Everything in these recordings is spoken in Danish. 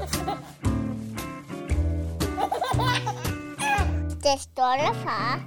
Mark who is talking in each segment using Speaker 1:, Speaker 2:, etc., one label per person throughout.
Speaker 1: Det stolte far.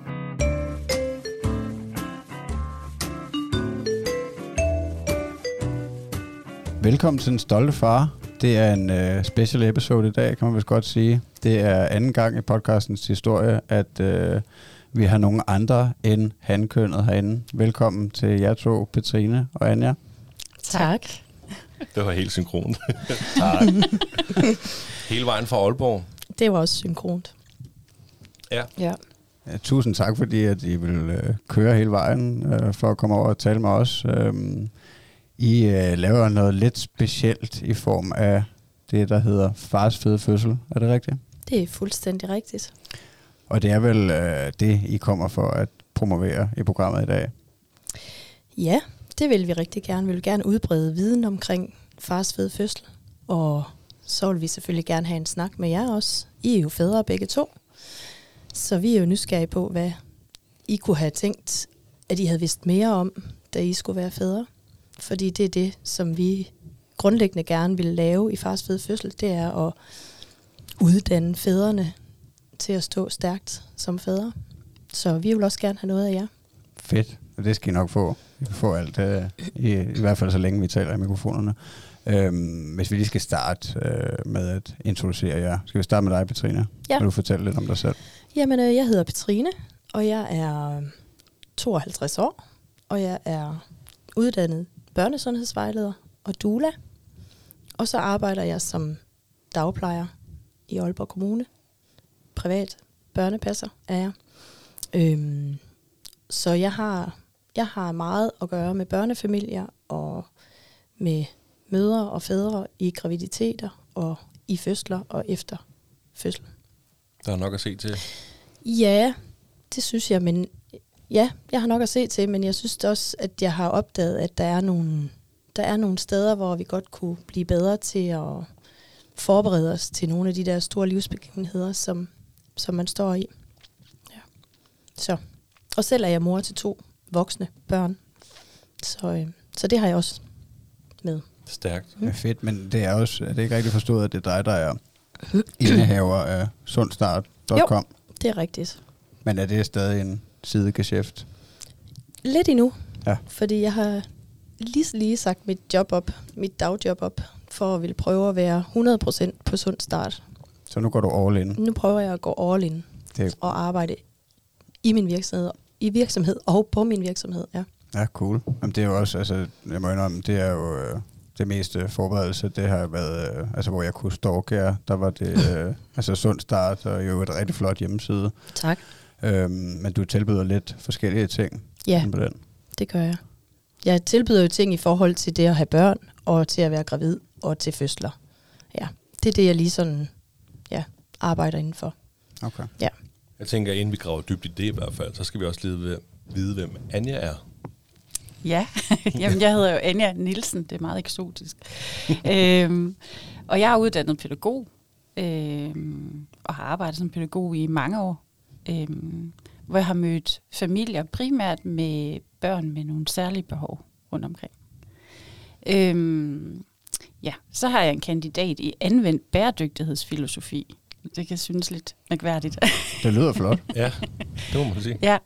Speaker 2: Velkommen til Den Stolte Far. Det er en special episode i dag, kan man vist godt sige. Det er anden gang i podcastens historie, at vi har nogle andre end hankønnet herinde. Velkommen til jer to, Petrine og Anja.
Speaker 3: Tak.
Speaker 4: Det var helt synkront. Tak. Hele vejen fra Aalborg.
Speaker 3: Det var også synkront.
Speaker 4: Ja.
Speaker 2: Ja, tusind tak, fordi at I vil køre hele vejen for at komme over og tale med os. I laver noget lidt specielt i form af det, der hedder Fars Fede Fødsel. Er det rigtigt?
Speaker 3: Det er fuldstændig rigtigt.
Speaker 2: Og det er vel det, I kommer for at promovere i programmet i dag?
Speaker 3: Ja, det vil vi rigtig gerne. Vi vil gerne udbrede viden omkring fars fede fødsel. Og så vil vi selvfølgelig gerne have en snak med jer også. I er jo fædre begge to. Så vi er jo nysgerrige på, hvad I kunne have tænkt, at I havde vidst mere om, da I skulle være fædre. Fordi det er det, som vi grundlæggende gerne vil lave i fars fede fødsel. Det er at uddanne fædrene til at stå stærkt som fædre. Så vi vil også gerne have noget af jer.
Speaker 2: Fedt. Det skal I nok få. I kan få alt, i hvert fald så længe vi taler i mikrofonerne. Hvis vi lige skal starte med at introducere jer. Skal vi starte med dig, Petrine?
Speaker 3: Ja.
Speaker 2: Kan du fortælle lidt om dig selv?
Speaker 3: Jamen, jeg hedder Petrine, og jeg er 52 år, og jeg er uddannet børnesundhedsvejleder og doula. Og så arbejder jeg som dagplejer i Aalborg Kommune. Privat børnepasser er jeg. Så jeg har meget at gøre med børnefamilier og med mødre og fædre i graviditeter og i fødsler og efter fødsel.
Speaker 4: Der er nok at se til.
Speaker 3: Ja, det synes jeg, men ja, jeg har nok at se til, men jeg synes også, at jeg har opdaget, at der er nogle steder, hvor vi godt kunne blive bedre til at forberede os til nogle af de der store livsbegivenheder, som man står i. Ja. Så. Og selv er jeg mor til 2 voksne børn, så det har jeg også med.
Speaker 4: Stærkt.
Speaker 2: Det er fedt, men det er også, er det ikke rigtig forstået, at det er dig, der er indehaver af sundstart.com?
Speaker 3: Jo, det er rigtigt.
Speaker 2: Men er det stadig en sidegeschæft?
Speaker 3: Lidt endnu,
Speaker 2: ja.
Speaker 3: Fordi jeg har lige sagt mit dagjob op, for at ville prøve at være 100% på sund start.
Speaker 2: Så nu går du all in?
Speaker 3: Nu prøver jeg at gå all in og arbejde i min virksomhed og på min virksomhed, ja.
Speaker 2: Ja, cool. Jamen, det er jo også, altså, jeg må indrømme, det er jo det meste forberedelse, det har været, altså hvor jeg kunne stalke jer, der var det altså sund start og jo et rigtig flot hjemmeside.
Speaker 3: Tak.
Speaker 2: Men du tilbyder lidt forskellige ting.
Speaker 3: Ja,
Speaker 2: på den.
Speaker 3: Det gør jeg. Jeg tilbyder jo ting i forhold til det at have børn, og til at være gravid, og til fødsler. Ja, det er det, jeg lige sådan, arbejder indenfor.
Speaker 2: Okay.
Speaker 3: Ja.
Speaker 4: Jeg tænker, inden vi graver dybt i det i hvert fald, så skal vi også lige vide, hvem Anja er.
Speaker 5: Ja, jamen jeg hedder jo Anja Nielsen, det er meget eksotisk. Og jeg er uddannet pædagog, og har arbejdet som pædagog i mange år, hvor jeg har mødt familier primært med børn med nogle særlige behov rundt omkring. Så har jeg en kandidat i anvendt bæredygtighedsfilosofi. Det kan synes lidt mærkværdigt.
Speaker 2: Det lyder flot.
Speaker 4: Ja, det må man sige.
Speaker 5: Ja.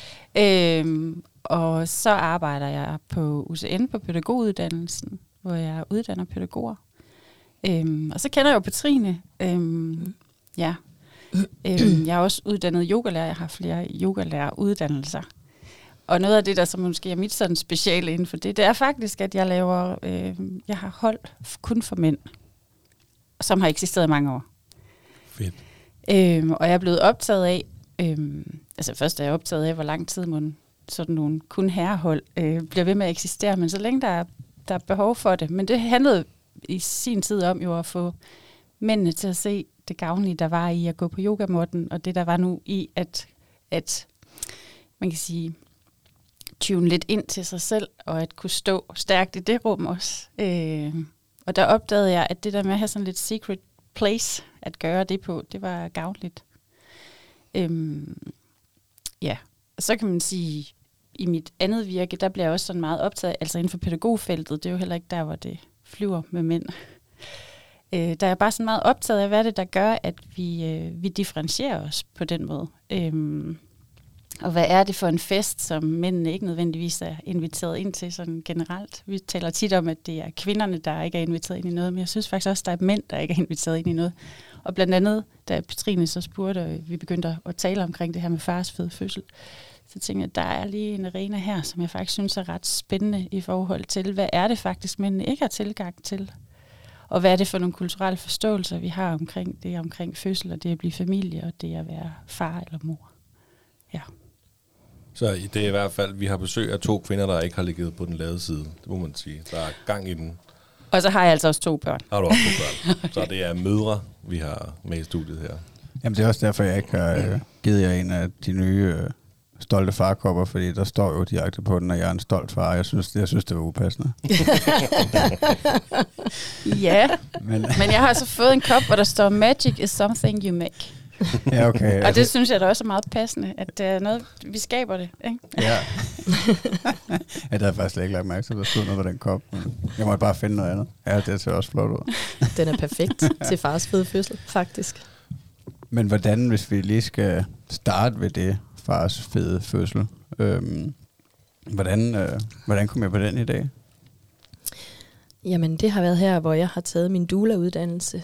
Speaker 5: Og så arbejder jeg på UCN på pædagoguddannelsen, hvor jeg uddanner pædagoger. Og så kender jeg jo Petrine. Jeg er også uddannet yogalærer. Jeg har flere yogalæreruddannelser. Og noget af det, der så måske er mit sådan speciale inden for det er faktisk, at jeg jeg har hold kun for mænd, som har eksisteret i mange år.
Speaker 4: Fedt.
Speaker 5: Og jeg er blevet optaget af, først er jeg optaget af, hvor lang tid sådan nogle kun herrehold bliver ved med at eksistere, men så længe der er behov for det. Men det handlede i sin tid om jo at få mændene til at se det gavnlige, der var i at gå på yogamåtten, og det der var nu i at man kan sige, tune lidt ind til sig selv, og at kunne stå stærkt i det rum også. Og der opdagede jeg, at det der med at have sådan lidt secret place at gøre det på, det var gavnligt. Så kan man sige, i mit andet virke, der bliver jeg også sådan meget optaget, altså inden for pædagogfeltet, det er jo heller ikke der, hvor det flyver med mænd. der er jeg bare sådan meget optaget af, hvad er det, der gør, at vi differentierer os på den måde. Og hvad er det for en fest, som mændene ikke nødvendigvis er inviteret ind til sådan generelt? Vi taler tit om, at det er kvinderne, der ikke er inviteret ind i noget, men jeg synes faktisk også, at der er mænd, der ikke er inviteret ind i noget. Og blandt andet, da Petrine så spurgte, og vi begyndte at tale omkring det her med fars fede fødsel, så tænkte jeg, at der er lige en arena her, som jeg faktisk synes er ret spændende i forhold til, hvad er det faktisk, mændene ikke har tilgang til? Og hvad er det for nogle kulturelle forståelser, vi har omkring det, omkring fødsel, og det at blive familie, og det at være far eller mor. Ja.
Speaker 4: Så det er i hvert fald, vi har besøg af 2 kvinder, der ikke har ligget på den lade side. Det må man sige. Der er gang i den.
Speaker 5: Og så har jeg altså også 2 børn.
Speaker 4: Har du også 2 børn. Så det er mødre, vi har med i studiet her.
Speaker 2: Jamen det er også derfor, jeg ikke har givet jer en af de nye stolte farkopper, fordi der står jo direkte på den, at jeg er en stolt far. Jeg synes det var upassende.
Speaker 5: Ja, men jeg har altså fået en kop, hvor der står, Magic is something you make.
Speaker 2: Ja, okay.
Speaker 5: Og det synes jeg da også er meget passende, at det er noget, vi skaber det, ikke?
Speaker 2: Ja. Ja, det havde jeg faktisk ikke lagt mærke til, at der stod noget på den kop. Jeg måtte bare finde noget andet. Ja, det ser også flot ud.
Speaker 3: Den er perfekt til fars fede fødsel, faktisk.
Speaker 2: Men hvordan, hvis vi lige skal starte ved det, fars fede fødsel, hvordan kom jeg på den i dag?
Speaker 3: Jamen, det har været her, hvor jeg har taget min doula-uddannelse.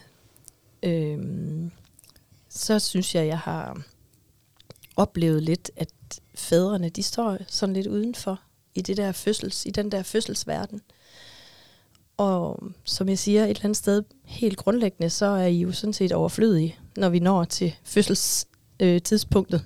Speaker 3: Så synes jeg har oplevet lidt, at fædrene, de står sådan lidt udenfor i det der i den der fødselsverden. Og som jeg siger, et eller andet sted helt grundlæggende, så er I jo sådan set overflødige, når vi når til fødselstidspunktet.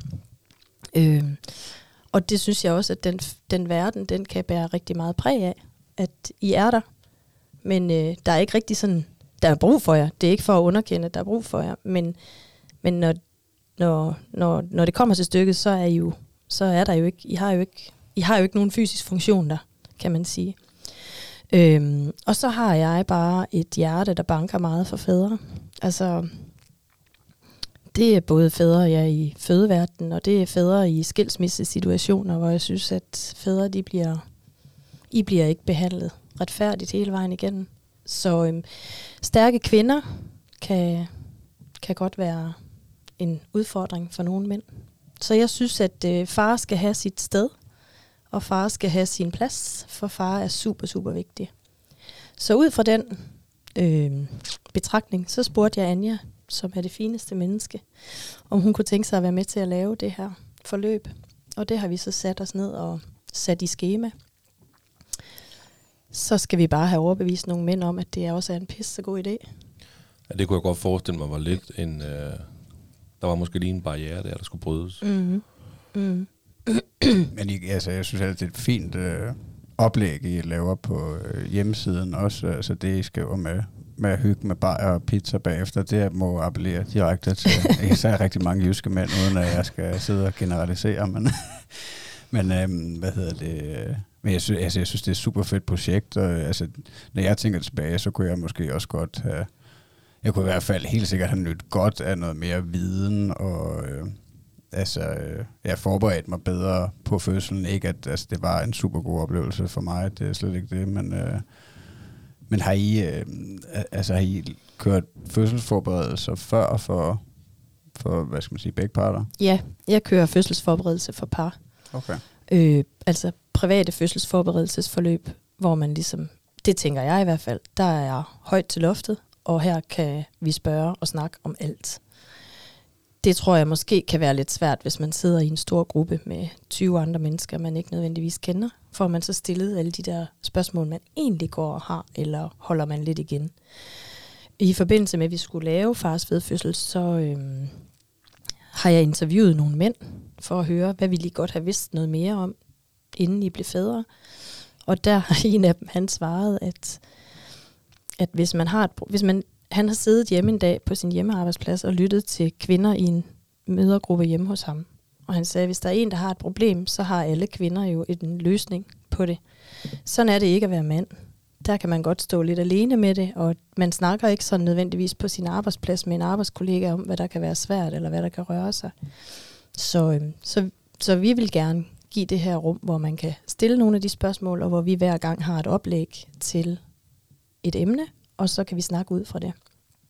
Speaker 3: Og det synes jeg også, at den verden, den kan bære rigtig meget præg af, at I er der. Men der er ikke rigtig sådan, der er brug for jer. Det er ikke for at underkende, at der er brug for jer. Men når det kommer til stykket, så er der jo ikke, I har jo ikke nogen fysisk funktion der, kan man sige. Og så har jeg bare et hjerte, der banker meget for fædre. Altså, det er både fædre i fødeverdenen, og det er fædre i skilsmissesituationer, hvor jeg synes, at fædre, I bliver ikke behandlet retfærdigt hele vejen igennem. Så stærke kvinder kan godt være en udfordring for nogle mænd. Så jeg synes, at far skal have sit sted, og far skal have sin plads, for far er super, super vigtig. Så ud fra den betragtning, så spurgte jeg Anja, som er det fineste menneske, om hun kunne tænke sig at være med til at lave det her forløb. Og det har vi så sat os ned og sat i skema. Så skal vi bare have overbevist nogle mænd om, at det også er en pisse god idé.
Speaker 4: Ja, det kunne jeg godt forestille mig var lidt en... der var måske lige en barriere der skulle brydes.
Speaker 3: Mm-hmm. Mm.
Speaker 2: Men jeg synes, at det er et fint oplæg, I laver på hjemmesiden også. Altså det, I skriver med at hygge med bajer og pizza bagefter, det må appellere direkte til især rigtig mange jyske mænd, uden at jeg skal sidde og generalisere. Men Men jeg synes, det er et super fedt projekt, og når jeg tænker tilbage, så kunne jeg måske også godt have... Jeg kunne i hvert fald helt sikkert have nydt godt af noget mere viden, og jeg forberedte mig bedre på fødslen. Ikke at det var en super god oplevelse for mig, det er slet ikke det, men har I kørt fødselsforberedelser før for hvad skal man sige, begge parter?
Speaker 3: Ja, jeg kører fødselsforberedelse for par.
Speaker 2: Okay.
Speaker 3: Altså private fødselsforberedelsesforløb, hvor man ligesom, det tænker jeg i hvert fald, der er højt til loftet, og her kan vi spørge og snakke om alt. Det tror jeg måske kan være lidt svært, hvis man sidder i en stor gruppe med 20 andre mennesker, man ikke nødvendigvis kender. Får man så stillet alle de der spørgsmål, man egentlig går og har, eller holder man lidt igen. I forbindelse med, at vi skulle lave fars fede fødsel, så har jeg interviewet nogle mænd, for at høre, hvad ville I godt have vidst noget mere om, inden I blev fædre. Og der har en af dem, han svarede, at hvis man han har siddet hjemme en dag på sin hjemmearbejdsplads og lyttet til kvinder i en mødergruppe hjemme hos ham. Og han sagde, at hvis der er en, der har et problem, så har alle kvinder jo en løsning på det. Sådan er det ikke at være mand. Der kan man godt stå lidt alene med det, og man snakker ikke sådan nødvendigvis på sin arbejdsplads med en arbejdskollega om, hvad der kan være svært, eller hvad der kan røre sig. Så vi vil gerne give det her rum, hvor man kan stille nogle af de spørgsmål, og hvor vi hver gang har et oplæg til et emne, og så kan vi snakke ud fra det.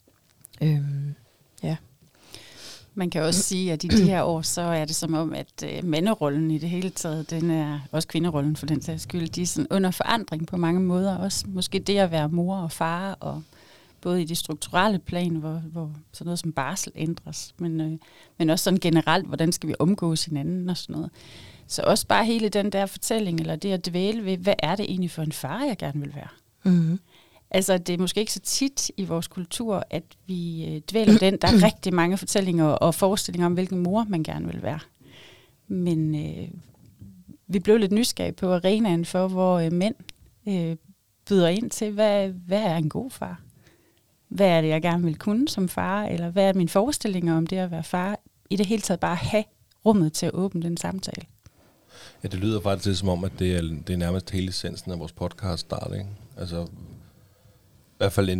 Speaker 3: Ja.
Speaker 5: Man kan også sige, at i de her år, så er det som om, at manderollen i det hele taget, den er også kvinderollen for den sags skyld, de er sådan under forandring på mange måder. Også måske det at være mor og far, og både i det strukturelle plan, hvor sådan noget som barsel ændres, men også sådan generelt, hvordan skal vi omgås hinanden og sådan noget. Så også bare hele den der fortælling, eller det at dvæle ved, hvad er det egentlig for en far, jeg gerne vil være?
Speaker 3: Mm-hmm.
Speaker 5: Altså, det er måske ikke så tit i vores kultur, at vi dvæler den. Der er rigtig mange fortællinger og forestillinger om, hvilken mor man gerne vil være. Men vi blev lidt nysgerrige på arenaen for, hvor mænd byder ind til, hvad er en god far? Hvad er det, jeg gerne vil kunne som far? Eller hvad er mine forestillinger om det at være far? I det hele taget bare have rummet til at åbne den samtale.
Speaker 4: Ja, det lyder faktisk som om, at det er nærmest hele essensen af vores podcast start, ikke? Altså, i hvert fald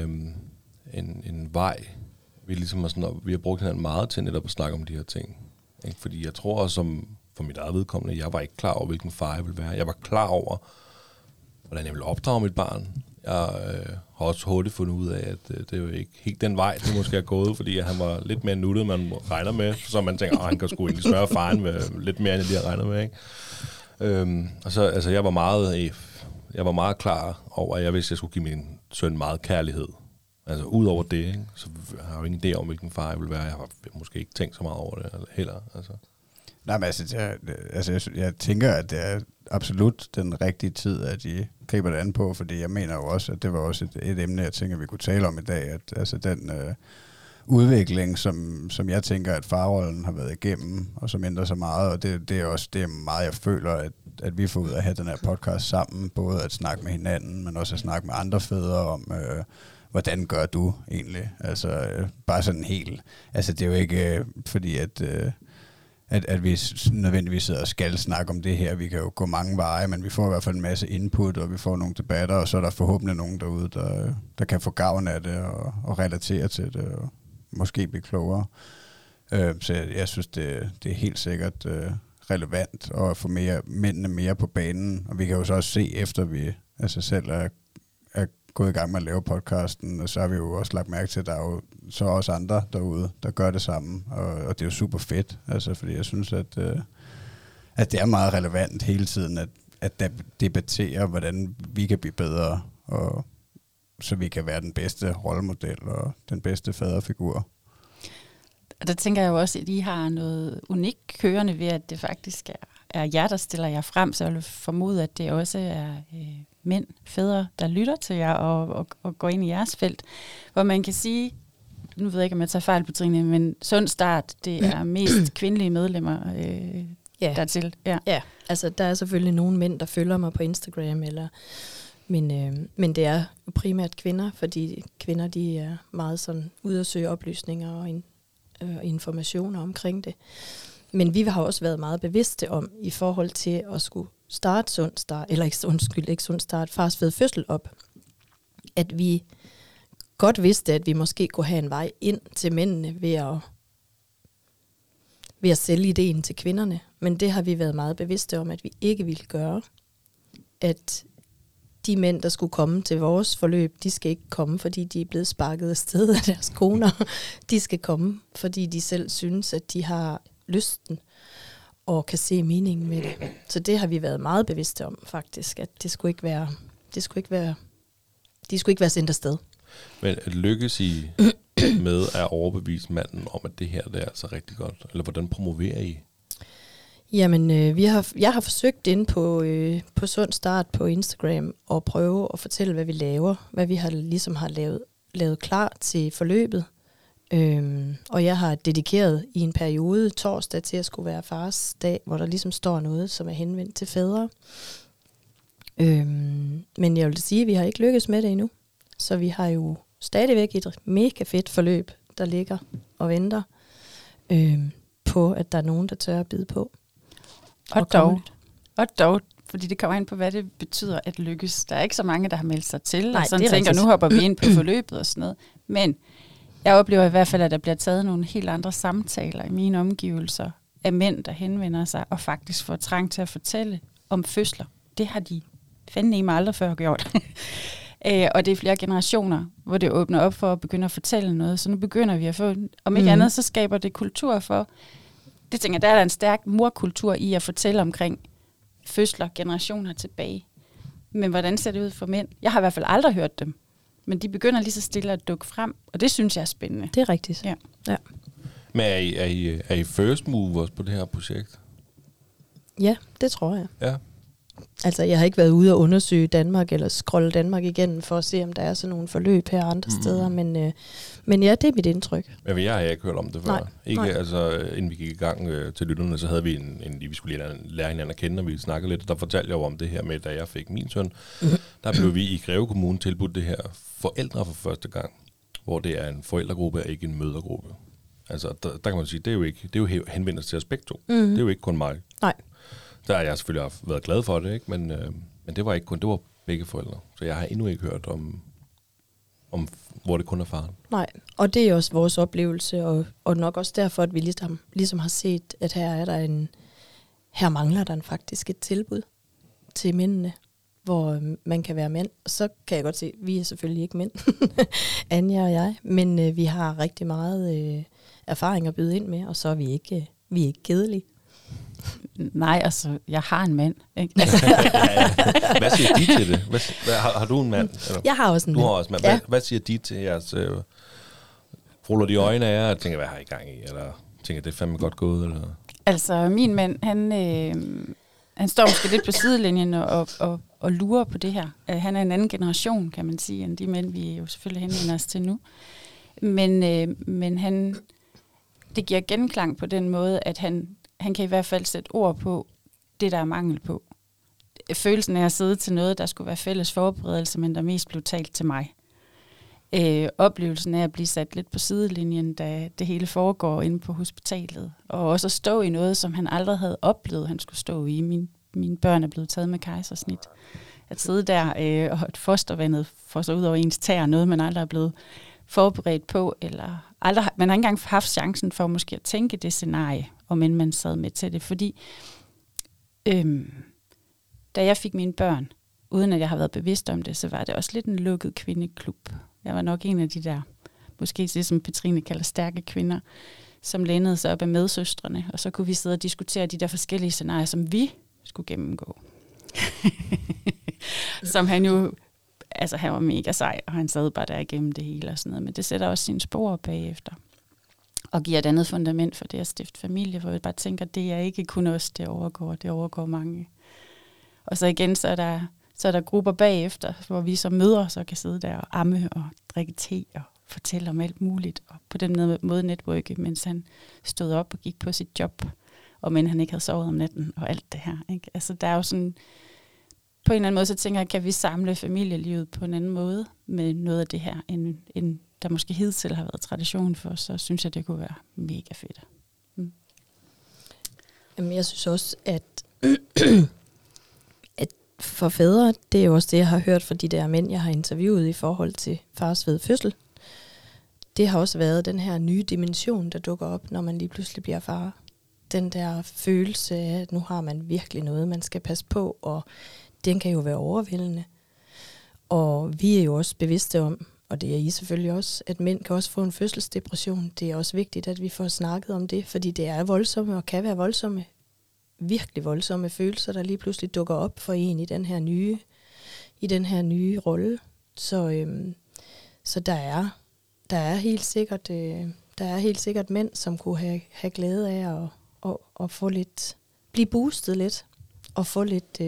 Speaker 4: en vej. Vi har brugt hinanden meget til netop at snakke om de her ting. Ikke? Fordi jeg tror også, for mit eget vedkommende, jeg var ikke klar over, hvilken far jeg ville være. Jeg var klar over, hvordan jeg ville opdrage mit barn. Jeg har også hurtigt fundet ud af, at det er jo ikke helt den vej, det måske er gået, fordi han var lidt mere nuttet, man regner med. Så man tænker, han kan sgu egentlig smøre faren med lidt mere, end jeg lige har regnet med. Ikke? Og så, altså, jeg var meget klar over, at jeg skulle give min søn meget kærlighed. Altså ud over det, ikke? Så har jeg jo ingen idé om, hvilken far jeg vil være. Jeg har måske ikke tænkt så meget over det heller. Altså.
Speaker 2: Nej, men jeg tænker, at det er absolut den rigtige tid, at I griber det an på, fordi jeg mener jo også, at det var også et emne, jeg tænker, vi kunne tale om i dag, at altså den udvikling, som jeg tænker, at farrollen har været igennem, og som ændrer sig meget, og det er også det meget, jeg føler, at vi får ud af at have den her podcast sammen, både at snakke med hinanden, men også at snakke med andre fædre om, hvordan gør du egentlig? Altså bare sådan helt, altså det er jo ikke fordi, at vi nødvendigvis sidder og skal snakke om det her. Vi kan jo gå mange veje, men vi får i hvert fald en masse input, og vi får nogle debatter, og så er der forhåbentlig nogen derude, der kan få gavn af det, og relatere til det, og måske blive klogere. Så jeg synes, det er helt sikkert relevant at få mændene mere på banen, og vi kan jo så også se, efter vi altså selv er gået i gang med at lave podcasten, og så har vi jo også lagt mærke til, at der er jo så også andre derude, der gør det samme, og det er jo super fedt, altså, fordi jeg synes, at det er meget relevant hele tiden, at debattere, hvordan vi kan blive bedre, og så vi kan være den bedste rollemodel og den bedste faderfigur.
Speaker 5: Og der tænker jeg jo også, at I har noget unikt kørende ved, at det faktisk er jer, der stiller jer frem, så jeg vil formode, at det også er mænd, fædre, der lytter til jer og går ind i jeres felt, hvor man kan sige, nu ved jeg ikke, om jeg tager fejl på Trine, men Sund Start, det er mest kvindelige medlemmer dertil.
Speaker 3: Ja, altså der er selvfølgelig nogle mænd, der følger mig på Instagram, men det er jo primært kvinder, fordi kvinder, de er meget sådan ude at søge oplysninger og informationer omkring det. Men vi har også været meget bevidste om, i forhold til at skulle starte Sund Start, eller ikke Sund Start, Fars Fede Fødsel op, at vi godt vidste, at vi måske kunne have en vej ind til mændene ved at sælge ideen til kvinderne. Men det har vi været meget bevidste om, at vi ikke ville gøre. At de mænd, der skulle komme til vores forløb, de skal ikke komme, fordi de er blevet sparket af sted af deres koner. De skal komme, fordi de selv synes, at de har lysten og kan se meningen med det. Så det har vi været meget bevidste om, faktisk, at de skulle ikke være sendt afsted. Men
Speaker 4: lykkes I med at overbevise manden om, at det her det er altså rigtig godt? Eller hvordan promoverer I?
Speaker 3: Jamen, jeg har forsøgt inde på Sund Start på Instagram at prøve at fortælle, hvad vi laver. Hvad vi har lavet klar til forløbet. Og jeg har dedikeret i en periode torsdag til at skulle være fars dag, hvor der ligesom står noget, som er henvendt til fædre. Men jeg vil sige, at vi har ikke lykkes med det endnu. Så vi har jo stadigvæk et mega fedt forløb, der ligger og venter på, at der er nogen, der tør at bide på.
Speaker 5: Og dog, fordi det kommer ind på, hvad det betyder at lykkes. Der er ikke så mange, der har meldt sig til,
Speaker 3: Nej,
Speaker 5: og sådan tænker, nu hopper vi ind på forløbet og sådan noget. Men jeg oplever i hvert fald, at der bliver taget nogle helt andre samtaler i mine omgivelser af mænd, der henvender sig og faktisk får trang til at fortælle om fødsler. Det har de fandme aldrig før gjort. Og det er flere generationer, hvor det åbner op for at begynde at fortælle noget. Så nu begynder vi at få, om ikke andet, så skaber det kultur for. Det tænker jeg, der er en stærk morkultur i at fortælle omkring fødsler generationer tilbage. Men hvordan ser det ud for mænd? Jeg har i hvert fald aldrig hørt dem. Men de begynder lige så stille at dukke frem, og det synes jeg er spændende.
Speaker 3: Det er rigtigt. Ja.
Speaker 4: Men er I first movers på det her projekt?
Speaker 3: Ja, det tror jeg.
Speaker 4: Ja.
Speaker 3: Altså, jeg har ikke været ude og undersøge Danmark, eller scrolle Danmark igennem, for at se, om der er sådan nogle forløb her andre steder, men ja, det er mit indtryk.
Speaker 4: Men jeg har ikke hørt om det før.
Speaker 3: Nej.
Speaker 4: Ikke,
Speaker 3: Nej.
Speaker 4: Altså, inden vi gik i gang til lytterne, så havde vi vi skulle lære hinanden at kende, og vi snakkede lidt, og der fortalte jeg jo om det her med, da jeg fik min søn. Der blev vi i Greve Kommune tilbudt det her forældre for første gang, hvor det er en forældregruppe og ikke en mødregruppe. Altså, der kan man sige, det er jo henvendt til os begge to. Det er jo ikke kun mig.
Speaker 3: Nej.
Speaker 4: Der har jeg selvfølgelig været glad for det, ikke? Men det var ikke kun, det var begge forældre. Så jeg har endnu ikke hørt om hvor det kun er faren.
Speaker 3: Nej, og det er også vores oplevelse, og nok også derfor, at vi ligesom har set, at her mangler der faktisk et tilbud til mændene, hvor man kan være mænd. Og så kan jeg godt se, at vi er selvfølgelig ikke mænd, Anja og jeg, men vi har rigtig meget erfaring at byde ind med, og så er vi er ikke kedelige.
Speaker 5: Nej, altså, jeg har en mand. Ikke?
Speaker 4: Hvad siger de til det? Har du en mand? Eller?
Speaker 3: Jeg har også en
Speaker 4: mand.
Speaker 3: mand.
Speaker 4: Du har også en mand.
Speaker 3: Ja.
Speaker 4: Hvad siger de til jeres... ruller de øjne af jer og tænker, hvad har I gang i? Eller tænker, det er fandme godt gået? Eller?
Speaker 5: Altså, min mand, han står måske lidt på sidelinjen og lurer på det her. Han er en anden generation, kan man sige, end de mænd, vi jo selvfølgelig henvender os til nu. Men han... Det giver genklang på den måde, at han kan i hvert fald sætte ord på det, der er mangel på. Følelsen af at sidde til noget, der skulle være fælles forberedelse, men der mest blev talt til mig. Oplevelsen af at blive sat lidt på sidelinjen, da det hele foregår inde på hospitalet. Og også at stå i noget, som han aldrig havde oplevet, han skulle stå i. Mine børn er blevet taget med kejsersnit. At sidde der og et fostervandet får sig ud over ens tæer, noget man aldrig er blevet forberedt på, eller man har ikke engang haft chancen for måske at tænke det scenarie, om end man sad med til det, fordi da jeg fik mine børn, uden at jeg har været bevidst om det, så var det også lidt en lukket kvindeklub. Jeg var nok en af de der, måske det som Petrine kalder stærke kvinder, som lænede sig op af medsøstrene, og så kunne vi sidde og diskutere de der forskellige scenarier, som vi skulle gennemgå. Som han jo... Altså, han var mega sej, og han sad bare der igennem det hele og sådan noget. Men det sætter også sine spor bagefter. Og giver et andet fundament for det at stifte familie, hvor vi bare tænker, det er ikke kun os, det overgår mange. Og så igen, så er der grupper bagefter, hvor vi som mødre så kan sidde der og amme og drikke te og fortælle om alt muligt. Og på den måde netværke, mens han stod op og gik på sit job, og men han ikke havde sovet om natten og alt det her. Ikke? Altså, der er jo sådan... På en eller anden måde, så tænker jeg, kan vi samle familielivet på en anden måde med noget af det her, end der måske hidtil har været tradition for, så synes jeg, det kunne være mega fedt.
Speaker 3: Jamen, jeg synes også, at for fædre, det er jo også det, jeg har hørt fra de der mænd, jeg har interviewet i forhold til fars ved fødsel. Det har også været den her nye dimension, der dukker op, når man lige pludselig bliver far. Den der følelse af, at nu har man virkelig noget, man skal passe på, og den kan jo være overvældende. Og vi er jo også bevidste om, og det er I selvfølgelig også, at mænd kan også få en fødselsdepression. Det er også vigtigt, at vi får snakket om det, fordi det er voldsomme og kan være voldsomme, virkelig voldsomme følelser, der lige pludselig dukker op for en i den her nye rolle. Så der er helt sikkert mænd, som kunne have glæde af at få lidt, blive boostet lidt, og få lidt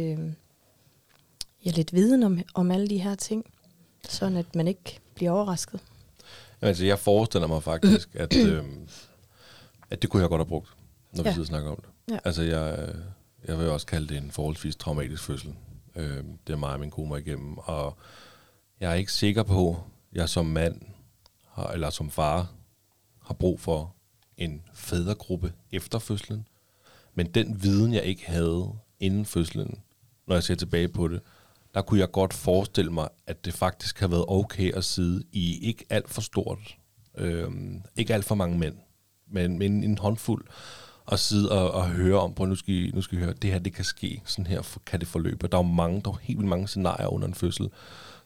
Speaker 3: viden om alle de her ting, sådan at man ikke bliver overrasket.
Speaker 4: Altså, jeg forestiller mig faktisk, at det kunne jeg godt have brugt, når vi sidder og snakker om det. Ja. Altså, jeg vil også kalde det en forholdsvis traumatisk fødsel. Det er mig og min kone igennem, og jeg er ikke sikker på, at jeg som mand, eller som far, har brug for en fædregruppe efter fødslen. Men den viden, jeg ikke havde inden fødslen, når jeg ser tilbage på det, der kunne jeg godt forestille mig, at det faktisk har været okay at sidde i ikke alt for stort, ikke alt for mange mænd, men en håndfuld, og sidde og høre om, nu skal I høre, det her det kan ske, sådan her kan det forløbe. Der er jo helt vildt mange scenarier under en fødsel,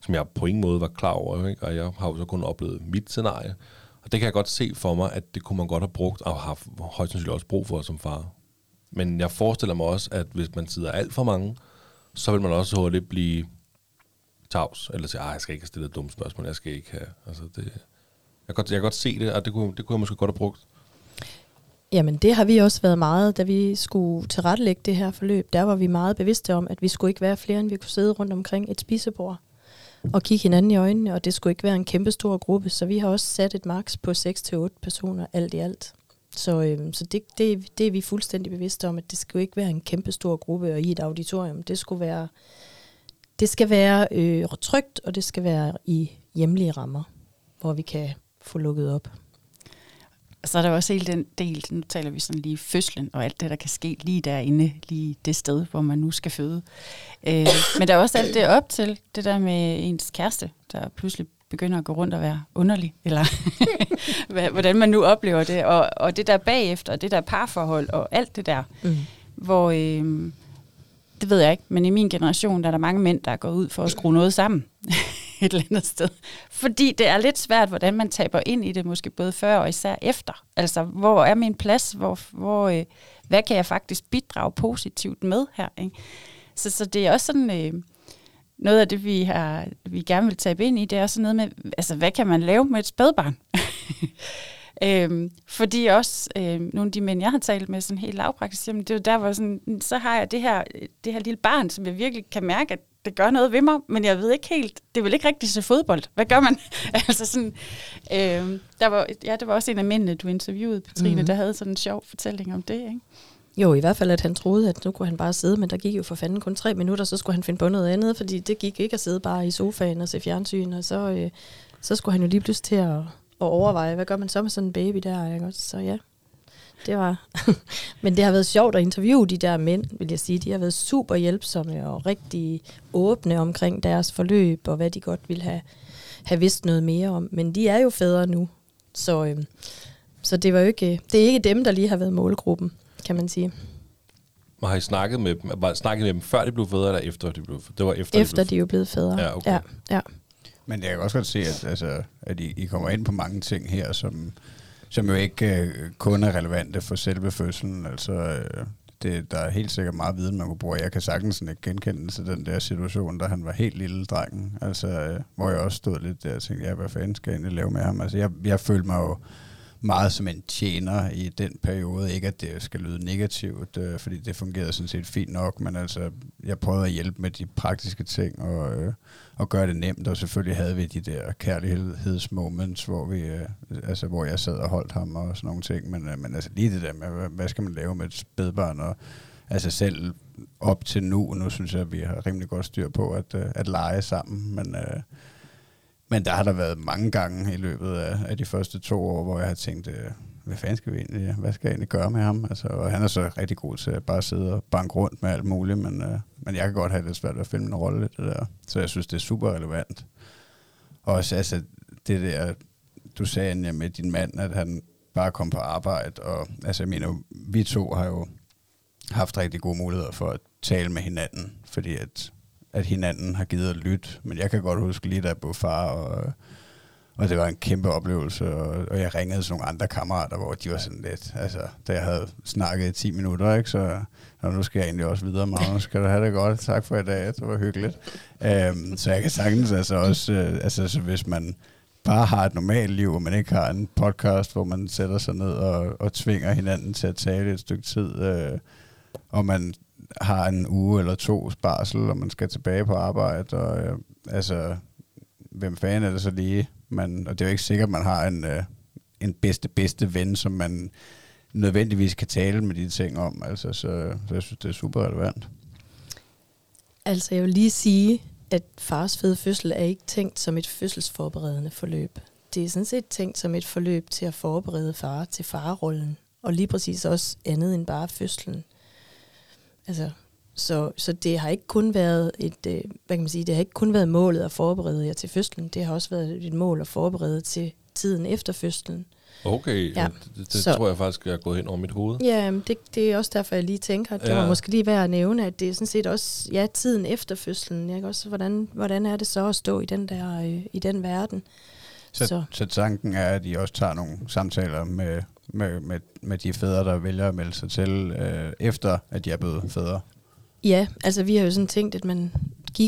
Speaker 4: som jeg på ingen måde var klar over, ikke? Og jeg har jo så kun oplevet mit scenarie. Og det kan jeg godt se for mig, at det kunne man godt have brugt, og har højst sandsynligt også brug for som far. Men jeg forestiller mig også, at hvis man sidder alt for mange, så vil man også hurtigt blive tavs, eller sige, jeg skal ikke have stillet et dumt spørgsmål, jeg skal ikke have, altså det... Jeg kan godt se det, og det kunne jeg måske godt have brugt.
Speaker 3: Jamen, det har vi også været meget, da vi skulle tilrettelægge det her forløb. Der var vi meget bevidste om, at vi skulle ikke være flere, end vi kunne sidde rundt omkring et spisebord og kigge hinanden i øjnene, og det skulle ikke være en kæmpe stor gruppe. Så vi har også sat et maks på 6-8 personer alt i alt. Så det er vi fuldstændig bevidste om, at det skal jo ikke være en kæmpe stor gruppe og i et auditorium. Det skal være trygt, og det skal være i hjemlige rammer, hvor vi kan få lukket op.
Speaker 5: Og så er der også hele den del, nu taler vi sådan lige fødslen, og alt det, der kan ske lige derinde, lige det sted, hvor man nu skal føde. Men der er også alt det op til, det der med ens kæreste, der pludselig begynder at gå rundt og være underlig, eller hvordan man nu oplever det, og det der bagefter, og det der parforhold, og alt det der, hvor, det ved jeg ikke, men i min generation, der er der mange mænd, der er gået ud for at skrue noget sammen, et eller andet sted. Fordi det er lidt svært, hvordan man taber ind i det, måske både før og især efter. Altså, hvor er min plads? Hvad kan jeg faktisk bidrage positivt med her? Ikke? Så det er også sådan, noget af det, vi gerne vil tabe ind i, det er sådan noget med, altså, hvad kan man lave med et spædbarn? Fordi også nogle af de mænd, jeg har talt med sådan helt lavpraktisk, det er jo der, hvor sådan, så har jeg det her lille barn, som jeg virkelig kan mærke, at det gør noget ved mig, men jeg ved ikke helt, det vil ikke rigtig se fodbold. Hvad gør man? Altså sådan, det var også en af mændene, du interviewede, Petrine, der havde sådan en sjov fortælling om det, ikke?
Speaker 3: Jo, i hvert fald, at han troede, at nu kunne han bare sidde, men der gik jo for fanden kun 3 minutter, så skulle han finde på noget andet, fordi det gik ikke at sidde bare i sofaen og se fjernsyn, og så skulle han jo lige pludselig til at overveje, hvad gør man så med sådan en baby der, ikke? Så ja, det var... Men det har været sjovt at interviewe de der mænd, vil jeg sige. De har været super hjælpsomme og rigtig åbne omkring deres forløb, og hvad de godt ville have vidst noget mere om. Men de er jo fædre nu, så det var jo ikke, det er ikke dem, der lige har været målgruppen, kan man sige.
Speaker 4: Og har I snakket med dem, før de blev fædre, eller efter de blev fædre? Det var
Speaker 3: efter de er jo blevet fædre.
Speaker 4: Ja, okay.
Speaker 3: Ja.
Speaker 2: Men jeg kan også godt se, at I kommer ind på mange ting her, som jo ikke kun er relevante for selve fødslen. Altså, der er helt sikkert meget viden, man kunne bruge. Jeg kan sagtens ikke genkende til den der situation, da han var helt lille drengen. Altså, hvor jeg også stod lidt der og tænkte, hvad fanden skal jeg egentlig lave med ham? Altså, jeg følte mig jo meget som en tjener i den periode. Ikke at det skal lyde negativt, fordi det fungerede sådan set fint nok, men altså, jeg prøvede at hjælpe med de praktiske ting og gøre det nemt, og selvfølgelig havde vi de der kærlighedsmoments, hvor jeg sad og holdt ham og sådan nogle ting, men altså lige det der med, hvad skal man lave med et spædbarn, og altså selv op til nu synes jeg, at vi har rimelig godt styr på at lege sammen, men der har der været mange gange i løbet af de første 2 år, hvor jeg har tænkt, hvad skal jeg egentlig gøre med ham? Altså, og han er så rigtig god til at bare sidde og banke rundt med alt muligt, men jeg kan godt have det svært at finde en rolle i det der. Så jeg synes, det er super relevant. Og også altså, det der, du sagde med din mand, at han bare kom på arbejde, og altså, jeg mener, vi 2 har jo haft rigtig gode muligheder for at tale med hinanden, fordi at hinanden har givet at lytte. Men jeg kan godt huske lige, da jeg blev far, og det var en kæmpe oplevelse, og jeg ringede til nogle andre kammerater, hvor de var sådan lidt, altså, da jeg havde snakket i 10 minutter, ikke, så nu skal jeg egentlig også videre, Magnus, skal du have det godt, tak for i dag, det var hyggeligt. Så jeg kan sagtens altså også, så hvis man bare har et normalt liv, og man ikke har en podcast, hvor man sætter sig ned og tvinger hinanden til at tale et stykke tid, og man har en uge eller 2 barsel, og man skal tilbage på arbejde, og hvem fanden er det så lige? Og det er jo ikke sikkert, at man har en bedste ven, som man nødvendigvis kan tale med de ting om. Altså, så jeg synes, det er super relevant.
Speaker 3: Altså, jeg vil lige sige, at fars fede fødsel er ikke tænkt som et fødselsforberedende forløb. Det er sådan set tænkt som et forløb til at forberede far til farrollen, og lige præcis også andet end bare fødslen. Altså, så det har ikke kun været det har ikke kun været målet at forberede jer til fødslen. Det har også været et mål at forberede til tiden efter fødslen.
Speaker 4: Okay,
Speaker 3: Ja.
Speaker 4: det tror jeg faktisk er gået hen over mit hoved.
Speaker 3: Ja, det er også derfor, jeg lige tænker, at det var måske lige værd at nævne, at det er sådan set også tiden efter fødslen. Ikke? Også, hvordan er det så at stå i den der i den verden?
Speaker 2: Så tanken er, at I også tager nogle samtaler med de fædre, der vælger at melde sig til, efter at de er blevet fædre?
Speaker 3: Ja, altså vi har jo sådan tænkt, at man gik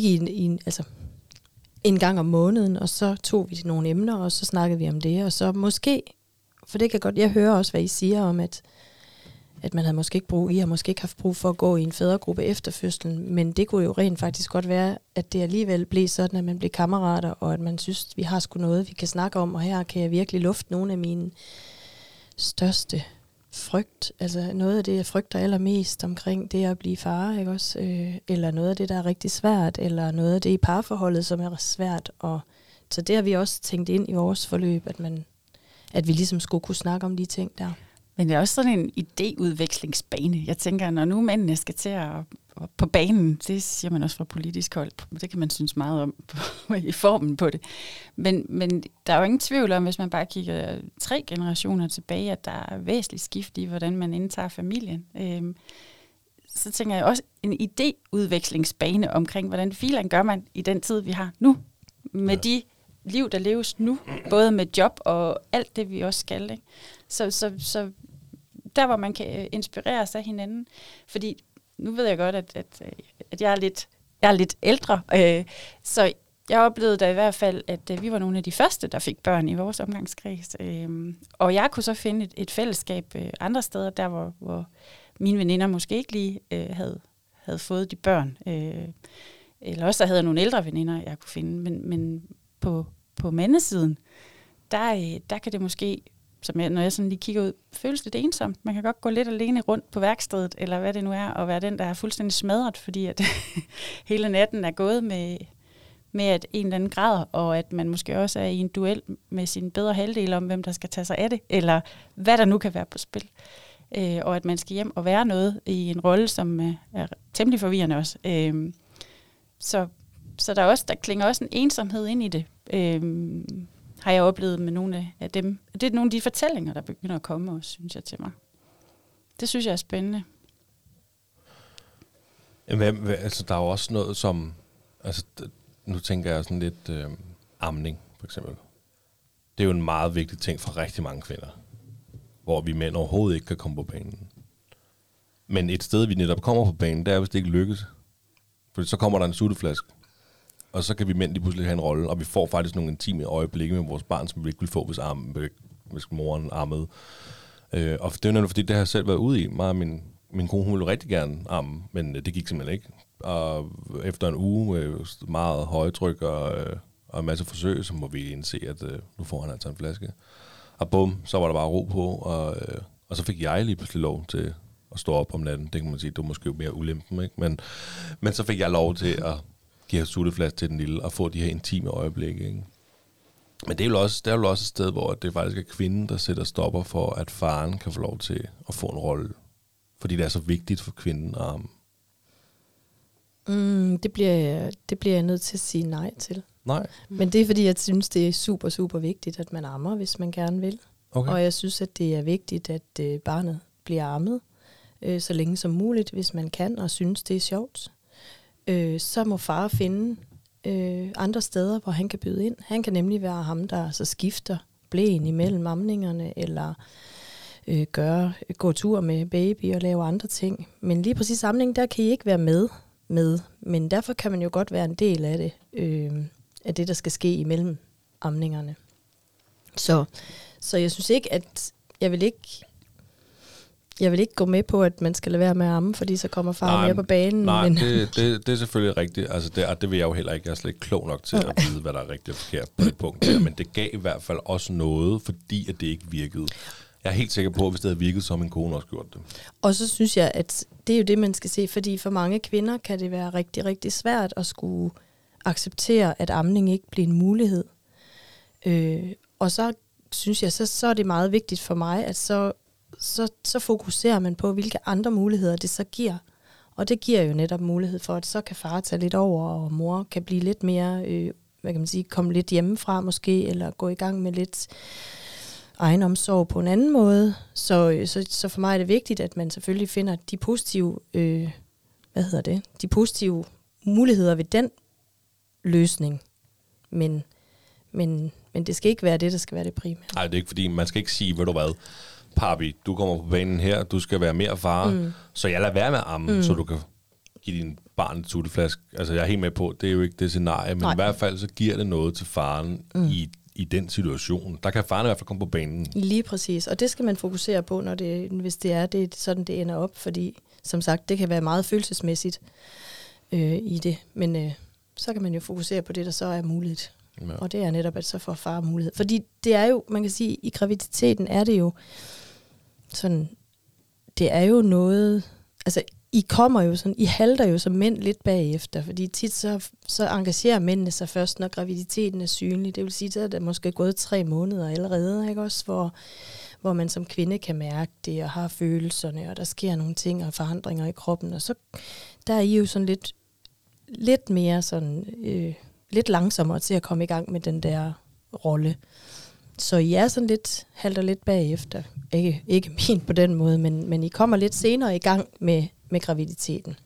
Speaker 3: en gang om måneden, og så tog vi nogle emner, og så snakkede vi om det, og så måske, for det kan godt, jeg hører også, hvad I siger om, at man havde måske ikke I har måske ikke haft brug for at gå i en fædregruppe efter fødslen, men det kunne jo rent faktisk godt være, at det alligevel blev sådan, at man blev kammerater, og at man synes, vi har sgu noget, vi kan snakke om, og her kan jeg virkelig lufte nogle af mine største frygt, altså noget af det, jeg frygter allermest omkring det at blive far, ikke også? Eller noget af det, der er rigtig svært, eller noget af det i parforholdet, som er svært. Og så det har vi også tænkt ind i vores forløb, at vi ligesom skulle kunne snakke om de ting der.
Speaker 5: Men det er også sådan en idéudvekslingsbane. Jeg tænker, når nu mændene skal til at på banen, det siger man også fra politisk hold, det kan man synes meget om i formen på det. Men der er jo ingen tvivl om, hvis man bare kigger 3 generationer tilbage, at der er væsentligt skift i, hvordan man indtager familien. Så tænker jeg også en idéudvekslingsbane omkring, hvordan filen gør man i den tid, vi har nu, med de liv, der leves nu, både med job og alt det, vi også skal. Ikke? Så der, hvor man kan inspirere sig af hinanden, fordi nu ved jeg godt, at jeg er lidt ældre, så jeg oplevede da i hvert fald, at vi var nogle af de første, der fik børn i vores omgangskreds. Og jeg kunne så finde et fællesskab andre steder, der hvor mine veninder måske ikke lige havde fået de børn. Eller også der havde jeg nogle ældre veninder, jeg kunne finde. Men på mandesiden, der kan det måske, når jeg sådan lige kigger ud, føles lidt ensomt. Man kan godt gå lidt alene rundt på værkstedet, eller hvad det nu er, og være den, der er fuldstændig smadret, fordi at hele natten er gået med at en eller anden grad, og at man måske også er i en duel med sin bedre halvdel om, hvem der skal tage sig af det, eller hvad der nu kan være på spil. Og at man skal hjem og være noget i en rolle, som er temmelig forvirrende også. Så der klinger også en ensomhed ind i det, har jeg oplevet med nogle af dem. Det er nogle af de fortællinger, der begynder at komme også, synes jeg, til mig. Det synes jeg er spændende.
Speaker 4: Altså, der er jo også noget som, altså, nu tænker jeg sådan lidt amning, for eksempel. Det er jo en meget vigtig ting for rigtig mange kvinder, hvor vi mænd overhovedet ikke kan komme på banen. Men et sted, vi netop kommer på banen, det er, hvis det ikke lykkes. For så kommer der en sutteflaske, og så kan vi mænd lige pludselig have en rolle, og vi får faktisk nogle intime øjeblikke med vores barn, som vi ikke ville få, hvis moren ammede. Og det er jo nemlig, fordi det har jeg selv været ude i. Min kone, hun ville rigtig gerne amme, men det gik simpelthen ikke. Og efter en uge med meget højtryk og en masse forsøg, så må vi indse, at nu får han altså en flaske. Og bum, så var der bare ro på, og så fik jeg lige pludselig lov til at stå op om natten. Det kan man sige, det var måske mere ulempen, ikke? Men så fik jeg lov til at give sutteflaske til den lille, og få de her intime øjeblikke, ikke? Men det er jo også et sted, hvor det faktisk er kvinden, der sætter stopper for, at faren kan få lov til at få en rolle. Fordi det er så vigtigt for kvinden at amme.
Speaker 3: Det bliver jeg nødt til at sige nej til.
Speaker 4: Nej.
Speaker 3: Men det er, fordi jeg synes, det er super, super vigtigt, at man ammer, hvis man gerne vil.
Speaker 4: Okay.
Speaker 3: Og jeg synes, at det er vigtigt, at barnet bliver ammet så længe som muligt, hvis man kan, og synes, det er sjovt. Så må far finde andre steder, hvor han kan byde ind. Han kan nemlig være ham, der så skifter blæen imellem amningerne, eller gå tur med baby og lave andre ting. Men lige præcis amning, der kan I ikke være med. Men derfor kan man jo godt være en del af det, af det, der skal ske imellem amningerne. Så jeg synes ikke, at jeg vil ikke gå med på, at man skal lade være med at amme, fordi så kommer far med på banen.
Speaker 4: Nej,
Speaker 3: men
Speaker 4: det er selvfølgelig rigtigt. Altså det vil jeg jo heller ikke. Jeg er slet ikke klog nok til at vide, hvad der er rigtigt og forkert på det punkt der. Men det gav i hvert fald også noget, fordi at det ikke virkede. Jeg er helt sikker på, at hvis det havde virket, så har min kone også gjort det.
Speaker 3: Og så synes jeg, at det er jo det, man skal se, fordi for mange kvinder kan det være rigtig, rigtig svært at skulle acceptere, at amning ikke bliver en mulighed. Og så synes jeg, så er det meget vigtigt for mig, at så fokuserer man på, hvilke andre muligheder det så giver. Og det giver jo netop mulighed for, at så kan far tage lidt over, og mor kan blive lidt mere hvad kan man sige, komme lidt hjemmefra måske, eller gå i gang med lidt egenomsorg på en anden måde. Så for mig er det vigtigt, at man selvfølgelig finder de positive, de positive muligheder ved den løsning. Men det skal ikke være det, der skal være det primære.
Speaker 4: Nej, det er ikke fordi, man skal ikke sige, ved du hvad, Papi, du kommer på banen her, du skal være mere far, så jeg lader være med at amme, så du kan give din barn et sutteflaske. Altså, jeg er helt med på, det er jo ikke det scenarie, men i hvert fald så giver det noget til faren i den situation. Der kan faren i hvert fald komme på banen.
Speaker 3: Lige præcis, og det skal man fokusere på, hvis det er sådan, det ender op, fordi som sagt, det kan være meget følelsesmæssigt i det, men så kan man jo fokusere på det, der så er muligt. Ja. Og det er netop, at så får far mulighed. Fordi det er jo, man kan sige, i graviditeten er det jo sådan, det er jo noget, altså I halter jo som mænd lidt bagefter, fordi tit så engagerer mændene sig først, når graviditeten er synlig. Det vil sige, at der er måske gået 3 måneder allerede, ikke også, hvor man som kvinde kan mærke det, og har følelserne, og der sker nogle ting og forandringer i kroppen, og så der er I jo sådan lidt mere sådan, lidt langsommere til at komme i gang med den der rolle. Så I er sådan lidt, halter lidt bagefter. Ikke min på den måde, men I kommer lidt senere i gang med graviditeten.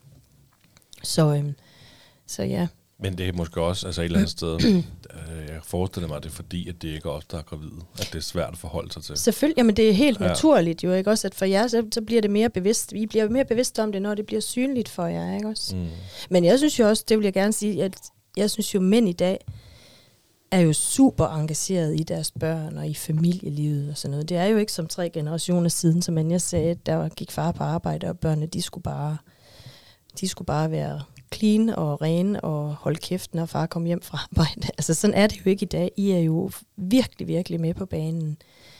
Speaker 3: Så ja.
Speaker 4: Men det er måske også, altså et eller andet sted, jeg forestiller mig, at det er fordi, at det ikke er os, der er gravide. At det er svært at forholde sig til.
Speaker 3: Selvfølgelig, jamen det er helt naturligt jo, ikke også? At for jer, så bliver det mere bevidst. I bliver mere bevidst om det, når det bliver synligt for jer, ikke også? Men jeg synes jo også, det vil jeg gerne sige, at jeg synes jo, mænd i dag er jo super engageret i deres børn og i familielivet og sådan noget. Det er jo ikke som 3 generationer siden, som jeg sagde, der gik far på arbejde, og børnene, de skulle bare være clean og rene og holde kæft, når far kom hjem fra arbejde. Altså sådan er det jo ikke i dag. I er jo virkelig, virkelig med på banen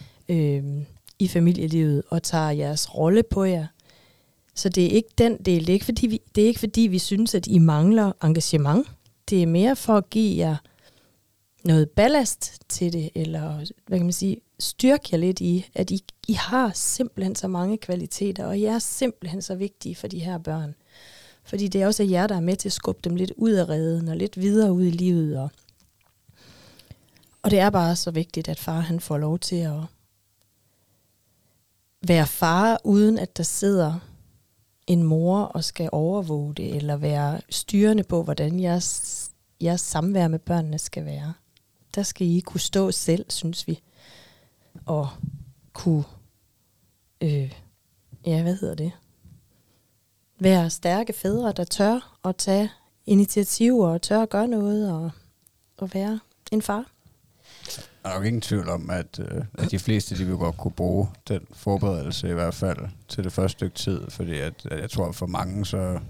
Speaker 3: i familielivet og tager jeres rolle på jer. Så det er ikke den del. Det er ikke fordi vi synes, at I mangler engagement. Det er mere for at give jer noget ballast til det, eller hvad kan man sige, styrke jer lidt i, at I har simpelthen så mange kvaliteter, og I er simpelthen så vigtige for de her børn. Fordi det er også jer, der er med til at skubbe dem lidt ud af reden, og lidt videre ud i livet. Og det er bare så vigtigt, at far han får lov til at være far, uden at der sidder en mor og skal overvåge det, eller være styrende på, hvordan jeres samvær med børnene skal være. Der skal I kunne stå selv, synes vi, og kunne, være stærke fædre, der tør at tage initiativer, og tør at gøre noget, og være en far.
Speaker 2: Der er jo ingen tvivl om, at de fleste de vil godt kunne bruge den forberedelse i hvert fald til det første stykke tid, fordi at jeg tror for mange,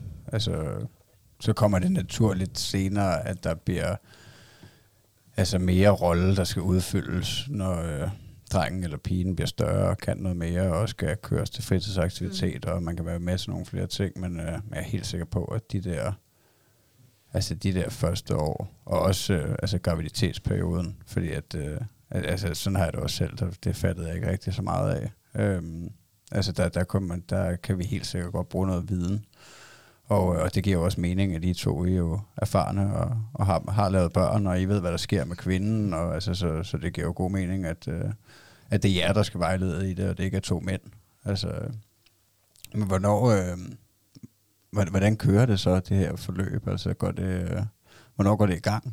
Speaker 2: så kommer det naturligt senere, at der bliver mere rolle, der skal udfyldes, når drengen eller pigen bliver større og kan noget mere, og skal køres til fritidsaktiviteter, og man kan være med til nogle flere ting, men jeg er helt sikker på, at de der første år, og også graviditetsperioden, fordi at sådan har jeg det også selv, det fattede jeg ikke rigtig så meget af. Der kan vi helt sikkert godt bruge noget viden, og det giver jo også mening, at I to er jo erfarne og har lavet børn, og I ved, hvad der sker med kvinden, og så det giver jo god mening, at det er jer, der skal vejlede i det, og det ikke er 2 mænd. Men hvordan kører det så, det her forløb? Hvornår går det i gang?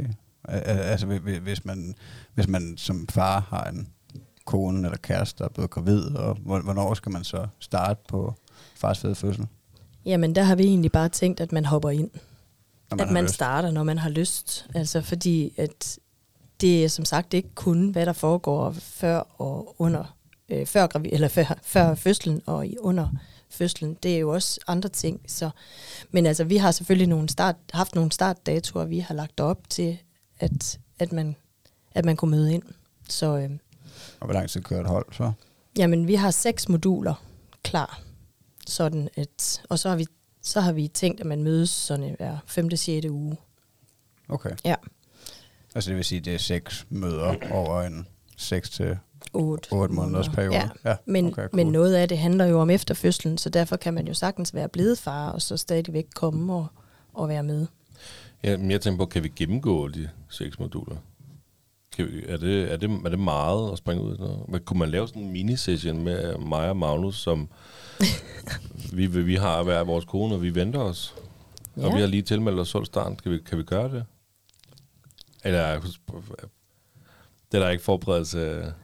Speaker 2: Hvis man som far har en kone eller kæreste, der er blevet gravid, og hvornår skal man så starte på fars fede fødsel?
Speaker 3: Jamen, der har vi egentlig bare tænkt, at man hopper ind. At man starter, når man har lyst. Altså, fordi at det er som sagt ikke kun, hvad der foregår før og under, før fødslen og under fødslen. Det er jo også andre ting. Men altså, vi har selvfølgelig haft nogle startdatoer, vi har lagt op til, at man kunne møde ind.
Speaker 2: Og hvor lang tid kører et hold så?
Speaker 3: Jamen, vi har 6 moduler klar. Sådan og så har vi tænkt, at man mødes sådan hver 5. 6. uge.
Speaker 2: Okay.
Speaker 3: Ja.
Speaker 2: Altså det vil sige, at det er 6 møder over en 6 til 8 måneders periode.
Speaker 3: Ja. Men noget af det handler jo om efterfødslen, så derfor kan man jo sagtens være blevet far, og så stadigvæk komme og være med.
Speaker 4: Ja, men jeg tænker på, kan vi gennemgå de 6 moduler? Er det meget at springe ud i? Men kunne man lave sådan en mini-session med mig og Magnus, som vi har hver vores kone, og vi venter os? Ja. Og vi har lige tilmeldt os Solstarten. Kan vi gøre det? Eller det er der ikke forberedelse?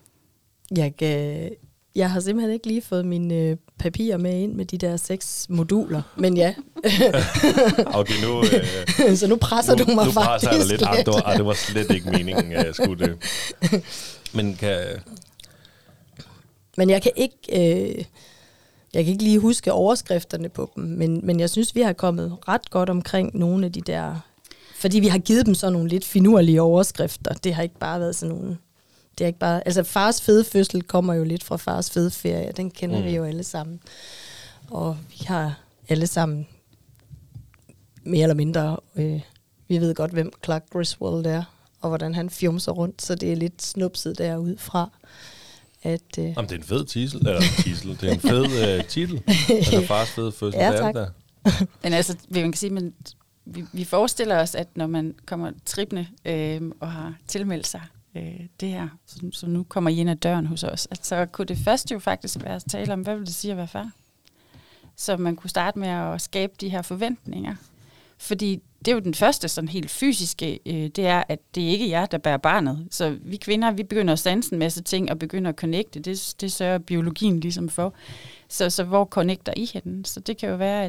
Speaker 3: Jeg har simpelthen ikke lige fået mine papirer med ind med de der 6 moduler, men ja.
Speaker 4: Okay,
Speaker 3: så nu presser du mig
Speaker 4: nu
Speaker 3: faktisk.
Speaker 4: Nu presser jeg dig lidt. Det var slet ikke meningen, at jeg skulle det.
Speaker 3: Men jeg kan ikke lige huske overskrifterne på dem, men jeg synes, vi har kommet ret godt omkring nogle af de der, fordi vi har givet dem sådan nogle lidt finurlige overskrifter. Det har ikke bare været sådan nogle. Det er ikke bare, altså fars fede fødsel kommer jo lidt fra fars fede ferie, den kender vi jo alle sammen. Og vi har alle sammen mere eller mindre, vi ved godt, hvem Clark Griswold er, og hvordan han fjumser rundt, så det er lidt snupset derudfra. Jamen,
Speaker 4: det er en fed titel, det er en fed titel, altså fars fede fødsel.
Speaker 3: Ja, tak.
Speaker 4: Der.
Speaker 5: Men altså, man kan sige, men vi forestiller os, at når man kommer trippende og har tilmeldt sig, det her, så nu kommer I ind ad døren hos os, at så kunne det første jo faktisk være at tale om, hvad vil det sige at være far? Så man kunne starte med at skabe de her forventninger. Fordi det er jo den første sådan helt fysiske, det er, at det er ikke jer, der bærer barnet. Så vi kvinder, vi begynder at sanse en masse ting og begynder at connecte. Det sørger biologien ligesom for. Så hvor connecter I henne? Så det kan jo være,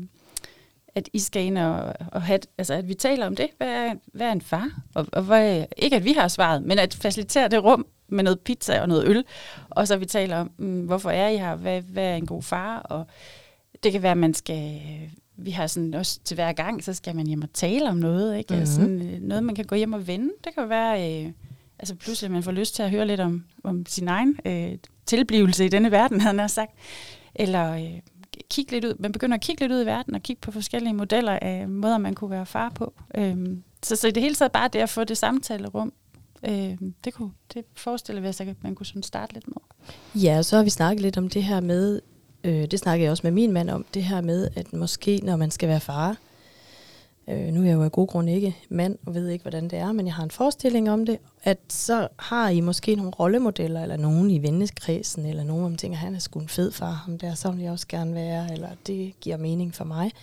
Speaker 5: at I skal ind og have, altså at vi taler om det. Hvad er en far? Og ikke at vi har svaret, men at facilitere det rum med noget pizza og noget øl. Og så vi taler om, hvorfor er I her? Hvad er en god far? Og det kan være, at man skal. Vi har sådan også til hver gang, så skal man hjem og tale om noget, ikke? Mm-hmm. Sådan, noget, man kan gå hjem og vende. Det kan jo være, altså pludselig man får lyst til at høre lidt om sin egen tilblivelse i denne verden, havde han sagt. Eller kigge lidt ud. Man begynder at kigge lidt ud i verden og kigge på forskellige modeller af måder, man kunne være far på. Så i det hele taget bare det at få det samtalerum, det forestiller vi os, at man kunne sådan starte lidt med.
Speaker 3: Ja, så har vi snakket lidt om det her med, det snakker jeg også med min mand om, det her med, at måske når man skal være far, nu er jeg jo af god grund ikke mand, og ved ikke, hvordan det er, men jeg har en forestilling om det, at så har I måske nogle rollemodeller, eller nogen i vennekredsen, eller nogen, hvor man tænker, han er sgu en fed far, ham der, så vil jeg også gerne være, eller det giver mening for mig.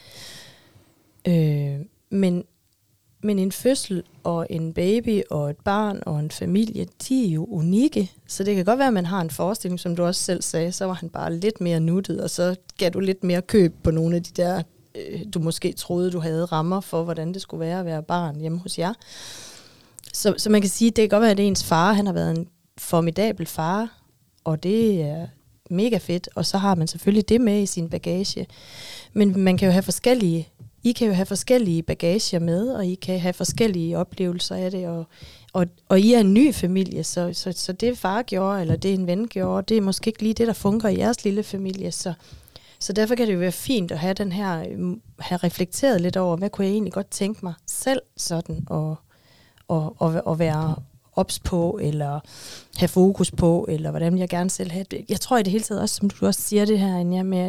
Speaker 3: Men en fødsel, og en baby, og et barn, og en familie, de er jo unikke. Så det kan godt være, at man har en forestilling, som du også selv sagde, så var han bare lidt mere nuttet, og så gav du lidt mere køb på nogle af de der, du måske troede, du havde rammer for, hvordan det skulle være at være barn hjemme hos jer. Så man kan sige, at det kan godt være, at ens far, han har været en formidabel far, og det er mega fedt, og så har man selvfølgelig det med i sin bagage. Men man kan jo have I kan jo have forskellige bagager med, og I kan have forskellige oplevelser af det, og I er en ny familie, så det far gjorde, eller det en ven gjorde, det er måske ikke lige det, der fungerer i jeres lille familie. Så derfor kan det jo være fint at have den her, have reflekteret lidt over, hvad kunne jeg egentlig godt tænke mig selv sådan, og være ops på, eller have fokus på, eller hvordan vil jeg gerne selv have det. Jeg tror i det hele taget også, som du også siger det her, Anja, med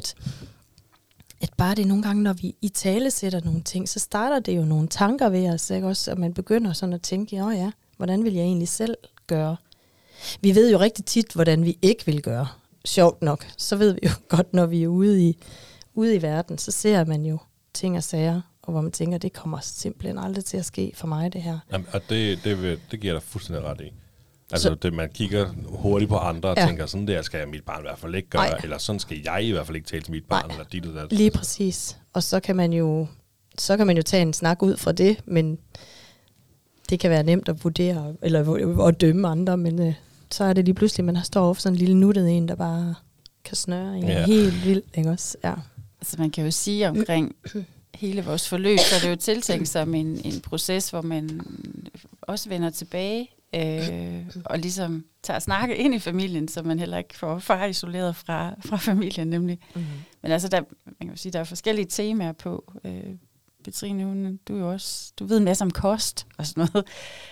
Speaker 3: at bare det nogle gange, når vi i tale sætter nogle ting, så starter det jo nogle tanker ved os, ikke også? Og man begynder sådan at tænke, ja, hvordan vil jeg egentlig selv gøre? Vi ved jo rigtig tit, hvordan vi ikke vil gøre. Sjovt nok, så ved vi jo godt, når vi er ude i verden, så ser man jo ting og sager, og hvor man tænker, det kommer simpelthen aldrig til at ske for mig, det her.
Speaker 4: Jamen, og det giver dig fuldstændig ret i. Altså, man kigger hurtigt på andre og tænker, sådan der skal mit barn i hvert fald ikke gøre, eller sådan skal jeg i hvert fald ikke tale til mit barn, eller dit og dat.
Speaker 3: Lige præcis. Og så kan man jo tage en snak ud fra det, men det kan være nemt at vurdere, eller at dømme andre, men så er det lige pludselig, man står over for sådan en lille nuttet en, der bare kan snøre en helt vildt, ikke også? Ja.
Speaker 5: Altså man kan jo sige omkring hele vores forløb, så er det jo tiltænkt som en proces, hvor man også vender tilbage, og ligesom tager snakke ind i familien, så man heller ikke får far isoleret fra familien nemlig. Mm-hmm. Men altså, man kan jo sige, der er forskellige temaer på. Petrine, du er jo også, du ved en masse om kost og sådan noget.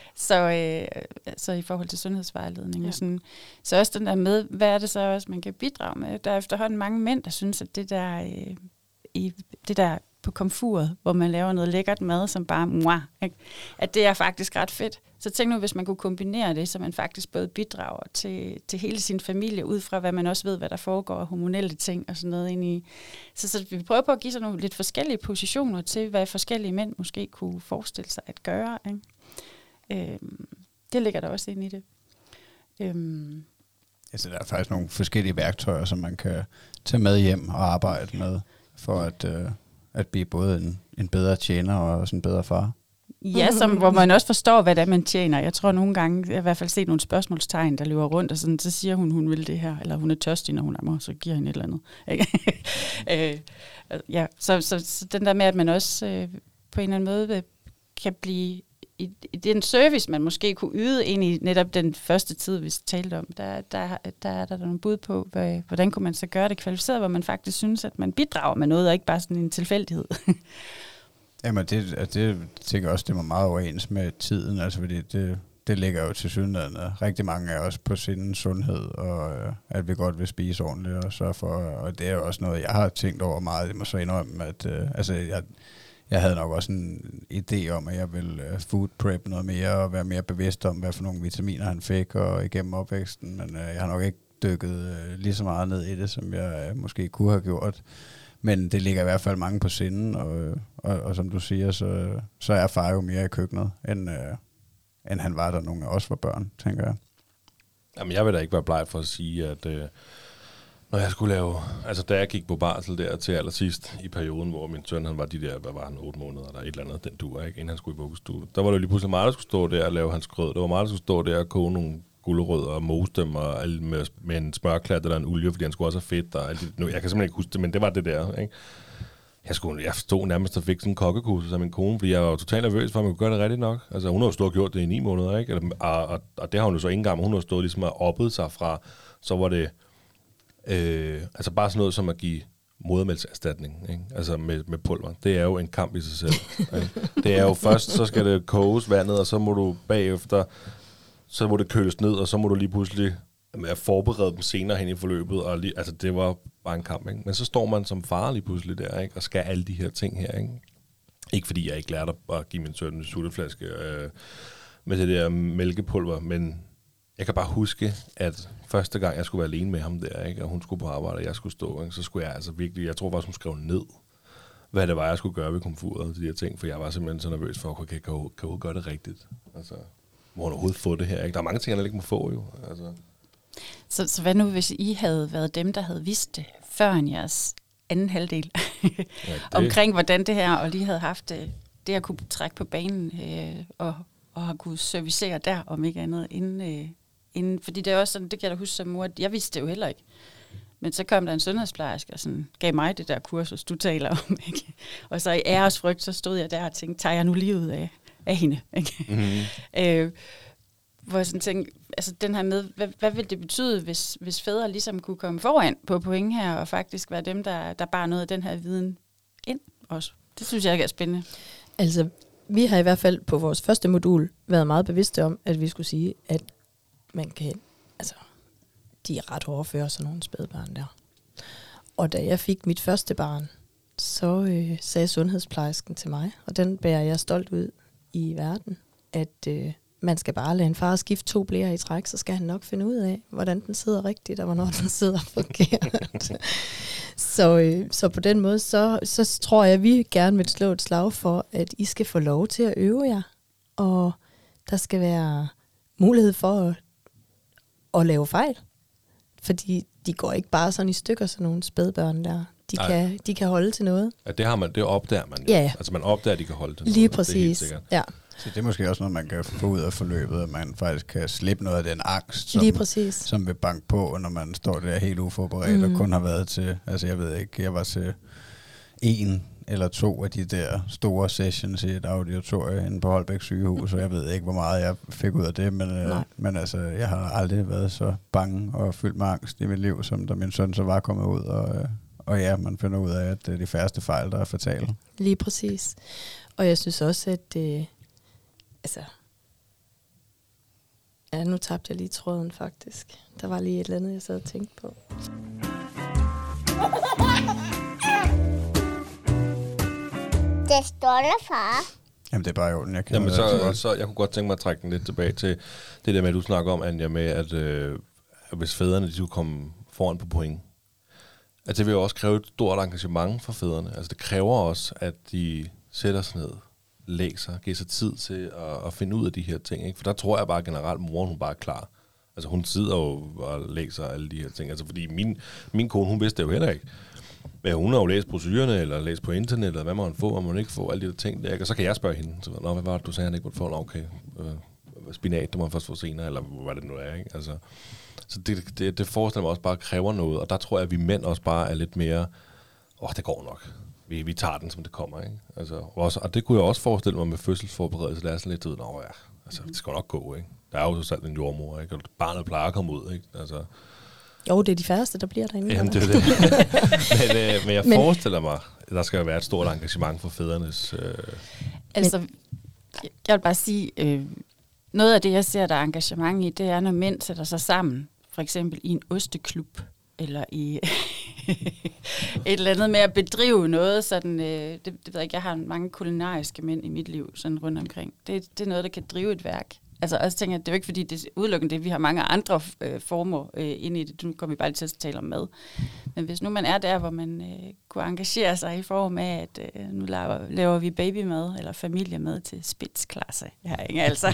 Speaker 5: Så i forhold til sundhedsvejledning. Ja. Sådan, så også den der med, hvad er det så også, man kan bidrage med? Der er efterhånden mange mænd, der synes, at det der på komfuret, hvor man laver noget lækkert mad, som bare ikke? At det er faktisk ret fedt. Så tænk nu, hvis man kunne kombinere det, så man faktisk både bidrager til hele sin familie, ud fra hvad man også ved, hvad der foregår, hormonelle ting og sådan noget ind i. Så vi prøver på at give sådan nogle lidt forskellige positioner til, hvad forskellige mænd måske kunne forestille sig at gøre. Ikke? Det ligger der også ind i det.
Speaker 2: Altså, der er faktisk nogle forskellige værktøjer, som man kan tage med hjem og arbejde med, for at blive både en bedre tjener og også en bedre far.
Speaker 5: Ja, hvor man også forstår, hvad det er, man tjener. Jeg tror nogle gange, jeg har i hvert fald set nogle spørgsmålstegn, der løber rundt, og sådan, så siger hun vil det her, eller hun er tørstig, når hun er mig, så giver hende et eller andet. Ja, så den der med, at man også på en eller anden måde kan blive i den service, man måske kunne yde ind i netop den første tid, vi talte om, der er nogle bud på, hvordan kunne man så gøre det kvalificeret, hvor man faktisk synes, at man bidrager med noget, og ikke bare sådan en tilfældighed.
Speaker 2: Jamen, det tænker også, det var meget overens med tiden, altså fordi det ligger jo til synligheden rigtig mange af os på sin sundhed, og at vi godt vil spise ordentligt og sørge for, og det er jo også noget, jeg har tænkt over meget. Jeg må så indrømme, at jeg havde nok også en idé om, at jeg ville food prep noget mere, og være mere bevidst om, hvad for nogle vitaminer han fik, og igennem opvæksten, men jeg har nok ikke dykket lige så meget ned i det, som jeg måske kunne have gjort. Men det ligger i hvert fald mange på sinden, og som du siger, så er far jo mere i køkkenet, end han var, der nogle af os var børn, tænker jeg.
Speaker 4: Jamen, jeg vil da ikke være bleg for at sige, at når jeg skulle lave... Altså, da jeg gik på barsel der til allersidst i perioden, hvor min søn, han var de der, hvad var han, 8 måneder, eller et eller andet, den duer, ikke, inden han skulle i vuggestue. Der var det jo lige pludselig meget, der skulle stå der og lave hans grød. Der var meget, der skulle stå der og koge nogle gulerødder og mose dem og med en smørklat eller en olie, fordi han skulle også have fedt. Og alt det. Nu, jeg kan simpelthen ikke huske det, men det var det der, ikke? Jeg stod nærmest og fik sådan en kokkekursus af min kone, fordi jeg var totalt nervøs for, at man kunne gøre det rigtigt nok. Altså, hun har jo stået og gjort det i 9 måneder, ikke? Og det har hun jo så ikke engang, hun har stået ligesom og oppet sig fra, så var det altså bare sådan noget som at give modermælkserstatning, ikke? Altså med pulver. Det er jo en kamp i sig selv. Ikke? Det er jo først, så skal det koges vandet, og så må du bagefter, så må det køles ned, og så må du lige pludselig forberede dem senere hen i forløbet. Og altså det var bare en kamp, ikke? Men så står man som far lige pludselig der, ikke? Og skal alle de her ting her, ikke? Ikke fordi jeg ikke lærte at give min søn en sutteflaske med det der mælkepulver, men jeg kan bare huske, at første gang jeg skulle være alene med ham der, ikke, og hun skulle på arbejde, og jeg skulle stå, ikke, så skulle jeg altså virkelig, jeg tror faktisk, hun skrev ned, hvad det var, jeg skulle gøre ved komfuret og de her ting, for jeg var simpelthen så nervøs for, kan hun gøre det rigtigt? Altså, må hun overhovedet få det her? Ikke? Der er mange ting, jeg ikke må få jo. Altså. Så
Speaker 5: hvad nu, hvis I havde været dem, der havde vidst det, før end jeres anden halvdel, omkring hvordan det her, og lige havde haft det at kunne trække på banen, og har kunne servicere der, om ikke andet, inden, fordi det er også sådan, det kan jeg da huske som mor, at jeg vidste det jo heller ikke. Men så kom der en sundhedsplejerske og sådan, gav mig det der kursus, du taler om, ikke? Og så i æresfrygt, så stod jeg der og tænkte, tager jeg nu livet af hende, ikke? Mm-hmm. Hvor jeg sådan tænkte, altså den her med, hvad vil det betyde, hvis fædre ligesom kunne komme foran på point her, og faktisk være dem, der bar noget af den her viden ind også. Det synes jeg er spændende.
Speaker 3: Altså, vi har i hvert fald på vores første modul været meget bevidste om, at vi skulle sige, at man kan, altså, de er ret hårde for sådan nogle spædbørn der. Og da jeg fik mit første barn, så sagde sundhedsplejersken til mig, og den bærer jeg stolt ud i verden, at man skal bare lade en far skifte 2 bleer i træk, så skal han nok finde ud af, hvordan den sidder rigtigt, og hvornår den sidder forkert. Så på den måde, så tror jeg, at vi gerne vil slå et slag for, at I skal få lov til at øve jer, og der skal være mulighed for at lave fejl. Fordi de går ikke bare sådan i stykker, sådan nogle spædbørn der. De kan holde til noget.
Speaker 4: Ja, det opdager man jo.
Speaker 3: Ja.
Speaker 4: Altså man opdager, at de kan holde til noget.
Speaker 3: Lige præcis, ja.
Speaker 2: Så det er måske også noget, man kan få ud af forløbet, at man faktisk kan slippe noget af den angst, som vil banke på, når man står der helt uforberedt og kun har været til, altså jeg ved ikke, jeg var til 1 eller 2 af de der store sessions i et auditorium inde på Holbæk sygehus, og jeg ved ikke, hvor meget jeg fik ud af det, men altså, jeg har aldrig været så bange og fyldt med angst i mit liv, som da min søn så var kommet ud, og ja, man finder ud af, at det er de færreste fejl, der er fatale.
Speaker 3: Lige præcis. Og jeg synes også, at altså, ja, nu tabte jeg lige tråden faktisk. Der var lige et eller andet, jeg sad og tænkte på.
Speaker 1: Det er stolte far.
Speaker 2: Jamen, det er bare jo, jeg kan
Speaker 4: Jamen, så jeg kunne godt tænke mig at trække den lidt tilbage til det der med, at du snakker om, Anja, med, at hvis fædrene de skulle komme foran på point, at det vil jo også kræve et stort engagement for fædrene. Altså, det kræver også, at de sætter sig ned, læser, giver sig tid til at finde ud af de her ting. Ikke? For der tror jeg bare generelt, moren hun bare er klar. Altså, hun sidder jo og læser alle de her ting. Altså, fordi min kone, hun vidste det jo heller ikke. Men hun har jo læst brochurerne, eller læst på internet, eller hvad må hun få, hvad må hun ikke få, alle de der ting. Der. Og så kan jeg spørge hende, så, hvad var det, du sagde, han ikke måtte få? Nå, okay, spinat, det må han først få senere, eller hvad det nu er, ikke? Altså, så det forestiller mig også bare kræver noget, og der tror jeg, at vi mænd også bare er lidt mere, det går nok. Vi tager den, som det kommer, ikke? Altså, og det kunne jeg også forestille mig med fødselsforberedelse, der er sådan lidt ud, det skal nok gå, ikke? Der er jo så selv en jordmor, ikke? Og barnet plejer at komme ud, ikke? Altså,
Speaker 3: jo, det er de færreste, der bliver derinde.
Speaker 4: Jamen, det er det. men jeg forestiller mig, at der skal være et stort engagement for fædrenes...
Speaker 5: Altså, jeg vil bare sige, noget af det, jeg ser, der er engagement i, det er, når mænd sætter sig sammen. For eksempel i en osteklub, eller i et eller andet med at bedrive noget. Sådan, det ved jeg ikke, jeg har mange kulinariske mænd i mit liv, sådan rundt omkring. Det er noget, der kan drive et værk. Altså også tænker jeg, det er jo ikke fordi, det er udelukkende det. Vi har mange andre former inde i det. Nu kommer vi bare lige til at tale om mad. Men hvis nu man er der, hvor man kunne engagere sig i form af, at nu laver vi babymad eller familiemad til spidsklasse. Altså.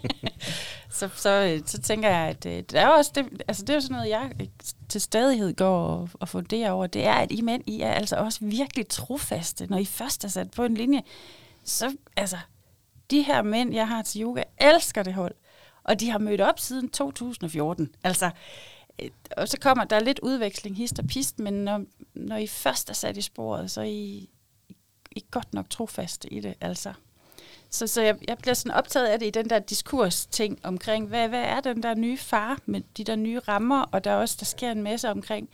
Speaker 5: så tænker jeg, at det er også det, altså det er jo sådan noget, jeg til stadighed går og funderer over. Det er, at I mænd, I er altså også virkelig trofaste, når I først er sat på en linje. Så altså... De her mænd, jeg har til yoga, elsker det hold. Og de har mødt op siden 2014. Altså, og så kommer der lidt udveksling, hist og pist, men når I først er sat i sporet, så er I godt nok trofaste i det. Altså. Så jeg bliver sådan optaget af det i den der diskurs-ting omkring, hvad er den der nye far med de der nye rammer, og der sker en masse omkring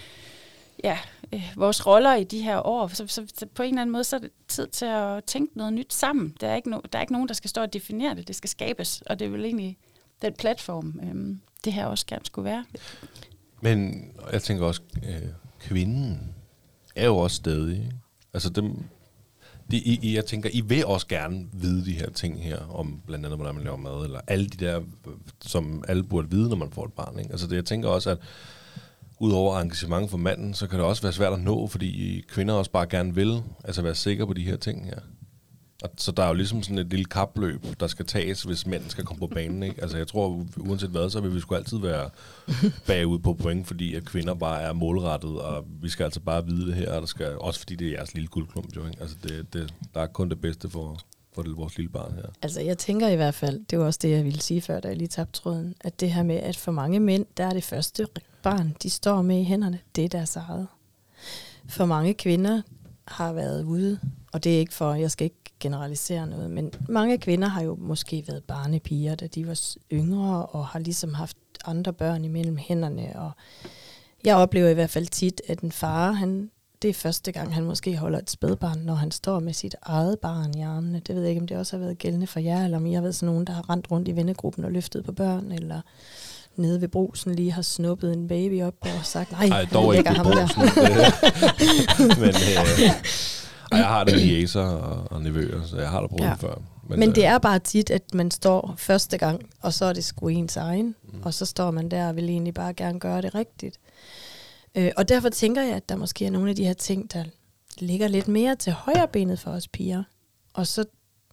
Speaker 5: vores roller i de her år. Så på en eller anden måde, så er det tid til at tænke noget nyt sammen. Der er ikke nogen, der skal stå og definere det. Det skal skabes, og det er vel egentlig den platform, det her også gerne skulle være.
Speaker 4: Men jeg tænker også, kvinden er jo også stadig. Ikke? Altså jeg tænker, I vil også gerne vide de her ting her, om blandt andet, hvordan man laver mad, eller alle de der, som alle burde vide, når man får et barn. Ikke? Altså jeg tænker også, at udover engagement for manden, så kan det også være svært at nå, fordi kvinder også bare gerne vil være sikre på de her ting her. Og så der er jo ligesom sådan et lille kapløb, der skal tages, hvis mænd skal komme på banen. Ikke? Altså jeg tror, uanset hvad, så vil vi sgu altid være bagud på point, fordi at kvinder bare er målrettet, og vi skal altså bare vide det her, og der skal, også fordi det er jeres lille guldklump, jo. Ikke? Altså der er kun det bedste for vores lille barn her.
Speaker 3: Altså jeg tænker i hvert fald, det var også det, jeg ville sige før, da jeg lige tabte tråden, at det her med, at for mange mænd, der er det første barn, de står med i hænderne, det er deres eget. For mange kvinder har været ude, og det er ikke for, jeg skal ikke generalisere noget, men mange kvinder har jo måske været barnepiger, da de var yngre, og har ligesom haft andre børn imellem hænderne, og jeg oplever i hvert fald tit, at en far, det er første gang, han måske holder et spædbarn, når han står med sit eget barn i armene. Det ved jeg ikke, om det også har været gældende for jer, eller om I har været sådan nogen, der har rendt rundt i vennegruppen og løftet på børn, eller nede ved brusen lige har snuppet en baby op og sagt, nej,
Speaker 4: dog ikke ham der. Men jeg har det med jæser og nevøer, så jeg har det prøvet det før.
Speaker 3: Men det er bare tit, at man står første gang, og så er det sgu ens egen, og så står man der og vil egentlig bare gerne gøre det rigtigt. Og derfor tænker jeg, at der måske er nogle af de her ting, der ligger lidt mere til højre benet for os piger. Og så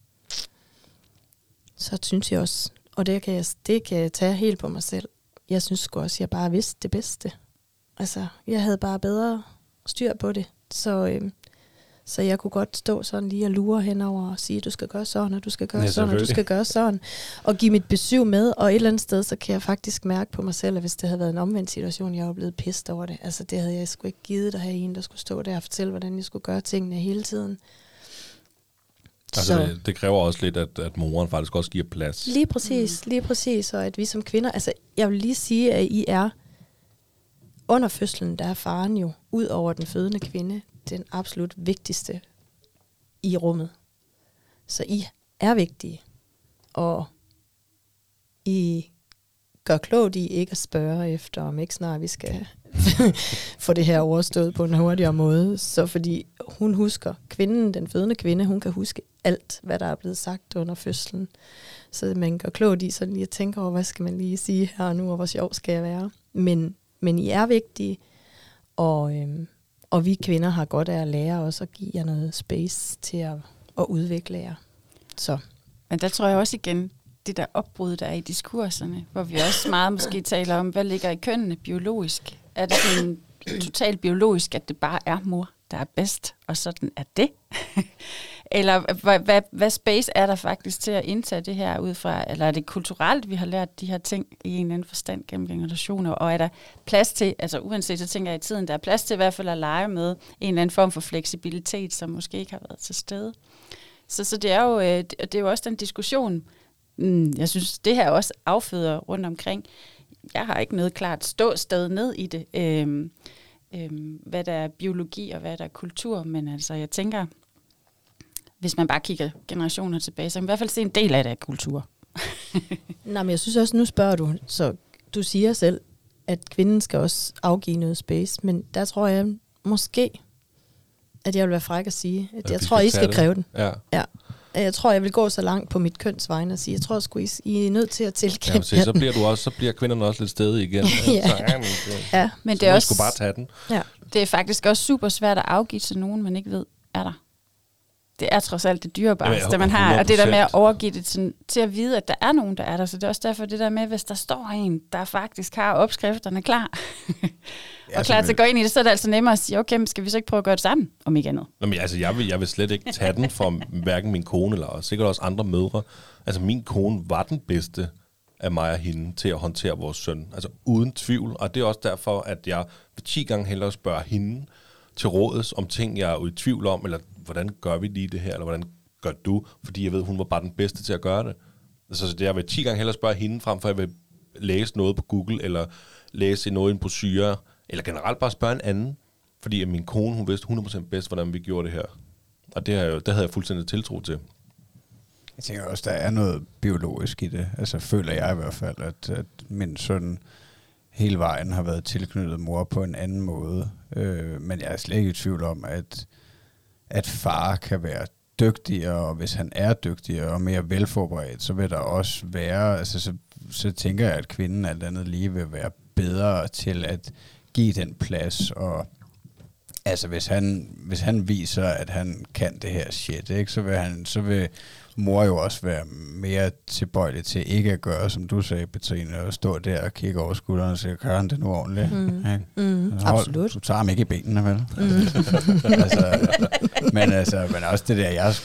Speaker 3: synes jeg også, og det kan jeg tage helt på mig selv. Jeg synes sgu også, at jeg bare vidste det bedste. Altså, jeg havde bare bedre styr på det. Så jeg kunne godt stå sådan lige og lure henover og sige, at du skal gøre sådan, og du skal gøre sådan, og du skal gøre sådan. Og give mit besøg med, og et eller andet sted, så kan jeg faktisk mærke på mig selv, at hvis det havde været en omvendt situation, jeg var blevet pissed over det. Altså det havde jeg sgu ikke givet at have en, der skulle stå der og fortælle, hvordan jeg skulle gøre tingene hele tiden.
Speaker 4: Altså det kræver også lidt, at moren faktisk også giver plads.
Speaker 3: Lige præcis, og at vi som kvinder, altså jeg vil lige sige, at I er under fødslen, der er faren jo, ud over den fødende kvinde, den absolut vigtigste i rummet. Så I er vigtige, og I gør klogt i ikke at spørge efter, om ikke snart vi skal få det her overstået på en hurtigere måde. Så fordi hun husker, den fødende kvinde, hun kan huske alt, hvad der er blevet sagt under fødslen. Så man går klogt i sådan lige at tænke over, hvad skal man lige sige her og nu, og hvor sjov skal jeg være. Men I er vigtige, og vi kvinder har godt af at lære os at give jer noget space til at udvikle jer. Så.
Speaker 5: Men der tror jeg også igen, det der opbrud, der er i diskurserne, hvor vi også meget måske taler om, hvad ligger i kønnene biologisk. Er det sådan totalt biologisk, at det bare er mor, der er bedst, og sådan er det? Eller hvad space er der faktisk til at indtage det her ud fra? Eller er det kulturelt, vi har lært de her ting i en eller anden forstand gennem generationer? Og er der plads til, altså uanset, så tænker jeg i tiden, der er plads til i hvert fald at lege med en eller anden form for fleksibilitet, som måske ikke har været til stede. Så det er jo også den diskussion, jeg synes, det her også afføder rundt omkring. Jeg har ikke noget klart ståsted ned i det, hvad der er biologi og hvad der er kultur, men altså jeg tænker, hvis man bare kigger generationer tilbage, så kan man i hvert fald se en del af det af kultur.
Speaker 3: Nej, men jeg synes også, nu spørger du, så du siger selv, at kvinden skal også afgive noget space, men der tror jeg måske, at jeg vil være fræk at sige, at jeg tror, I skal kræve den. Ja. Jeg tror, jeg vil gå så langt på mit køns vegne og sige, jeg tror sgu, I er nødt til at tilkæmpe
Speaker 4: så bliver kvinderne også lidt stedige igen.
Speaker 5: Ja. Men
Speaker 4: så
Speaker 5: det er også,
Speaker 4: skulle bare tage den.
Speaker 5: Ja. Det er faktisk også super svært at afgive til nogen, man ikke ved, er der. Det er trods alt det dyrebareste, man har, og det der med at overgive det til at vide, at der er nogen, der er der. Så det er også derfor det der med, hvis der står en, der faktisk har opskrifterne klar, og klar til at gå ind i det, så er det altså nemmere at sige, okay, men skal vi så ikke prøve at gøre det sammen, om ikke andet?
Speaker 4: Jamen, altså, jeg vil slet ikke tage den for hverken min kone, eller sikkert også andre mødre. Altså, min kone var den bedste af mig og hende til at håndtere vores søn. Altså, uden tvivl. Og det er også derfor, at jeg 10 gange hellere spørger hende til rådes om ting, jeg er i tvivl om, eller hvordan gør vi lige det her, eller hvordan gør du? Fordi jeg ved, hun var bare den bedste til at gøre det. Altså, så det jeg vil 10 gange hellere spørge hende, frem for at jeg vil læse noget på Google, eller læse noget i en brochure, eller generelt bare spørge en anden. Fordi min kone, hun vidste 100% bedst, hvordan vi gjorde det her. Og det havde jeg fuldstændig tiltro til.
Speaker 2: Jeg tænker også, der er noget biologisk i det. Altså føler jeg i hvert fald, at min søn hele vejen har været tilknyttet mor på en anden måde. Men jeg er slet ikke i tvivl om, at far kan være dygtigere, og hvis han er dygtigere og mere velforberedt, så vil der også være, altså så tænker jeg, at kvinden alt andet lige vil være bedre til at give den plads, og altså hvis han viser, at han kan det her shit, ikke, så vil mor jo også være mere tilbøjelig til ikke at gøre, som du sagde, Petrine, og stå der og kigge over skulderen og sige, gør han det nu ordentligt?
Speaker 3: Absolut.
Speaker 2: Du tager ham ikke i benene, vel? Men også det der,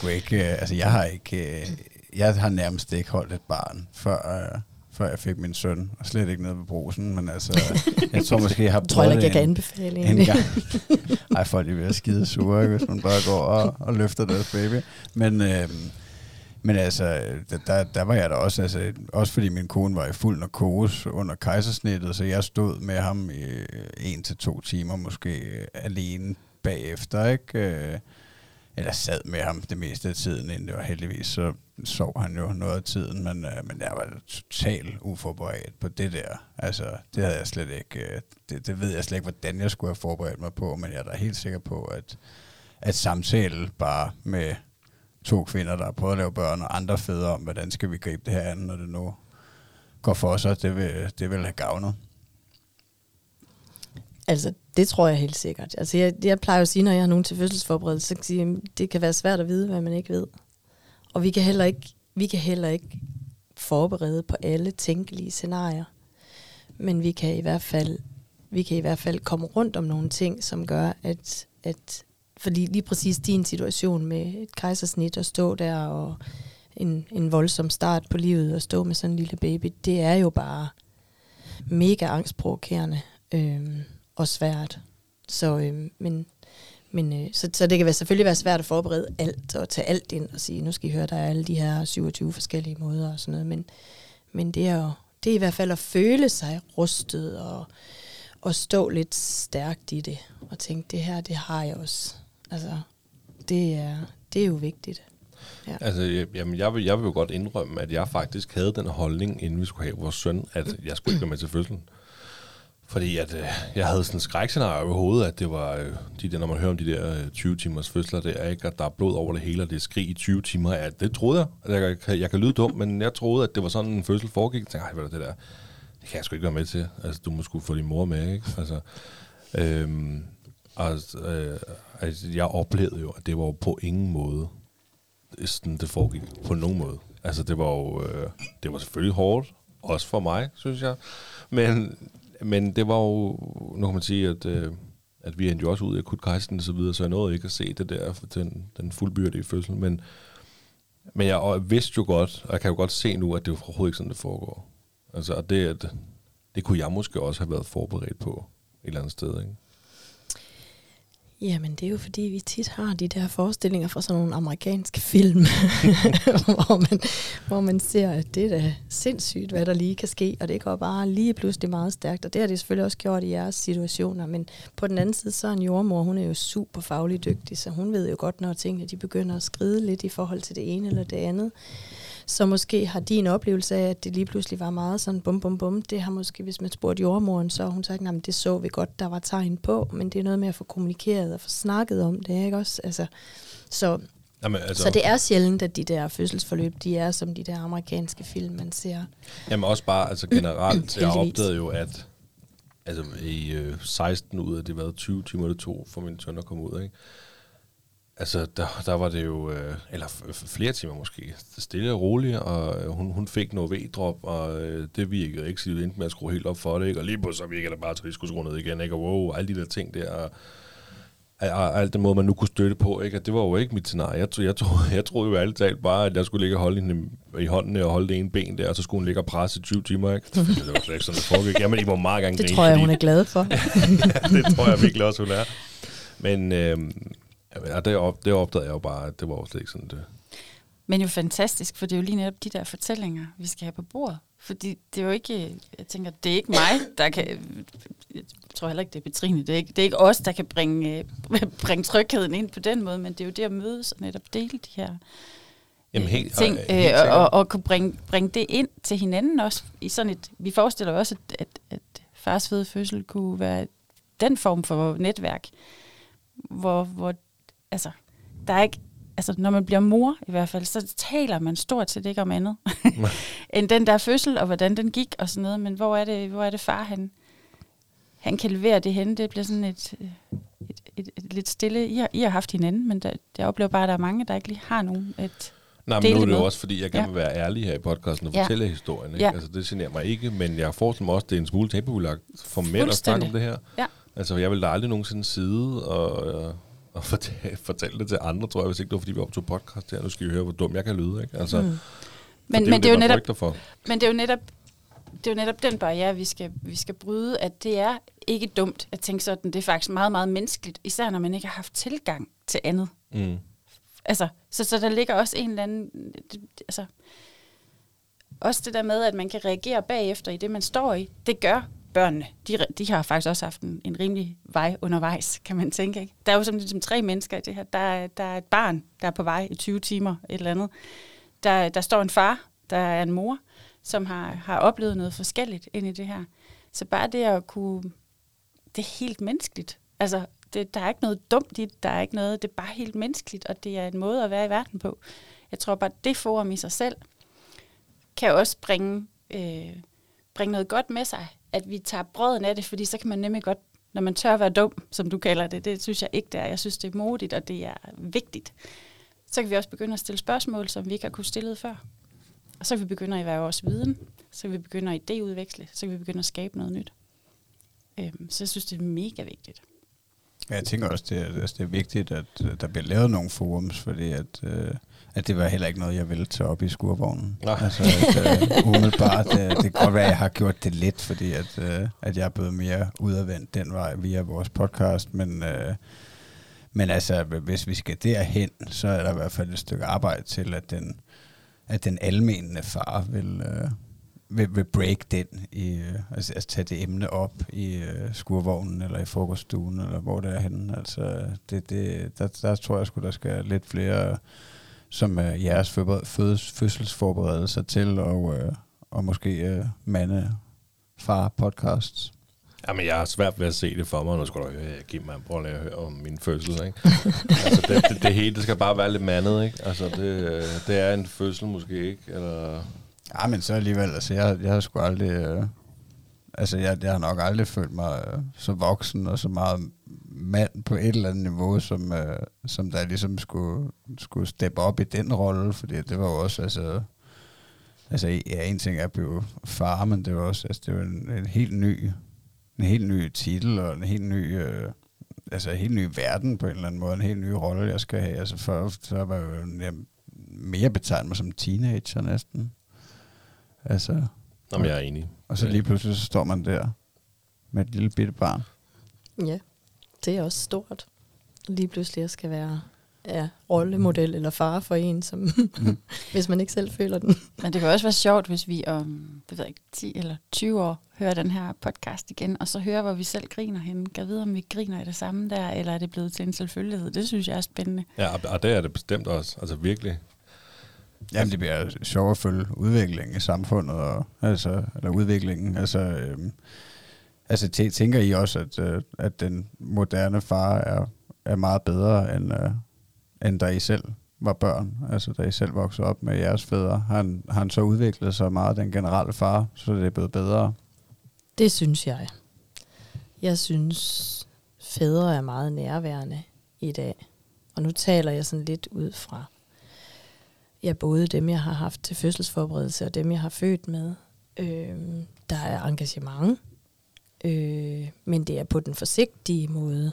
Speaker 2: jeg har nærmest ikke holdt et barn, før jeg fik min søn, og slet ikke nede ved brusen, men altså, jeg tror måske, jeg har prøvet
Speaker 3: det. Jeg kan anbefale en
Speaker 2: gang. Ej, folk er ved at skide sure, hvis man bare går og løfter deres baby. Men altså, der var jeg da også, altså, også fordi min kone var i fuld narkose under kejsersnittet, så jeg stod med ham i 1 til 2 timer måske alene bagefter, ikke? Eller sad med ham det meste af tiden, inden det var heldigvis, så sov han jo noget af tiden, men jeg var totalt uforberedt på det der. Altså, det havde jeg slet ikke, det ved jeg slet ikke, hvordan jeg skulle have forberedt mig på, men jeg er da helt sikker på, at samtale bare med 2 kvinder, der har prøvet at lave børn, og andre fædre om, hvordan skal vi gribe det her an, når det nu går for sig, det vil have gavnet. Altså,
Speaker 3: det tror jeg helt sikkert. Altså, jeg plejer at sige, når jeg har nogen til fødselsforberedelse, så kan jeg sige, at det kan være svært at vide, hvad man ikke ved. Og vi kan heller ikke forberede på alle tænkelige scenarier. Men vi kan i hvert fald komme rundt om nogle ting, som gør, at fordi lige præcis din situation med et kejsersnit og stå der og en voldsom start på livet og stå med sådan en lille baby, det er jo bare mega angstprovokerende og svært. Så det kan selvfølgelig være svært at forberede alt og tage alt ind og sige, nu skal I høre, der er alle de her 27 forskellige måder og sådan noget. Men det er i hvert fald at føle sig rustet og stå lidt stærkt i det og tænke, det her, det har jeg også. Altså, det er jo vigtigt. Ja.
Speaker 4: Altså, jeg vil jo godt indrømme, at jeg faktisk havde den holdning, inden vi skulle have vores søn, at jeg skulle ikke være med til fødslen. Fordi at, jeg havde sådan en skrækscenarie i hovedet, at det var, når man hører om de der 20 timers fødsler, det er ikke, at der er blod over det hele, og det er skrig i 20 timer. Ja, det troede jeg. Jeg kan lyde dum, men jeg troede, at det var sådan en fødsel foregik. Jeg tænkte, hvad er det der? Det kan jeg sgu ikke være med til. Altså, du må sgu få din mor med, ikke? Altså, jeg oplevede jo, at det var jo på ingen måde sådan, det foregik på nogen måde. Altså, det var jo, det var selvfølgelig hårdt, også for mig, synes jeg. Men det var jo, nu kan man sige, at vi endte jo også ud af akutkejsen og så videre, så jeg nåede ikke at se det der, den fuldbyrdede fødsel. Men jeg vidste jo godt, og jeg kan jo godt se nu, at det er overhovedet ikke sådan, det foregår. Altså, og det kunne jeg måske også have været forberedt på et eller andet sted, ikke?
Speaker 3: Jamen, det er jo fordi, vi tit har de der forestillinger fra sådan nogle amerikanske film, hvor man ser, at det er da sindssygt, hvad der lige kan ske, og det går bare lige pludselig meget stærkt, og det har det selvfølgelig også gjort i jeres situationer, men på den anden side, så er en jordmor, hun er jo super faglig dygtig, så hun ved jo godt, når tingene de begynder at skride lidt i forhold til det ene eller det andet. Så måske har din oplevelse af, at det lige pludselig var meget sådan bum, bum, bum. Det har måske, hvis man spurgte jordmoren, så hun sagt, at det så vi godt, der var tegn på. Men det er noget med at få kommunikeret og få snakket om det, ikke også? Altså, så det er sjældent, at de der fødselsforløb, de er som de der amerikanske film, man ser.
Speaker 4: Jamen også bare, altså generelt, jeg opdagede jo, at altså, i 16 ud af det var 20 timer, det tog for min søn at komme ud, ikke? Altså, der var det jo, eller flere timer måske, stille og roligt, og hun fik noget V-drop, og det virkede ikke, så det endte med at skrue helt op for det, ikke? Og lige på så virkede det bare, at vi skulle skrue ned igen, ikke? Og wow, alle de der ting der, og alt den måde, man nu kunne støtte på, ikke? Og det var jo ikke mit scenarie. Jeg troede jo ærligt talt bare, at jeg skulle ligge og holde hende i hånden og holde det ene ben der, og så skulle hun ligge og presse i 20 timer, ikke? Det var slet ikke sådan, det foregik. Jamen, I må meget gerne
Speaker 3: det tror jeg, hun er glad for.
Speaker 4: Det tror jeg virkelig også, hun er. Men det opdagede jeg jo bare, at det var jo slet ikke sådan det.
Speaker 5: Men jo fantastisk, for det er jo lige netop de der fortællinger, vi skal have på bordet. Fordi det er jo ikke, jeg tænker, det er ikke mig, der kan, jeg tror heller ikke, det er Petrine, det er ikke os, der kan bringe trygheden ind på den måde, men det er jo det at mødes og netop dele de her ting, og kunne bringe det ind til hinanden også. I sådan et, vi forestiller også, at fars fede fødsel kunne være den form for netværk, hvor altså, der er ikke, altså, når man bliver mor i hvert fald, så taler man stort set ikke om andet end den der fødsel, og hvordan den gik og sådan noget, men hvor er det far, han kan levere det henne. Det bliver sådan et lidt stille. I har haft hinanden, men jeg oplever bare, at der er mange, der ikke lige har nogen at
Speaker 4: nej, men nu er det jo også, fordi jeg gerne vil være ærlig her i podcasten og fortælle historien. Ikke? Ja. Altså, det generer mig ikke, men jeg forestiller mig også, at det er en smule tabubelagt for mænd at snakke om det her. Ja. Altså, jeg vil da aldrig nogensinde sidde og fortælle det til andre, tror jeg, hvis ikke det var, fordi vi optog podcast her. Nu skal I høre, hvor dum jeg kan lyde, ikke? Altså, men det er jo netop den barriere, vi skal bryde, at det er ikke dumt at tænke sådan. Det er faktisk meget, meget menneskeligt, især når man ikke har haft tilgang til andet. Mm. Altså, så der ligger også en eller anden, altså, også det der med, at man kan reagere bagefter i det, man står i, det gør børnene. De har faktisk også haft en rimelig vej undervejs, kan man tænke, ikke? Der er jo som 3 mennesker i det her. Der er et barn, der er på vej i 20 timer, et eller andet. Der står en far, der er en mor, som har oplevet noget forskelligt ind i det her. Så bare det at kunne, det er helt menneskeligt. Altså, der er ikke noget dumt i det, der er ikke noget, det er bare helt menneskeligt, og det er en måde at være i verden på. Jeg tror bare, det forum i sig selv kan også bringe noget godt med sig, at vi tager brøden af det, fordi så kan man nemlig godt, når man tør være dum, som du kalder det synes jeg ikke det er. Jeg synes, det er modigt, og det er vigtigt. Så kan vi også begynde at stille spørgsmål, som vi ikke har kunnet stille før. Og så kan vi begynde at erhverve vores viden, så kan vi begynde at idéudveksle, så kan vi begynde at skabe noget nyt. Så jeg synes, det er mega vigtigt.
Speaker 2: Ja, jeg tænker også, det er vigtigt, at der bliver lavet nogle forums, fordi at det var heller ikke noget, jeg ville tage op i skurvognen. Altså, umiddelbart, det kan godt være, at jeg har gjort det lidt, fordi at jeg er blevet mere udadvendt den vej via vores podcast, men altså, hvis vi skal derhen, så er der i hvert fald et stykke arbejde til, at den almenende far vil break den, altså tage det emne op i skurvognen, eller i frokoststuen, eller hvor det er henne. Altså, der tror jeg sgu, der skal lidt flere, som jeres fødselsforberedelser til, og måske mande-far-podcasts.
Speaker 4: Jamen, jeg har svært ved at se det for mig. Nu skal du høre, Kim, man prøver at høre om min fødsel, ikke? Altså, det hele, det skal bare være lidt mandet, ikke? Altså, det er en fødsel måske, ikke? Eller...
Speaker 2: Ja, men så alligevel, altså, jeg har sgu aldrig... jeg har nok aldrig følt mig så voksen og så meget mand på et eller andet niveau, som der ligesom skulle steppe op i den rolle, fordi det var jo også, en ting er at blive far, men det var også, det var en helt ny titel og en helt ny verden på en eller anden måde, en helt ny rolle, jeg skal have. Altså så var jeg jo mere betegnet mig som teenager næsten. Altså...
Speaker 4: Jamen, jeg er enig.
Speaker 2: Og så lige pludselig så står man der med et lille bitte barn.
Speaker 3: Ja, det er også stort. Lige pludselig at skal være rollemodel eller far for en, som hvis man ikke selv føler den.
Speaker 5: Men det kan også være sjovt, hvis vi om 10 eller 20 år hører den her podcast igen, og så hører, hvor vi selv griner henne. Kan vide, om vi griner i det samme der, eller er det blevet til en selvfølgelighed? Det synes jeg er spændende.
Speaker 4: Ja, og det er det bestemt også. Altså virkelig.
Speaker 2: Jamen, det bliver sjovt at følge udviklingen i samfundet, eller udviklingen. Tænker I også, at den moderne far er meget bedre, end da I selv var børn? Altså, da I selv voksede op med jeres fædre. Har han så udviklet sig meget, den generelle far, så det er blevet bedre?
Speaker 3: Det synes jeg. Jeg synes, fædre er meget nærværende i dag. Og nu taler jeg sådan lidt ud fra både dem, jeg har haft til fødselsforberedelse, og dem, jeg har født med. Der er engagement, men det er på den forsigtige måde.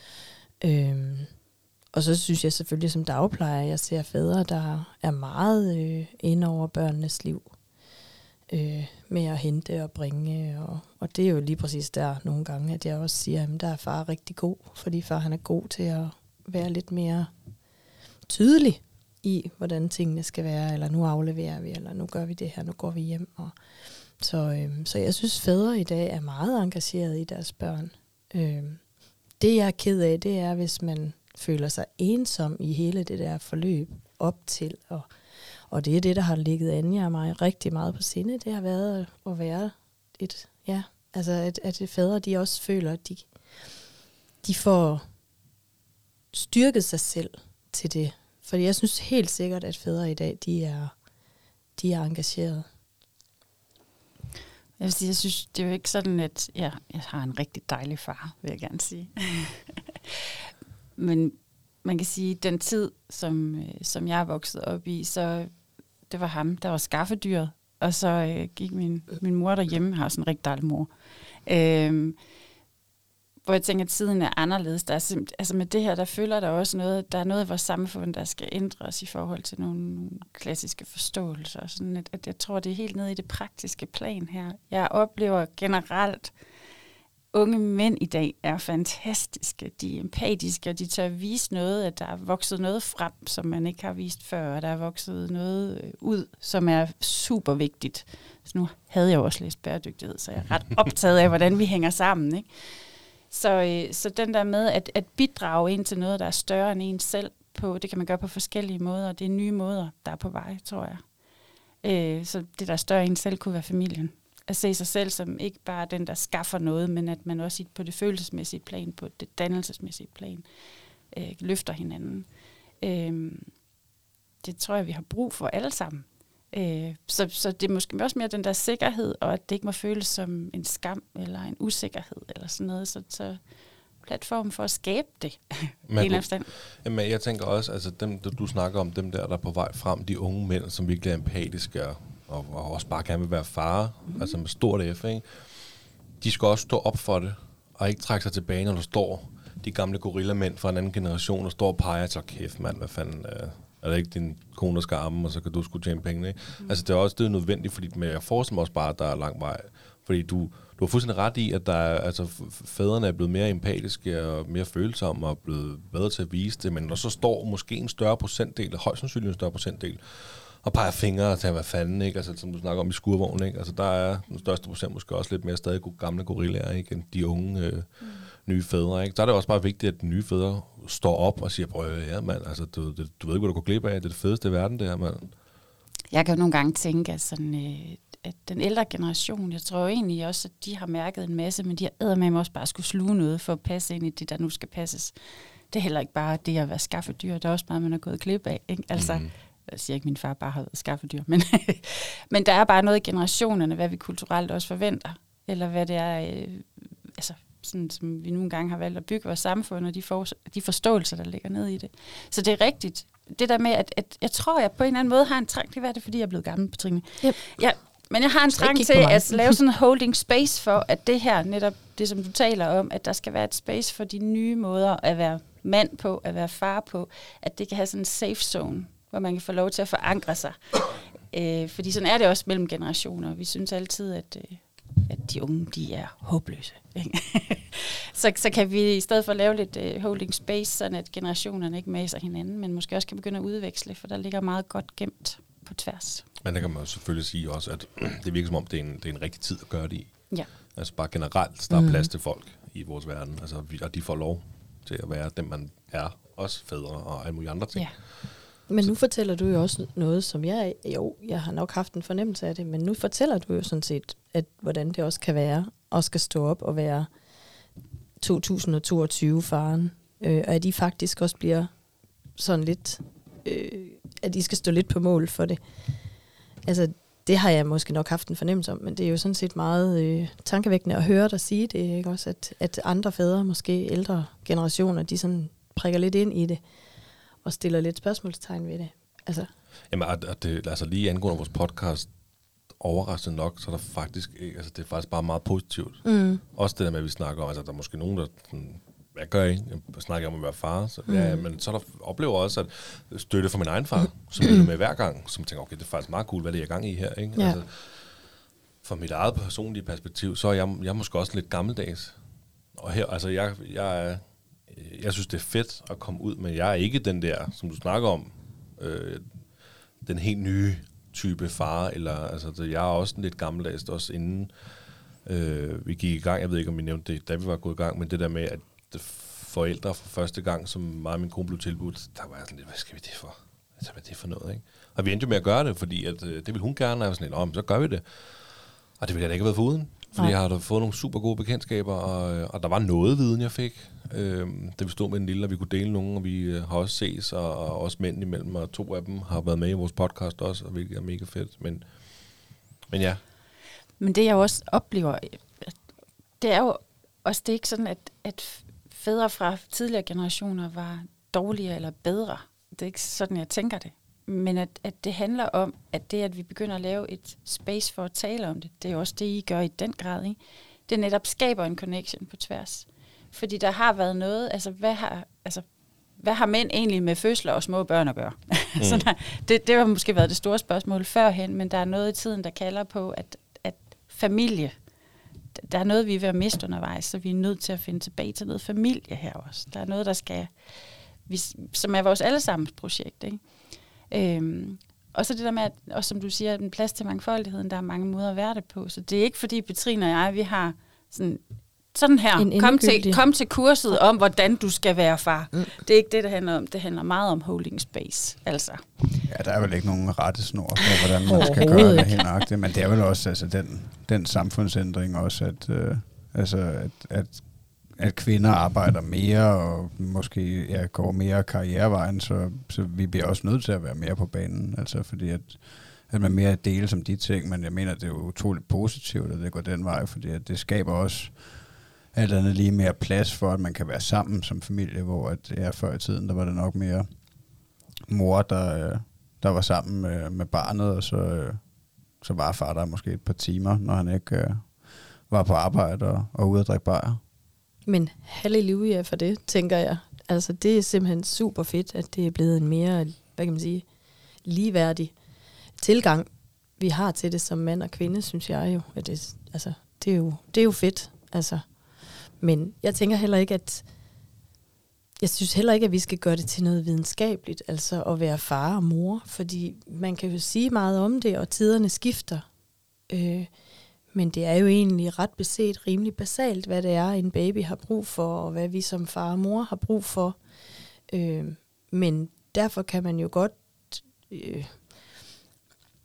Speaker 3: Og så synes jeg selvfølgelig som dagplejer, jeg ser fædre, der er meget inde over børnenes liv, med at hente og bringe. Og det er jo lige præcis der nogle gange, at jeg også siger, at der er far rigtig god, fordi far han er god til at være lidt mere tydelig i, hvordan tingene skal være, eller nu afleverer vi, eller nu gør vi det her, nu går vi hjem. Så jeg synes, fædre i dag er meget engagerede i deres børn. Det jeg er ked af, det er, hvis man føler sig ensom i hele det der forløb op til, og det er det, der har ligget Anja og mig rigtig meget på sinde. Det har været at være at fædre, de også føler, at de får styrket sig selv til det. For jeg synes helt sikkert, at fædre i dag, de er engagerede.
Speaker 5: Jeg vil sige, jeg synes, det er jo ikke sådan, at jeg har en rigtig dejlig far, vil jeg gerne sige. Men man kan sige, at den tid, som jeg er vokset op i, så det var ham, der var skaffedyret. Og så gik min mor derhjemme. Jeg har sådan en rigtig dejlig mor. Hvor jeg tænker, at tiden er anderledes. Der er altså med det her, der føler der også noget, der er noget i vores samfund, der skal ændres i forhold til nogle klassiske forståelser. Sådan at jeg tror, det er helt nede i det praktiske plan her. Jeg oplever generelt, unge mænd i dag er fantastiske. De er empatiske, og de tør vise noget, at der er vokset noget frem, som man ikke har vist før, og der er vokset noget ud, som er super vigtigt. Så nu havde jeg jo også læst bæredygtighed, så jeg er ret optaget af, hvordan vi hænger sammen, ikke? Så den der med at bidrage ind til noget, der er større end en selv, det kan man gøre på forskellige måder, og det er nye måder, der er på vej, tror jeg. Så det, der er større end en selv, kunne være familien. At se sig selv som ikke bare den, der skaffer noget, men at man også på det følelsesmæssige plan, på det dannelsesmæssige plan, løfter hinanden. Det tror jeg, vi har brug for alle sammen. Så det er måske også mere den der sikkerhed, og at det ikke må føles som en skam eller en usikkerhed eller sådan noget. Så platform for at skabe det.
Speaker 4: Men jeg tænker også, altså dem, du snakker om, dem der er på vej frem, de unge mænd, som virkelig er empatiske og også bare gerne vil være far, altså med stort F, ikke? De skal også stå op for det, og ikke trække sig tilbage, når der står de gamle gorillamænd fra en anden generation, der står og peger til, kæft mand, hvad fanden, er det ikke din kone, der skal arme, og så kan du sgu tjene penge, ikke? Altså det er også nødvendigt, fordi men jeg forestiller mig også bare, at der er lang vej, fordi du har fuldstændig ret i, at der er, altså fædrene er blevet mere empatiske og mere følsomme og blevet bedre til at vise det, men når så står måske en større procentdel, højst sandsynligt en større procentdel, og peger fingre og tager, hvad fanden, ikke? Altså, som du snakker om i skurvognen, ikke? Altså, der er den største procent måske også lidt mere stadig gamle gorillaer, ikke? End de unge nye fædre, ikke? Så er det også bare vigtigt, at de nye fædre står op og siger, prøv ja, mand, altså, du ved ikke, hvad du går glip af, det er det fedeste i verden, det her, mand.
Speaker 5: Jeg kan jo nogle gange tænke, at sådan, at den ældre generation, jeg tror egentlig også, at de har mærket en masse, men de har eddermame også bare skulle sluge noget for at passe ind i det, der nu skal passes. Det er heller ikke bare det at være skaffedyr, det er også bare, man har gået glip af. Ikke? Altså, jeg siger ikke, at min far bare har været skaffedyr, men der er bare noget i generationerne, hvad vi kulturelt også forventer, eller hvad det er, sådan, som vi nogle gange har valgt at bygge vores samfund, og de forståelser, der ligger ned i det. Så det er rigtigt. Det der med, at jeg tror, jeg på en eller anden måde har en trang, det er det, fordi jeg er blevet gammel, Petrine. Yep. Men jeg har en trang til at lave sådan en holding space for, at det her, netop det, som du taler om, at der skal være et space for de nye måder at være mand på, at være far på, at det kan have sådan en safe zone, hvor man kan få lov til at forankre sig. Fordi sådan er det også mellem generationer. Vi synes altid, at de unge, de er håbløse. så kan vi i stedet for at lave lidt holding space, sådan at generationerne ikke maser hinanden, men måske også kan begynde at udveksle, for der ligger meget godt gemt på tværs.
Speaker 4: Men der kan man jo selvfølgelig sige også, at det virker som om, det er en rigtig tid at gøre det i. Ja. Altså bare generelt, der er plads til folk i vores verden, altså, og de får lov til at være dem, man er, også fædre og alle mulige andre ting.
Speaker 3: Ja. Men nu fortæller du jo også noget, som jeg har nok haft en fornemmelse af det, men nu fortæller du jo sådan set, at hvordan det også kan være, og skal stå op og være 2022-faren, og at de faktisk også bliver sådan lidt, at de skal stå lidt på mål for det. Altså, det har jeg måske nok haft en fornemmelse om, men det er jo sådan set meget tankevækkende at høre dig sige det, ikke også? At andre fædre, måske ældre generationer, de sådan prikker lidt ind i det, og stiller lidt spørgsmålstegn ved det. Altså. Jamen,
Speaker 4: altså lige angående vores podcast, overraskende nok, så er der faktisk ikke, altså det er faktisk bare meget positivt. Også det der med, at vi snakker om, altså der er måske nogen, der sådan, hvad gør I? Jeg snakker om at være far. Så, ja, men så der oplever også at støtte fra min egen far, som lytter med hver gang, som tænker, okay, det er faktisk meget cool, hvad det er i gang i her. Ikke? Ja. Altså, fra mit eget personlige perspektiv, så er jeg måske også lidt gammeldags. Og her, altså jeg synes, det er fedt at komme ud, men jeg er ikke den der, som du snakker om, den helt nye type far, eller altså, jeg er også lidt gammeldags, også inden vi gik i gang. Jeg ved ikke, om vi nævnte det, da vi var gået i gang, men det der med, at forældre for første gang, som mig og min kone blev tilbudt, der var jeg sådan lidt, hvad skal vi det for? Altså, hvad er det for noget, ikke? Og vi endte jo med at gøre det, fordi at, det ville hun gerne, og jeg var sådan lidt, så gør vi det. Og det ville jeg da ikke have været foruden. Fordi jeg har fået nogle super gode bekendtskaber, og der var noget viden, jeg fik. Da vi stod med den lille, og vi kunne dele nogen, og vi har også ses, og også mænd imellem, og 2 af dem har været med i vores podcast også, og hvilket er mega fedt. Men ja. Men
Speaker 5: det jeg også oplever, det er jo også det ikke sådan, at fædre fra tidligere generationer var dårligere eller bedre. Det er ikke sådan, jeg tænker det. Men at det handler om, at det, at vi begynder at lave et space for at tale om det, det er også det, I gør i den grad, ikke? Det netop skaber en connection på tværs. Fordi der har været noget, hvad har mænd egentlig med fødsler og små børn at gøre? Det har måske været det store spørgsmål førhen, men der er noget i tiden, der kalder på, at familie, der er noget, vi er ved at miste undervejs, så vi er nødt til at finde tilbage til noget familie her også. Der er noget, der skal, som er vores allesammens projekt, ikke? Og så det der med, at, også som du siger, den plads til mangfoldigheden, der er mange måder at være det på. Så det er ikke fordi Petrine og jeg, vi har sådan her, kom til kurset om, hvordan du skal være far. Det er ikke det handler om. Det handler meget om holding space, altså.
Speaker 2: Ja, der er vel ikke nogen rettesnor for, hvordan man skal gøre det helt nøjagtigt, men det er vel også altså, den samfundsændring også, at kvinder arbejder mere og måske går mere karrierevejen, så vi bliver også nødt til at være mere på banen, altså fordi at man mere deler som de ting, men jeg mener, det er jo utroligt positivt, at det går den vej, fordi at det skaber også alt andet lige mere plads for, at man kan være sammen som familie, hvor at før i tiden, der var det nok mere mor, der var sammen med barnet, og så var far der måske et par timer, når han ikke var på arbejde og ude at drikke bajer.
Speaker 3: Men halleluja for det, tænker jeg. Altså, det er simpelthen super fedt, at det er blevet en mere, hvad kan man sige, ligeværdig tilgang, vi har til det som mand og kvinde, synes jeg jo. At det er jo fedt. Altså. Men jeg tænker heller ikke, jeg synes heller ikke, at vi skal gøre det til noget videnskabeligt, altså at være far og mor, fordi man kan jo sige meget om det, og tiderne skifter. Men det er jo egentlig ret beset rimelig basalt, hvad det er, en baby har brug for, og hvad vi som far og mor har brug for. Men derfor kan man jo godt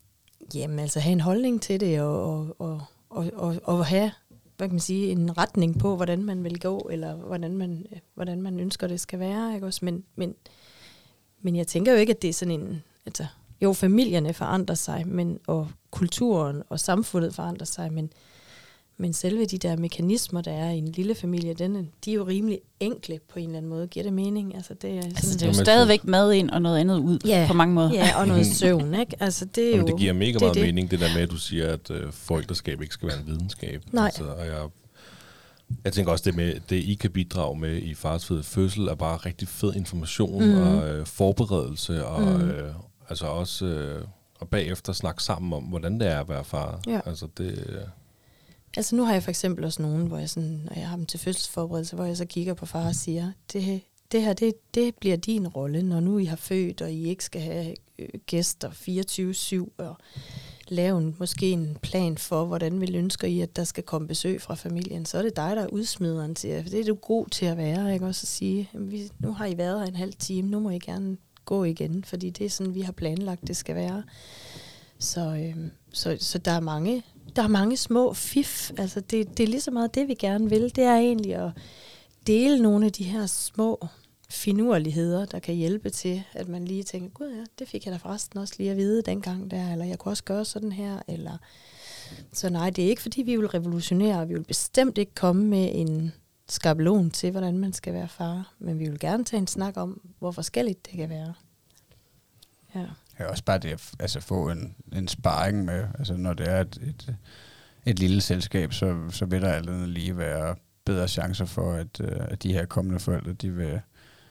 Speaker 3: Jamen altså have en holdning til det, og have, hvad kan man sige, en retning på, hvordan man vil gå, eller hvordan man ønsker, det skal være. Ikke også? Men jeg tænker jo ikke, at det er sådan en... Altså, jo, familierne forandrer sig, og kulturen og samfundet forandrer sig, men selve de der mekanismer, der er i en lille familie, de er jo rimelig enkle på en eller anden måde. Giver det mening? Altså, det er
Speaker 5: jo stadigvæk mad ind og noget andet ud på mange måder.
Speaker 3: Ja, og noget søvn, ikke? Altså, det er jo...
Speaker 4: Det giver mega meget mening, det der med, at du siger, at forældreskab ikke skal være en videnskab.
Speaker 3: Nej.
Speaker 4: Altså, og jeg tænker også, det I kan bidrage med i Fars Fede Fødsel, er bare rigtig fed information og forberedelse, og altså også og bagefter snakke sammen om, hvordan det er at være far.
Speaker 3: Ja.
Speaker 4: Altså, det...
Speaker 3: Altså nu har jeg for eksempel også nogen, hvor jeg sådan, når jeg har dem til fødselsforberedelse, hvor jeg så kigger på far og siger, det her, det bliver din rolle, når nu I har født, og I ikke skal have gæster 24/7, og lave måske en plan for, hvordan vi ønsker I, at der skal komme besøg fra familien, så er det dig, der er udsmideren til jer. For det er du god til at være, ikke? Også at sige, nu har I været her en halv time, nu må I gerne gå igen, fordi det er sådan, vi har planlagt, det skal være. Så der er mange små fif. Altså det er lige så meget det, vi gerne vil. Det er egentlig at dele nogle af de her små finurligheder, der kan hjælpe til, at man lige tænker, gud ja, det fik jeg da forresten også lige at vide dengang der, eller jeg kunne også gøre sådan her, eller... Så nej, det er ikke, fordi vi vil revolutionere, og vi vil bestemt ikke komme med en skabelon til, hvordan man skal være far, men vi vil gerne tage en snak om, hvor forskelligt det kan være. Ja.
Speaker 2: Ja, også bare det at få en sparring med, altså når det er et lille selskab, så vil der allerede lige være bedre chancer for, at de her kommende forældre, de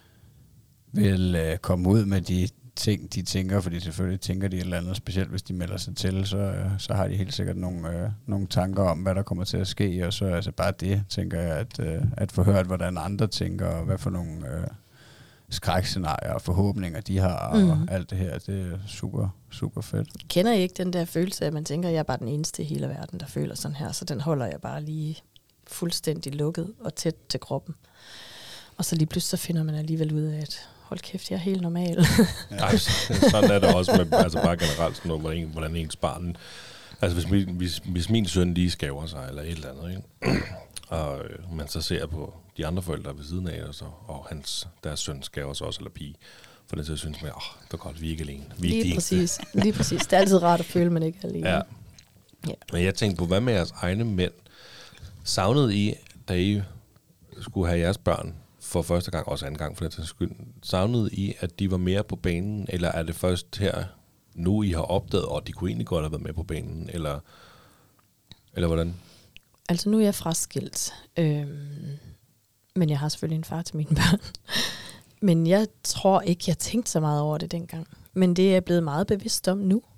Speaker 2: vil komme ud med de ting, de tænker, fordi selvfølgelig tænker de et eller andet, specielt hvis de melder sig til, så har de helt sikkert nogle tanker om, hvad der kommer til at ske, og så altså bare det, tænker jeg, at få hørt, hvordan andre tænker, og hvad for nogle skrækscenarier og forhåbninger de har, og alt det her, det er super, super fedt.
Speaker 3: Kender I ikke den der følelse, at man tænker, at jeg er bare den eneste i hele verden, der føler sådan her, så den holder jeg bare lige fuldstændig lukket og tæt til kroppen. Og så lige pludselig så finder man alligevel ud af, at hold kæft, jeg er helt normal.
Speaker 4: Ja, sådan er det også med, altså bare generelt sådan noget, hvordan ens barn... Altså hvis min søn lige skæver sig, eller et eller andet, ikke? Og man så ser på de andre forældre ved siden af, og deres søn skæver sig også, eller pige, for den så synes man, det er godt, vi er ikke alene.
Speaker 3: Lige præcis. Det er altid rart at føle, man ikke er alene.
Speaker 4: Ja. Men jeg tænkte på, hvad med jeres egne mænd? Savnede I, da I skulle have jeres børn for første gang, også anden gang for den skyld, savnede I, at de var mere på banen, eller er det først her, nu I har opdaget, og de kunne egentlig godt have været med på banen, eller hvordan?
Speaker 3: Altså nu er jeg fraskilt, men jeg har selvfølgelig en far til mine børn. Men jeg tror ikke, jeg tænkte så meget over det dengang. Men det er jeg blevet meget bevidst om nu.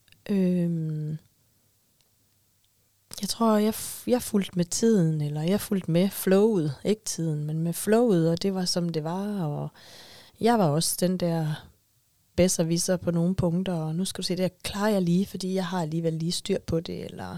Speaker 3: Jeg tror, jeg fulgte med tiden, eller jeg fulgte med flowet, ikke tiden, men med flowet, og det var som det var, og jeg var også den der bedserviser på nogle punkter, og nu skal du se, det klarer jeg lige, fordi jeg har alligevel lige styr på det, eller...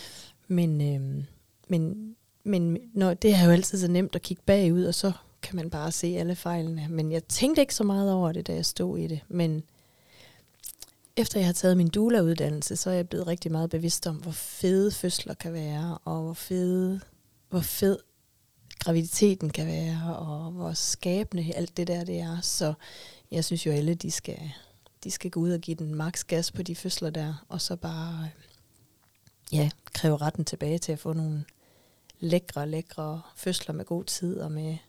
Speaker 3: Men når, det er jo altid så nemt at kigge bagud, og så kan man bare se alle fejlene. Men jeg tænkte ikke så meget over det, da jeg stod i det. Men efter jeg har taget min doula-uddannelse, så er jeg blevet rigtig meget bevidst om, hvor fede fødsler kan være, og hvor fed graviditeten kan være, og hvor skabende alt det der det er. Så jeg synes jo alle, de skal gå ud og give den maks gas på de fødsler der, og så bare kræve retten tilbage til at få nogle lækre fødsler med god tid og med,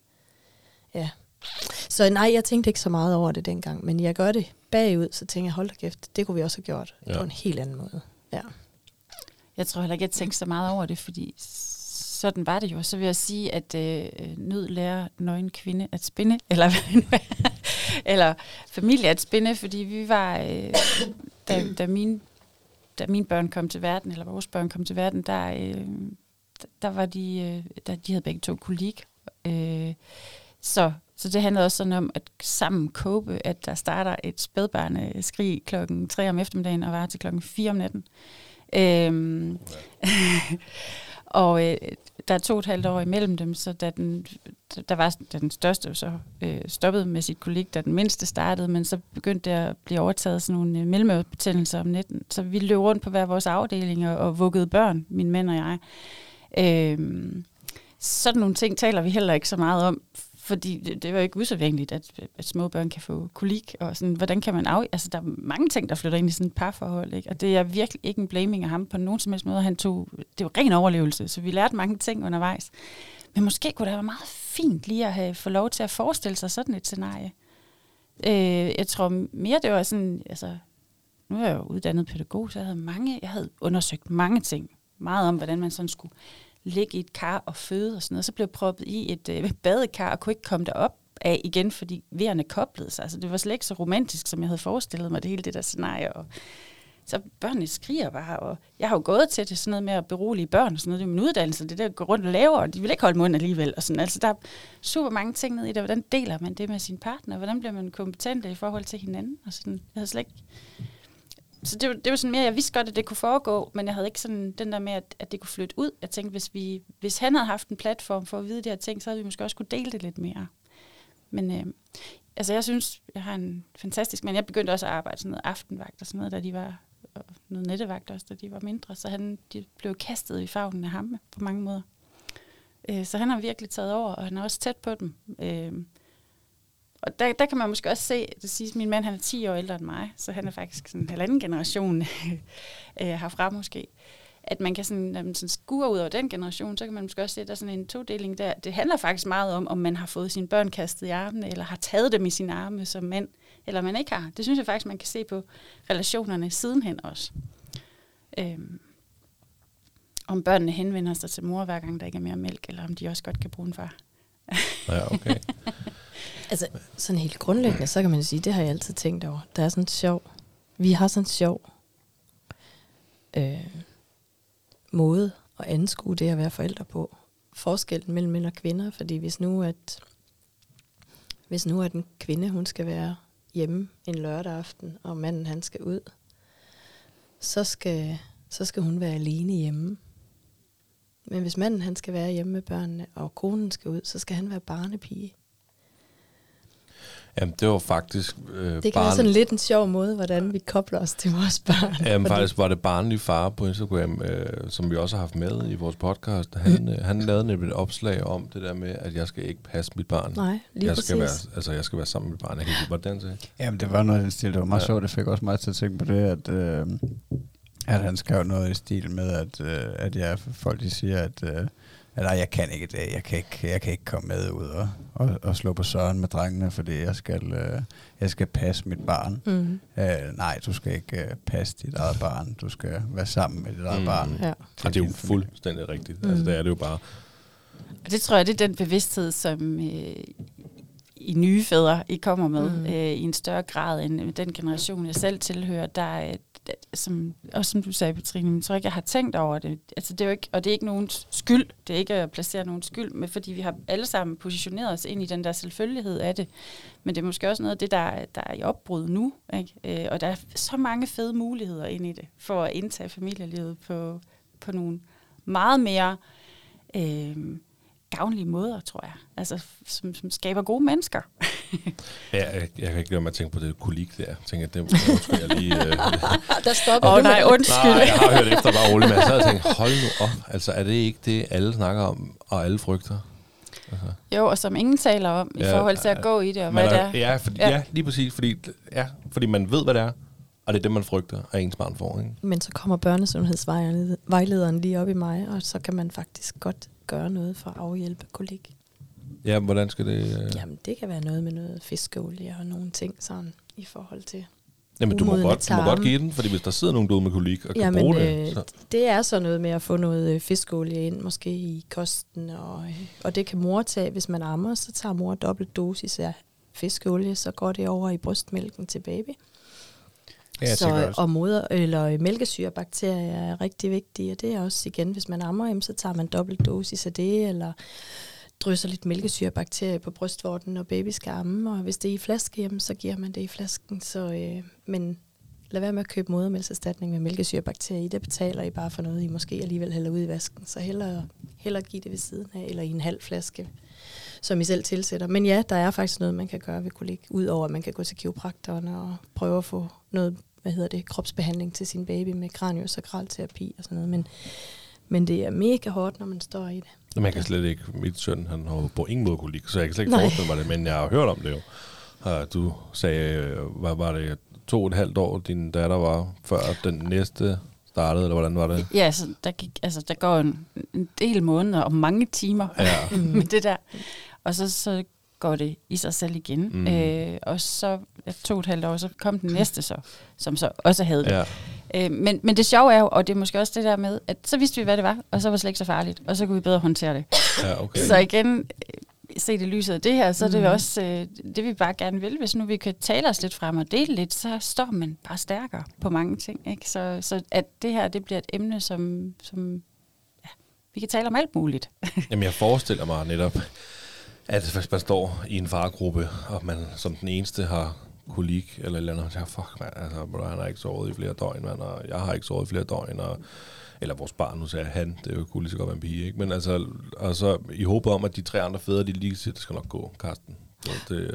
Speaker 3: Så nej, jeg tænkte ikke så meget over det dengang, men jeg gør det bagud, så tænker jeg, hold da kæft, det kunne vi også have gjort på en helt anden måde. Ja.
Speaker 5: Jeg tror heller ikke, jeg tænkte så meget over det, fordi sådan var det jo. Så vil jeg sige, at nød lærer nøgen kvinde at spinde, eller familie at spinde, fordi vi var, da mine børn kom til verden, eller vores børn kom til verden, der var de havde begge to kolik. Så det handlede også sådan om, at sammen cope, at der starter et spædbarneskrig 3:00 om eftermiddagen og varer til 4:00 om natten. Og der er 2,5 år imellem dem, så da den største så stoppede med sit kolik, da den mindste startede, men så begyndte det at blive overtaget sådan nogle mellemørebetændelser om natten. Så vi løb rundt på hver vores afdeling og vuggede børn, min mand og jeg. Sådan nogle ting taler vi heller ikke så meget om, fordi det er jo ikke usædvanligt, at små børn kan få kolik, og sådan, hvordan kan man altså der er mange ting, der flytter ind i sådan et parforhold, ikke? Og det er virkelig ikke en blaming af ham på nogen som helst måde. Det var ren overlevelse, så vi lærte mange ting undervejs. Men måske kunne det være meget fint lige at få lov til at forestille sig sådan et scenarie. Jeg tror mere, det var sådan, altså, nu er jeg jo uddannet pædagog, så jeg havde undersøgt mange ting, meget om, hvordan man sådan skulle ligge i et kar og føde og sådan noget. Så blev jeg proppet i et badekar og kunne ikke komme derop af igen, fordi vejerne koblede sig. Altså, det var slet ikke så romantisk, som jeg havde forestillet mig, det hele det der scenarie. Og så børnene skriger bare, og jeg har jo gået til det sådan noget med at berolige børn og sådan noget. Det er min uddannelse, det der går rundt og laver, og de vil ikke holde mund alligevel. Og sådan. Altså, der er super mange ting ned i det. Hvordan deler man det med sin partner? Hvordan bliver man kompetent i forhold til hinanden? Og sådan. Jeg havde slet ikke... Så det var sådan mere, jeg vidste godt, at det kunne foregå, men jeg havde ikke sådan den der med, at det kunne flytte ud. Jeg tænkte, hvis han havde haft en platform for at vide de her ting, så havde vi måske også kunne dele det lidt mere. Men altså jeg synes, jeg har en fantastisk, men jeg begyndte også at arbejde sådan noget aftenvagt og sådan noget, da de var, og noget nettevagt også, da de var mindre. Så de blev kastet i favnen af ham på mange måder. Så han har virkelig taget over, og han er også tæt på dem. Og der kan man måske også se, det siges, min mand han er 10 år ældre end mig, så han er faktisk sådan en halvanden generation herfra måske. At man kan sådan, når man sådan skure ud over den generation, så kan man måske også se, at der er sådan en todeling der. Det handler faktisk meget om man har fået sine børn kastet i armene, eller har taget dem i sine arme som mænd, eller man ikke har. Det synes jeg faktisk, man kan se på relationerne sidenhen også. Om børnene henvender sig til mor, hver gang der ikke er mere mælk, eller om de også godt kan bruge en far.
Speaker 4: Ja, okay.
Speaker 3: Altså, sådan helt grundlæggende, så kan man sige, det har jeg altid tænkt over. Der er sådan vi har sådan en sjov måde at anskue det at være forældre på. Forskellen mellem mænd og kvinder, fordi hvis nu at en kvinde, hun skal være hjemme en lørdag aften, og manden han skal ud, så skal hun være alene hjemme. Men hvis manden han skal være hjemme med børnene, og konen skal ud, så skal han være barnepige.
Speaker 4: Jamen, det var faktisk...
Speaker 3: det kan være sådan lidt en sjov måde, hvordan vi kobler os til vores børn.
Speaker 4: Jamen, faktisk var det barnlig far på Instagram, som vi også har haft med i vores podcast. Han lavede nemlig et opslag om det der med, at jeg skal ikke passe mit barn.
Speaker 3: Nej, lige præcis.
Speaker 4: Jeg skal være sammen med mit barn. Jeg kan ikke hvordan det.
Speaker 2: Jamen, det var noget i den stil. Det var meget sjovt. Det fik også mig til at tænke på det, at han skrev noget i stil med, at folk de siger, at nej, jeg kan ikke det. Jeg kan ikke komme med ud og slå på søren med drengene, fordi jeg skal passe mit barn. Mm. Nej, du skal ikke passe dit eget barn. Du skal være sammen med dit eget barn.
Speaker 3: Ja.
Speaker 4: Og det er jo fuldstændig rigtigt. Altså, det er det jo bare.
Speaker 5: Og det tror jeg, det er den bevidsthed, som i nye fædre I kommer med i en større grad end den generation, jeg selv tilhører, der som du sagde, Petrine, jeg tror ikke, jeg har tænkt over det. Altså, det er jo ikke, og det er ikke nogens skyld. Det er ikke at placere nogens skyld, men fordi vi har alle sammen positioneret os ind i den der selvfølgelighed af det. Men det er måske også noget af det, der er i opbrud nu. Ikke? Og der er så mange fede muligheder ind i det, for at indtage familielivet på nogle meget mere gavnlige måder, tror jeg. Altså, som skaber gode mennesker.
Speaker 4: Ja, jeg kan ikke lade mig at tænke på det kolik der. Jeg tænker, at det skal jeg lige...
Speaker 3: Der stopper
Speaker 5: nej, undskyld.
Speaker 4: Nej, jeg har hørt efter bare roligt, men jeg sad og tænkte, hold nu op. Altså, er det ikke det, alle snakker om, og alle frygter? Altså.
Speaker 5: Jo, og som ingen taler om, i forhold til at gå i det, og hvad det er.
Speaker 4: Ja, lige præcis. Fordi man ved, hvad det er, og det er det, man frygter, at ens barn får. Ikke?
Speaker 3: Men så kommer børnesundhedsvejlederen lige op i mig, og så kan man faktisk godt gøre noget for at afhjælpe kolik.
Speaker 4: Ja, hvordan skal det...
Speaker 3: Jamen, det kan være noget med noget fiskeolie og nogle ting sådan i forhold til.
Speaker 4: Jamen, du må godt give den, fordi hvis der sidder nogen derude med kolik og kan bruge det... Så.
Speaker 3: Det er så noget med at få noget fiskeolie ind, måske i kosten, og det kan mor tage, hvis man ammer, så tager mor dobbelt dosis af fiskeolie, så går det over i brystmælken til baby.
Speaker 2: Ja,
Speaker 3: og mælkesyrebakterier er rigtig vigtige, og det er også igen, hvis man ammer, så tager man dobbelt dosis af det, eller drysser lidt mælkesyrebakterier på brystvorten, når baby skal amme, og hvis det er i flaske, så giver man det i flasken. Så, men lad være med at købe modermælkserstatning med mælkesyrebakterier i. Det betaler I bare for noget, I måske alligevel hælder ud i vasken. Så hellere give det ved siden af, eller i en halv flaske, som I selv tilsætter. Men ja, der er faktisk noget, man kan gøre ved kolik, udover at man kan gå til kiropraktoren og prøve at få noget, kropsbehandling til sin baby med kraniosakralterapi og sådan noget. Men det er mega hårdt, når man står i det.
Speaker 4: Man kan slet ikke, mit søn, han har på ingen måde kolik, så jeg kan slet ikke forestille mig det, men jeg har hørt om det jo. Du sagde, hvad var det, 2,5 år, din datter var, før den næste startede, eller hvordan var det?
Speaker 5: Ja, der går en del måneder og mange timer med det der. Og så går det i sig selv igen. Og så 2,5 år, så kom den næste så, som så også havde det. Ja. Men det sjove er jo, og det er måske også det der med, at så vidste vi, hvad det var, og så var det slet ikke så farligt, og så kunne vi bedre håndtere det.
Speaker 4: Ja, okay.
Speaker 5: Så igen, se det lyset af det her, så er det også det, vi bare gerne vil. Hvis nu vi kan tale os lidt frem og dele lidt, så står man bare stærkere på mange ting. Ikke? Så at det her, det bliver et emne, som vi kan tale om alt muligt.
Speaker 4: Jamen, jeg forestiller mig netop, at hvis man står i en fargruppe, og man som den eneste har kolik eller et eller andet, så fuck, man, altså, han har ikke sovet i flere døgn, man, og jeg har ikke sovet i flere døgn, eller vores barn, nu sagde han, det er jo kunne lige så godt være en pige, ikke? Men altså i håbet om, at de 3 andre fædre, de lige siger, det skal nok gå, Karsten. Så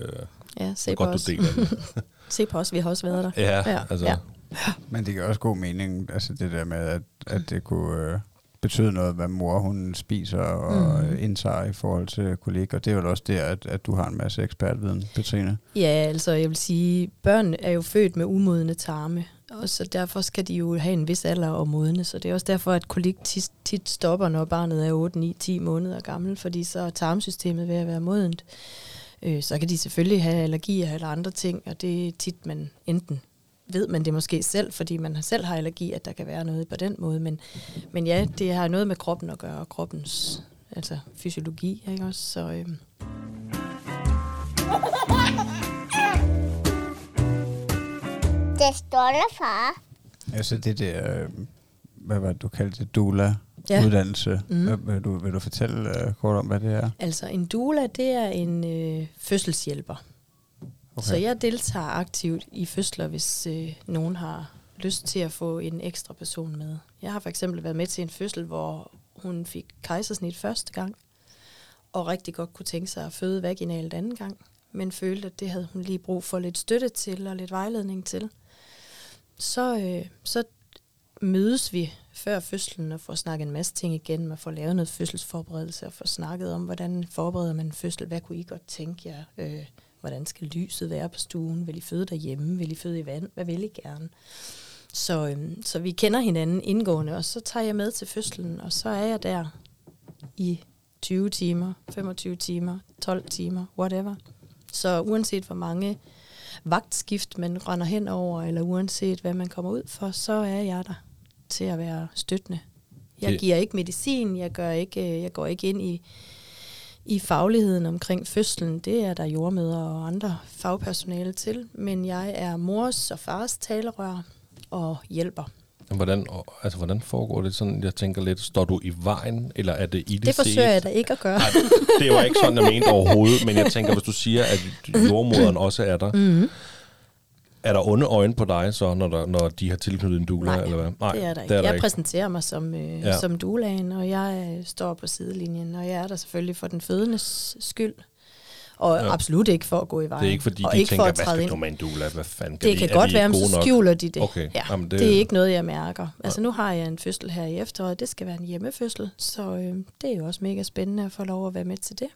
Speaker 3: se
Speaker 4: det
Speaker 3: på
Speaker 4: godt,
Speaker 3: os.
Speaker 4: du deler det.
Speaker 3: Se på os, vi har også været der.
Speaker 4: Ja, altså. Ja.
Speaker 2: Men det giver også god mening, altså det der med, at det kunne betyde noget, hvad mor hun spiser og indtager i forhold til kolik, og det er jo også der, at du har en masse ekspertviden, Petrine.
Speaker 3: Ja, altså jeg vil sige, børn er jo født med umodne tarme, og så derfor skal de jo have en vis alder og modne, så det er også derfor, at kolik tit stopper, når barnet er 8, 9, 10 måneder gammel, fordi så er tarmsystemet ved at være modent. Så kan de selvfølgelig have allergier eller andre ting, og det er tit, man enten ved man det måske selv, fordi man selv har allergi, at der kan være noget på den måde. Men ja, det har noget med kroppen at gøre, og kroppens fysiologi, ikke også? Så,
Speaker 1: Det stolte far.
Speaker 2: Altså det der, hvad var det, du kaldte det, doula-uddannelse. Vil du fortælle kort om, hvad det er?
Speaker 3: Altså en doula, det er en fødselshjælper. Okay. Så jeg deltager aktivt i fødsler, hvis nogen har lyst til at få en ekstra person med. Jeg har for eksempel været med til en fødsel, hvor hun fik kejsersnit første gang, og rigtig godt kunne tænke sig at føde vaginalt anden gang, men følte, at det havde hun lige brug for lidt støtte til og lidt vejledning til. Så mødes vi før fødslen og får snakket en masse ting igen, og får lavet noget fødselsforberedelse og får snakket om, hvordan forbereder man en fødsel, hvad kunne I godt tænke jer, hvordan skal lyset være på stuen, vil I føde derhjemme, vil I føde i vand, hvad vil I gerne? Så vi kender hinanden indgående, og så tager jeg med til fødslen, og så er jeg der i 20 timer, 25 timer, 12 timer, whatever. Så uanset hvor mange vagtskift man render hen over, eller uanset hvad man kommer ud for, så er jeg der til at være støttende. Jeg giver ikke medicin, jeg går ikke ind i fagligheden omkring fødslen. Det er der jordmødre og andre fagpersonale til, men jeg er mors og fars talerør og hjælper.
Speaker 4: Hvordan foregår det sådan? Jeg tænker lidt, står du i vejen, eller er det i
Speaker 3: det forsøger jeg da ikke at gøre.
Speaker 4: Nej, det var ikke sådan, jeg mente overhovedet, men jeg tænker, hvis du siger, at jordmoderen også er der, er der onde øjne på dig så, når de har tilknyttet en doula?
Speaker 3: Nej,
Speaker 4: eller hvad?
Speaker 3: Nej, det er der ikke. Jeg præsenterer mig som doulaen, og jeg står på sidelinjen, og jeg er der selvfølgelig for den fødendes skyld. Og absolut ikke for at gå i vejen.
Speaker 4: Det er ikke fordi, de tænker, hvad skal du med en doula? Hvad fanden
Speaker 3: det kan godt være, men så skjuler de det.
Speaker 4: Okay.
Speaker 3: Ja, jamen, det er ikke noget, jeg mærker. Altså nu har jeg en fødsel her i efteråret. Det skal være en hjemmefødsel, så det er jo også mega spændende at få lov at være med til det.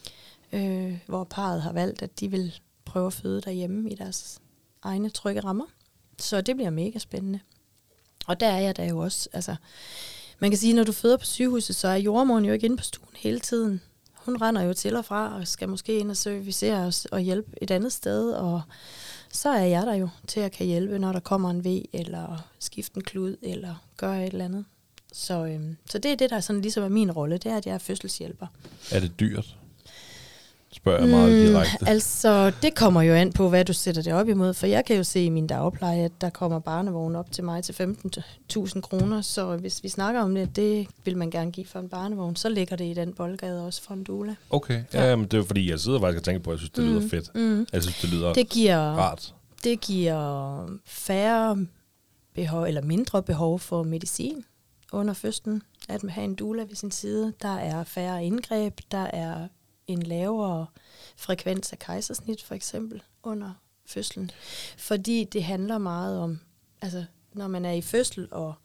Speaker 3: Hvor parret har valgt, at de vil prøve at føde derhjemme i deres egne trygge rammer. Så det bliver mega spændende. Og der er jeg da jo også. Altså, man kan sige, når du føder på sygehuset, så er jordmoren jo ikke inde på stuen hele tiden. Hun render jo til og fra, og skal måske ind og servicere os og hjælpe et andet sted, og så er jeg der jo til at kan hjælpe, når der kommer en ved, eller skifte en klud, eller gøre et eller andet. Så det er det, der sådan ligesom er min rolle, det er, at jeg er fødselshjælper.
Speaker 4: Er det dyrt? Spørger jeg meget direkte.
Speaker 3: Altså, det kommer jo an på, hvad du sætter det op imod, for jeg kan jo se i min dagpleje, at der kommer barnevogn op til mig til 15.000 kroner, så hvis vi snakker om det vil man gerne give for en barnevogn, så ligger det i den boldgade også for en doula.
Speaker 4: Okay, ja. Men det er jo fordi, jeg sidder faktisk og tænker på, at jeg synes, det lyder fedt. Jeg synes, det lyder
Speaker 3: det giver,
Speaker 4: rart.
Speaker 3: Det giver færre behov, eller mindre behov for medicin under fødslen, at man har en doula ved sin side. Der er færre indgreb, der er en lavere frekvens af kejsersnit for eksempel under fødslen. Fordi det handler meget om, altså når man er i fødsel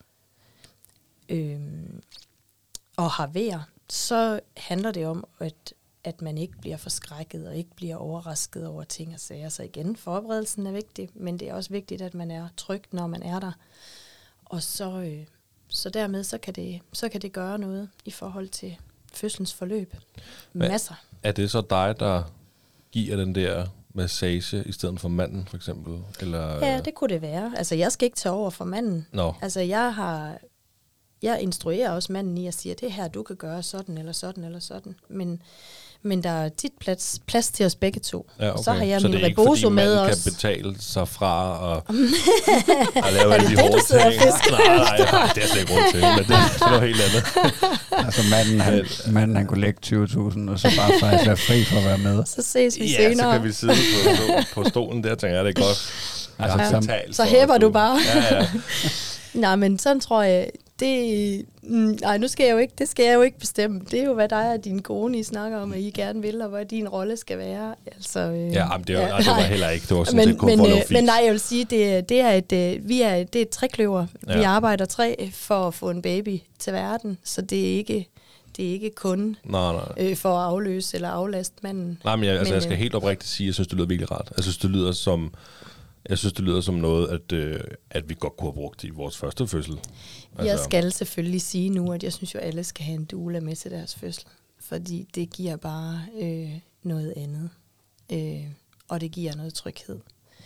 Speaker 3: og har vejr, så handler det om, at man ikke bliver forskrækket og ikke bliver overrasket over ting og sager. Så igen, forberedelsen er vigtig, men det er også vigtigt, at man er tryg, når man er der. Og så dermed, så kan det gøre noget i forhold til fødselens forløb. Masser.
Speaker 4: Er det så dig, der giver den der massage i stedet for manden, for eksempel? Eller?
Speaker 3: Ja, det kunne det være. Altså, jeg skal ikke tage over for manden.
Speaker 4: No.
Speaker 3: Altså, jeg instruerer også manden i at sige, at det her, du kan gøre sådan, eller sådan, eller sådan. Men der er tit plads til os begge to.
Speaker 4: Ja, okay.
Speaker 3: Så har jeg
Speaker 4: så
Speaker 3: min
Speaker 4: rebozo
Speaker 3: rebozo med os.
Speaker 4: kan betale sig fra og lave alle de
Speaker 3: det,
Speaker 4: hårde
Speaker 3: du sidder og
Speaker 4: ting?
Speaker 3: fisker
Speaker 4: Nej, det er slet ikke grund til, men det er noget helt andet.
Speaker 2: Altså manden han kunne lægge 20.000, og så bare faktisk være fri for at være med.
Speaker 3: Så ses vi
Speaker 4: Ja,
Speaker 3: senere.
Speaker 4: så kan vi sidde på stolen der, tænker jeg, det er godt.
Speaker 2: Altså,
Speaker 3: Så hæpper du bare.
Speaker 4: Ja.
Speaker 3: Nej, men sådan tror jeg, nu skal jeg jo ikke, det skal jeg jo ikke bestemme. Det er jo, hvad dig og din kone, I snakker om, at I gerne vil, og hvad din rolle skal være. Altså,
Speaker 4: det var heller ikke. Det var sådan set kun for noget
Speaker 3: men nej, jeg vil sige, det er et trækløver.
Speaker 4: Ja.
Speaker 3: Vi arbejder 3 for at få en baby til verden, så det er ikke kun for at afløse eller aflaste manden.
Speaker 4: Nej, men jeg skal helt oprigtigt sige, at jeg synes, det lyder virkelig rart. Jeg synes, det lyder som noget, at vi godt kunne have brugt i vores første fødsel. Altså.
Speaker 3: Jeg skal selvfølgelig sige nu, at jeg synes jo, alle skal have en doula med til deres fødsel. Fordi det giver bare noget andet. Og det giver noget tryghed.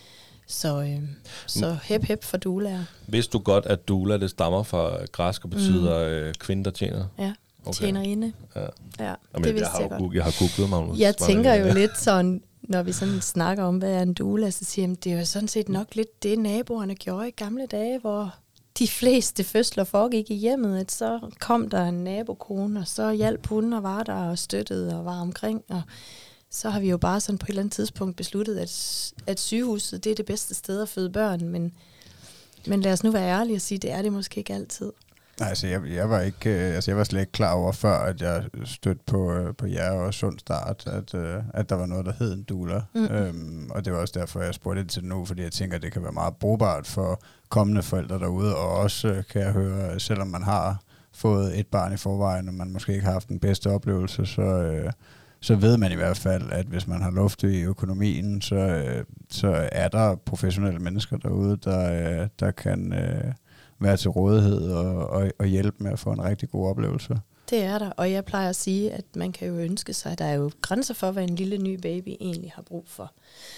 Speaker 3: Så hep for doulaer.
Speaker 4: Vidste du godt, at doula, det stammer fra græsk og betyder kvinde, der tjener?
Speaker 3: Ja, tjener inde.
Speaker 4: Ja.
Speaker 3: Jamen, det vidste jeg godt.
Speaker 4: Jeg har googlet mig.
Speaker 3: Jeg tænker jo lidt sådan, når vi sådan snakker om, hvad er en doula, så siger jeg, det er jo sådan set nok lidt det, naboerne gjorde i gamle dage, hvor de fleste fødsler foregik i hjemmet, at så kom der en nabokone, og så hjalp hun og var der og støttede og var omkring, og så har vi jo bare sådan på et eller andet tidspunkt besluttet, at sygehuset, det er det bedste sted at føde børn, men lad os nu være ærlige og sige, det er det måske ikke altid.
Speaker 2: Nej, altså jeg var slet ikke klar over før, at jeg stødte på jer og Sund Start, at der var noget, der hed en doula. Og det var også derfor, jeg spurgte lidt til nu, fordi jeg tænker, at det kan være meget brugbart for kommende forældre derude, og også kan jeg høre, selvom man har fået et barn i forvejen, og man måske ikke har haft den bedste oplevelse, så ved man i hvert fald, at hvis man har luft i økonomien, så er der professionelle mennesker derude, der kan være til rådighed og hjælpe med at få en rigtig god oplevelse.
Speaker 3: Det er der, og jeg plejer at sige, at man kan jo ønske sig, der er jo grænser for, hvad en lille ny baby egentlig har brug for.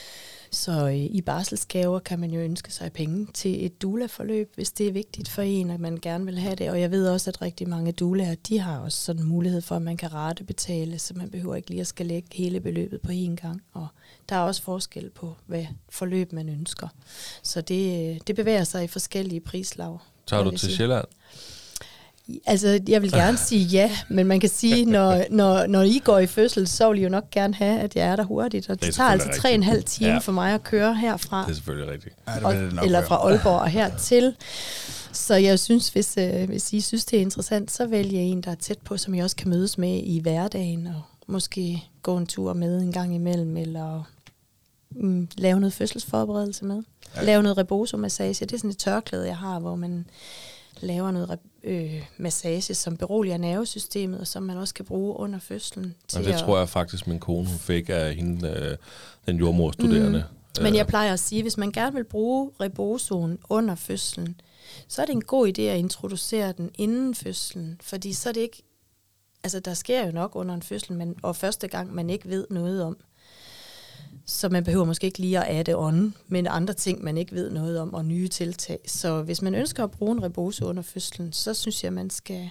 Speaker 3: Så i barselsgaver kan man jo ønske sig penge til et doula-forløb, hvis det er vigtigt for en, at man gerne vil have det. Og jeg ved også, at rigtig mange doulaer, de har også sådan en mulighed for, at man kan ratebetale, så man behøver ikke lige at skal lægge hele beløbet på én gang. Og der er også forskel på, hvad forløb man ønsker. Så det bevæger sig i forskellige prislag.
Speaker 4: Tager du til Sjælland?
Speaker 3: Altså, jeg vil gerne sige ja, men man kan sige, når I går i fødsel, så vil I jo nok gerne have, at jeg er der hurtigt. Og det tager altså 3,5 timer for mig at køre herfra.
Speaker 4: Det er selvfølgelig rigtigt.
Speaker 3: Eller fra Aalborg og hertil. Så jeg synes, hvis I synes, det er interessant, så vælger jeg en, der er tæt på, som jeg også kan mødes med i hverdagen, og måske gå en tur med en gang imellem, eller lave noget fødselsforberedelse med. Lave noget rebozo-massage. Det er sådan et tørklæde, jeg har, hvor man laver noget massage, som beroliger nervesystemet, og som man også kan bruge under fødslen.
Speaker 4: Det tror jeg faktisk, min kone hun fik af hende, den jordmorstuderende.
Speaker 3: Men jeg plejer at sige, hvis man gerne vil bruge rebozoen under fødslen, så er det en god idé at introducere den inden fødslen, fordi så er det ikke, altså der sker jo nok under en fødsel, og første gang man ikke ved noget om. Så man behøver måske ikke lige at adde on, men andre ting, man ikke ved noget om, og nye tiltag. Så hvis man ønsker at bruge en rebozo under fødslen, så synes jeg,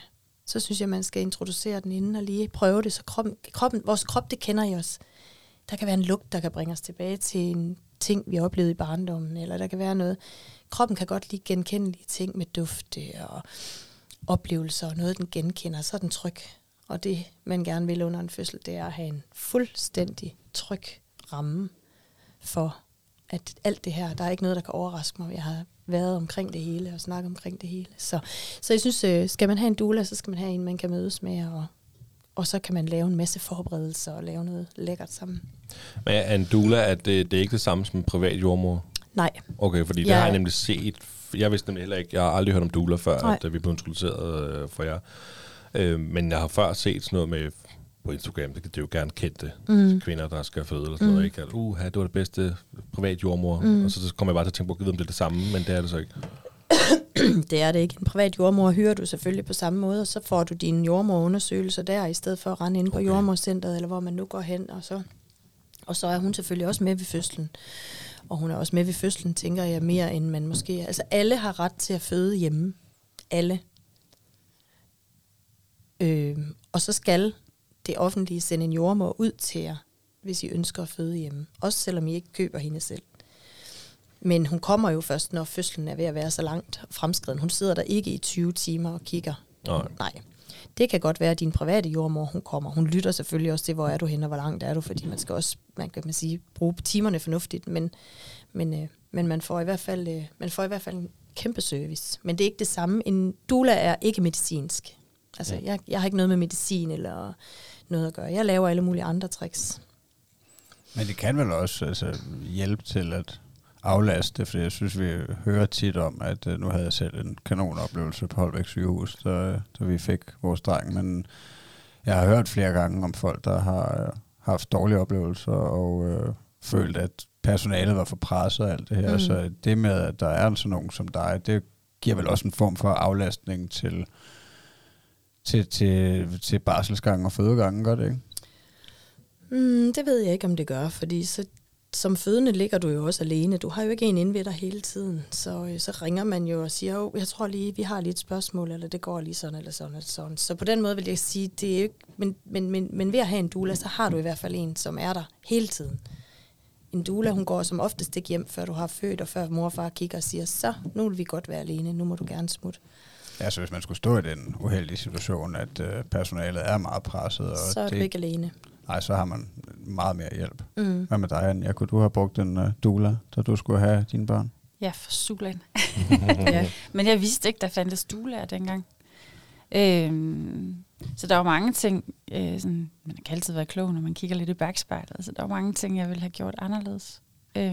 Speaker 3: man skal introducere den inden og lige prøve det. Så vores krop, det kender I også. Der kan være en lugt, der kan bringe os tilbage til en ting, vi har oplevet i barndommen, eller der kan være noget. Kroppen kan godt lide genkendelige ting med dufte og oplevelser, og noget, den genkender, så er den tryg. Og det, man gerne vil under en fødsel, det er at have en fuldstændig tryg ramme for, at alt det her, der er ikke noget, der kan overraske mig. Jeg har været omkring det hele og snakket omkring det hele. Så jeg synes, skal man have en doula, så skal man have en, man kan mødes med, og så kan man lave en masse forberedelser og lave noget lækkert sammen.
Speaker 4: Men er en doula, at det er ikke det samme som en privat jordmor?
Speaker 3: Nej.
Speaker 4: Okay, fordi det har jeg nemlig set. Jeg vidste nemlig heller ikke, jeg har aldrig hørt om doula før, at vi blev introduceret for jer. Men jeg har før set sådan noget med på Instagram, det er jo gerne kendte kvinder, der skal føde eller sådan noget, ikke? At, det var det bedste privat jordmor. Og så kommer jeg bare til at tænke på, om det er det samme, men det er det så ikke.
Speaker 3: Det er det ikke. En privat jordmor hyrer du selvfølgelig på samme måde, og så får du dine jordmorundersøgelser der, i stedet for at rende ind på jordmorcenteret, eller hvor man nu går hen, og så er hun selvfølgelig også med ved fødslen. Og hun er også med ved fødslen, tænker jeg, mere end man måske... Altså, alle har ret til at føde hjemme. Alle. Og så skal det offentlige sende en jordmor ud til jer, hvis I ønsker at føde hjemme. Også selvom I ikke køber hende selv. Men hun kommer jo først, når fødslen er ved at være så langt fremskreden. Hun sidder der ikke i 20 timer og kigger. Nej. Det kan godt være, at din private jordmor, hun kommer. Hun lytter selvfølgelig også til, hvor er du henne, og hvor langt er du, fordi man skal også, bruge timerne fornuftigt, men man får i hvert fald en kæmpe service. Men det er ikke det samme. En doula er ikke medicinsk. Altså, jeg har ikke noget med medicin eller noget at gøre. Jeg laver alle mulige andre tricks.
Speaker 2: Men det kan vel også hjælpe til at aflaste, for jeg synes, vi hører tit om, at nu havde jeg selv en kanonoplevelse på Holbæk sygehus, da vi fik vores dreng, men jeg har hørt flere gange om folk, der har haft dårlige oplevelser og følt, at personalet var for presset og alt det her, så det med, at der er sådan nogen som dig, det giver vel også en form for aflastning til barselsgangen og fødegangen, gør det ikke?
Speaker 3: Det ved jeg ikke, om det gør, fordi som fødende ligger du jo også alene. Du har jo ikke en inde ved dig hele tiden. Så ringer man jo og siger, jeg tror lige, vi har lige et spørgsmål, eller det går lige sådan, eller sådan, eller sådan. Så på den måde vil jeg sige, det er ikke, men ved at have en doula, så har du i hvert fald en, som er der hele tiden. En doula, hun går som oftest ikke hjem, før du har født, og før mor og far kigger og siger, så nu vil vi godt være alene, nu må du gerne smutte.
Speaker 2: Ja, så hvis man skulle stå i den uheldige situation, at personalet er meget presset. Og
Speaker 3: så er du ikke alene.
Speaker 2: Nej, så har man meget mere hjælp. Hvad med dig, Anja? Kunne du have brugt en doula, da du skulle have dine børn?
Speaker 5: Ja, for sulen. Ja. Men jeg vidste ikke, der fandtes doulaer dengang. Så der var mange ting, sådan, man kan altid være klog, når man kigger lidt i bagspejlet. Så der var mange ting, jeg ville have gjort anderledes.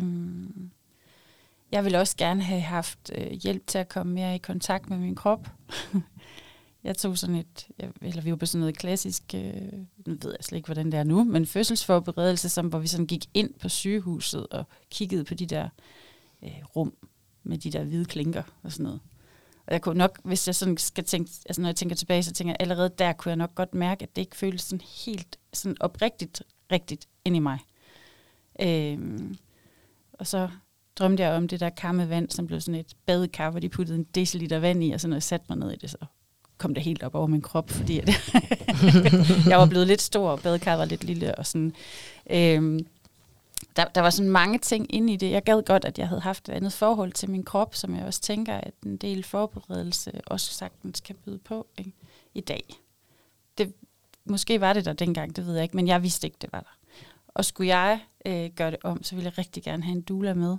Speaker 5: Jeg ville også gerne have haft hjælp til at komme mere i kontakt med min krop. Jeg tog sådan vi var på sådan noget klassisk, nu ved jeg slet ikke, hvordan det er nu, men fødselsforberedelse, hvor vi sådan gik ind på sygehuset og kiggede på de der rum med de der hvide klinker og sådan noget. Og jeg kunne nok, hvis jeg sådan skal tænke, altså når jeg tænker tilbage, så tænker jeg, allerede der kunne jeg nok godt mærke, at det ikke føltes sådan helt sådan rigtigt ind i mig. Og så drømte jeg om det der kar med vand, som blev sådan et badekar, hvor de puttede en deciliter vand i, og så når jeg satte mig ned i det, så kom det helt op over min krop, fordi jeg var blevet lidt stor, og badekarret var lidt lille, og sådan. Der var sådan mange ting inde i det. Jeg gad godt, at jeg havde haft et andet forhold til min krop, som jeg også tænker, at en del forberedelse også sagtens kan byde på, ikke? I dag. Måske var det der dengang, det ved jeg ikke, men jeg vidste ikke, det var der. Og skulle jeg gøre det om, så ville jeg rigtig gerne have en doula med.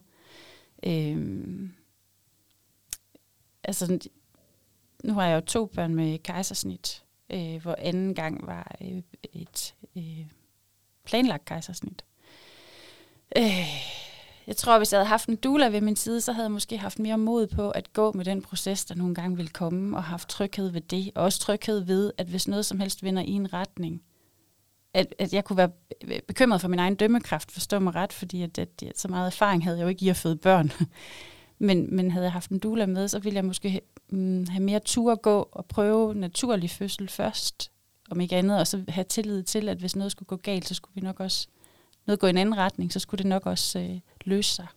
Speaker 5: Nu har jeg jo 2 børn med kejsersnit, hvor anden gang var et planlagt kejsersnit. Jeg tror, hvis jeg havde haft en doula ved min side, så havde jeg måske haft mere mod på at gå med den proces, der nogle gange ville komme, og haft tryghed ved det. Og også tryghed ved, at hvis noget som helst vender i en retning, at jeg kunne være bekymret for min egen dømmekraft, forstå mig ret, fordi at så meget erfaring havde jeg jo ikke i at føde børn. Men havde jeg haft en doula med, så ville jeg måske have mere tur at gå og prøve naturlig fødsel først, om ikke andet, og så have tillid til, at hvis noget skulle gå galt, så skulle vi nok også noget gå i en anden retning, så skulle det nok også løse sig.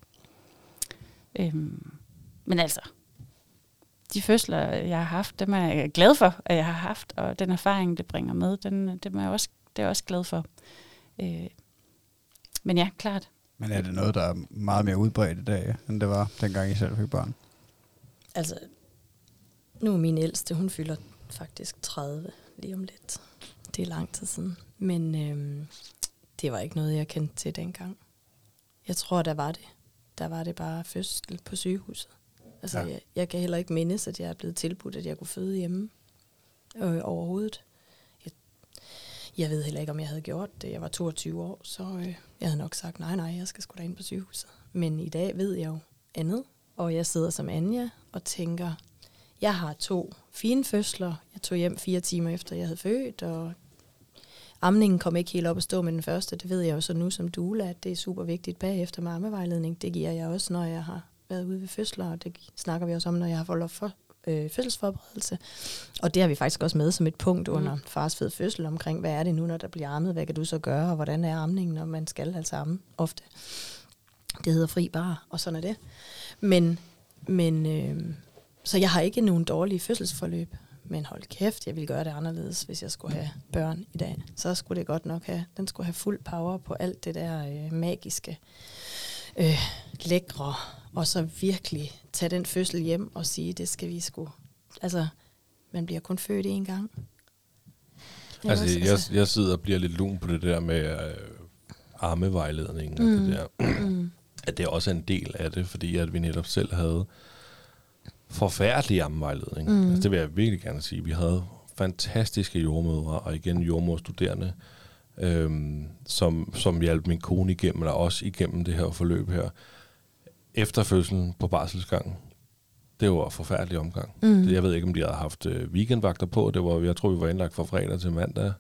Speaker 5: Men altså, de fødsler, jeg har haft, dem er jeg glad for, at jeg har haft, og den erfaring, det bringer med, det er jeg også glad for. Men ja, klart.
Speaker 2: Men er det noget, der er meget mere udbredt i dag, end det var, dengang I selv fik børn?
Speaker 3: Altså, nu er min ældste, hun fylder faktisk 30 lige om lidt. Det er lang tid siden. Men det var ikke noget, jeg kendte til dengang. Jeg tror, der var det. der var det bare fødsel på sygehuset. Altså,
Speaker 2: Ja.
Speaker 3: jeg kan heller ikke mindes, at jeg er blevet tilbudt, at jeg kunne føde hjemme overhovedet. Jeg ved heller ikke, om jeg havde gjort det. Jeg var 22 år, så jeg havde nok sagt, nej, jeg skal sgu da ind på sygehuset. Men i dag ved jeg jo andet, og jeg sidder som Anja og tænker, jeg har 2 fine fødsler. Jeg tog hjem 4 timer efter, jeg havde født, og amningen kom ikke helt op at stå med den første. Det ved jeg jo så nu som doula, at det er super vigtigt bagefter med ammevejledning. Det giver jeg også, når jeg har været ude ved fødsler, og det snakker vi også om, når jeg har fået lov for fødselsforberedelse. Og det har vi faktisk også med som et punkt under fars fed fødsel omkring, hvad er det nu, når der bliver ammet, hvad kan du så gøre, og hvordan er amningen, når man skal altså amme ofte. Det hedder fri bar, og sådan er det. Men så jeg har ikke nogen dårlige fødselsforløb, men hold kæft, jeg ville gøre det anderledes, hvis jeg skulle have børn i dag. Så skulle det godt nok have, den skulle have fuld power på alt det der magiske, lækre, og så virkelig tage den fødsel hjem og sige, det skal vi sgu. Altså, man bliver kun født én gang.
Speaker 4: Jeg sidder og bliver lidt lun på det der med ammevejledningen, og det der, at det også er en del af det, fordi at vi netop selv havde forfærdelig ammevejledning. Altså, det vil jeg virkelig gerne sige. Vi havde fantastiske jordmødre, og igen jordmorstuderende, som hjalp min kone igennem, eller også igennem det her forløb her. Efter fødslen på barselsgangen, det var forfærdelig omgang. Jeg ved ikke, om de havde haft weekendvagter på. Jeg tror, vi var indlagt fra fredag til mandag.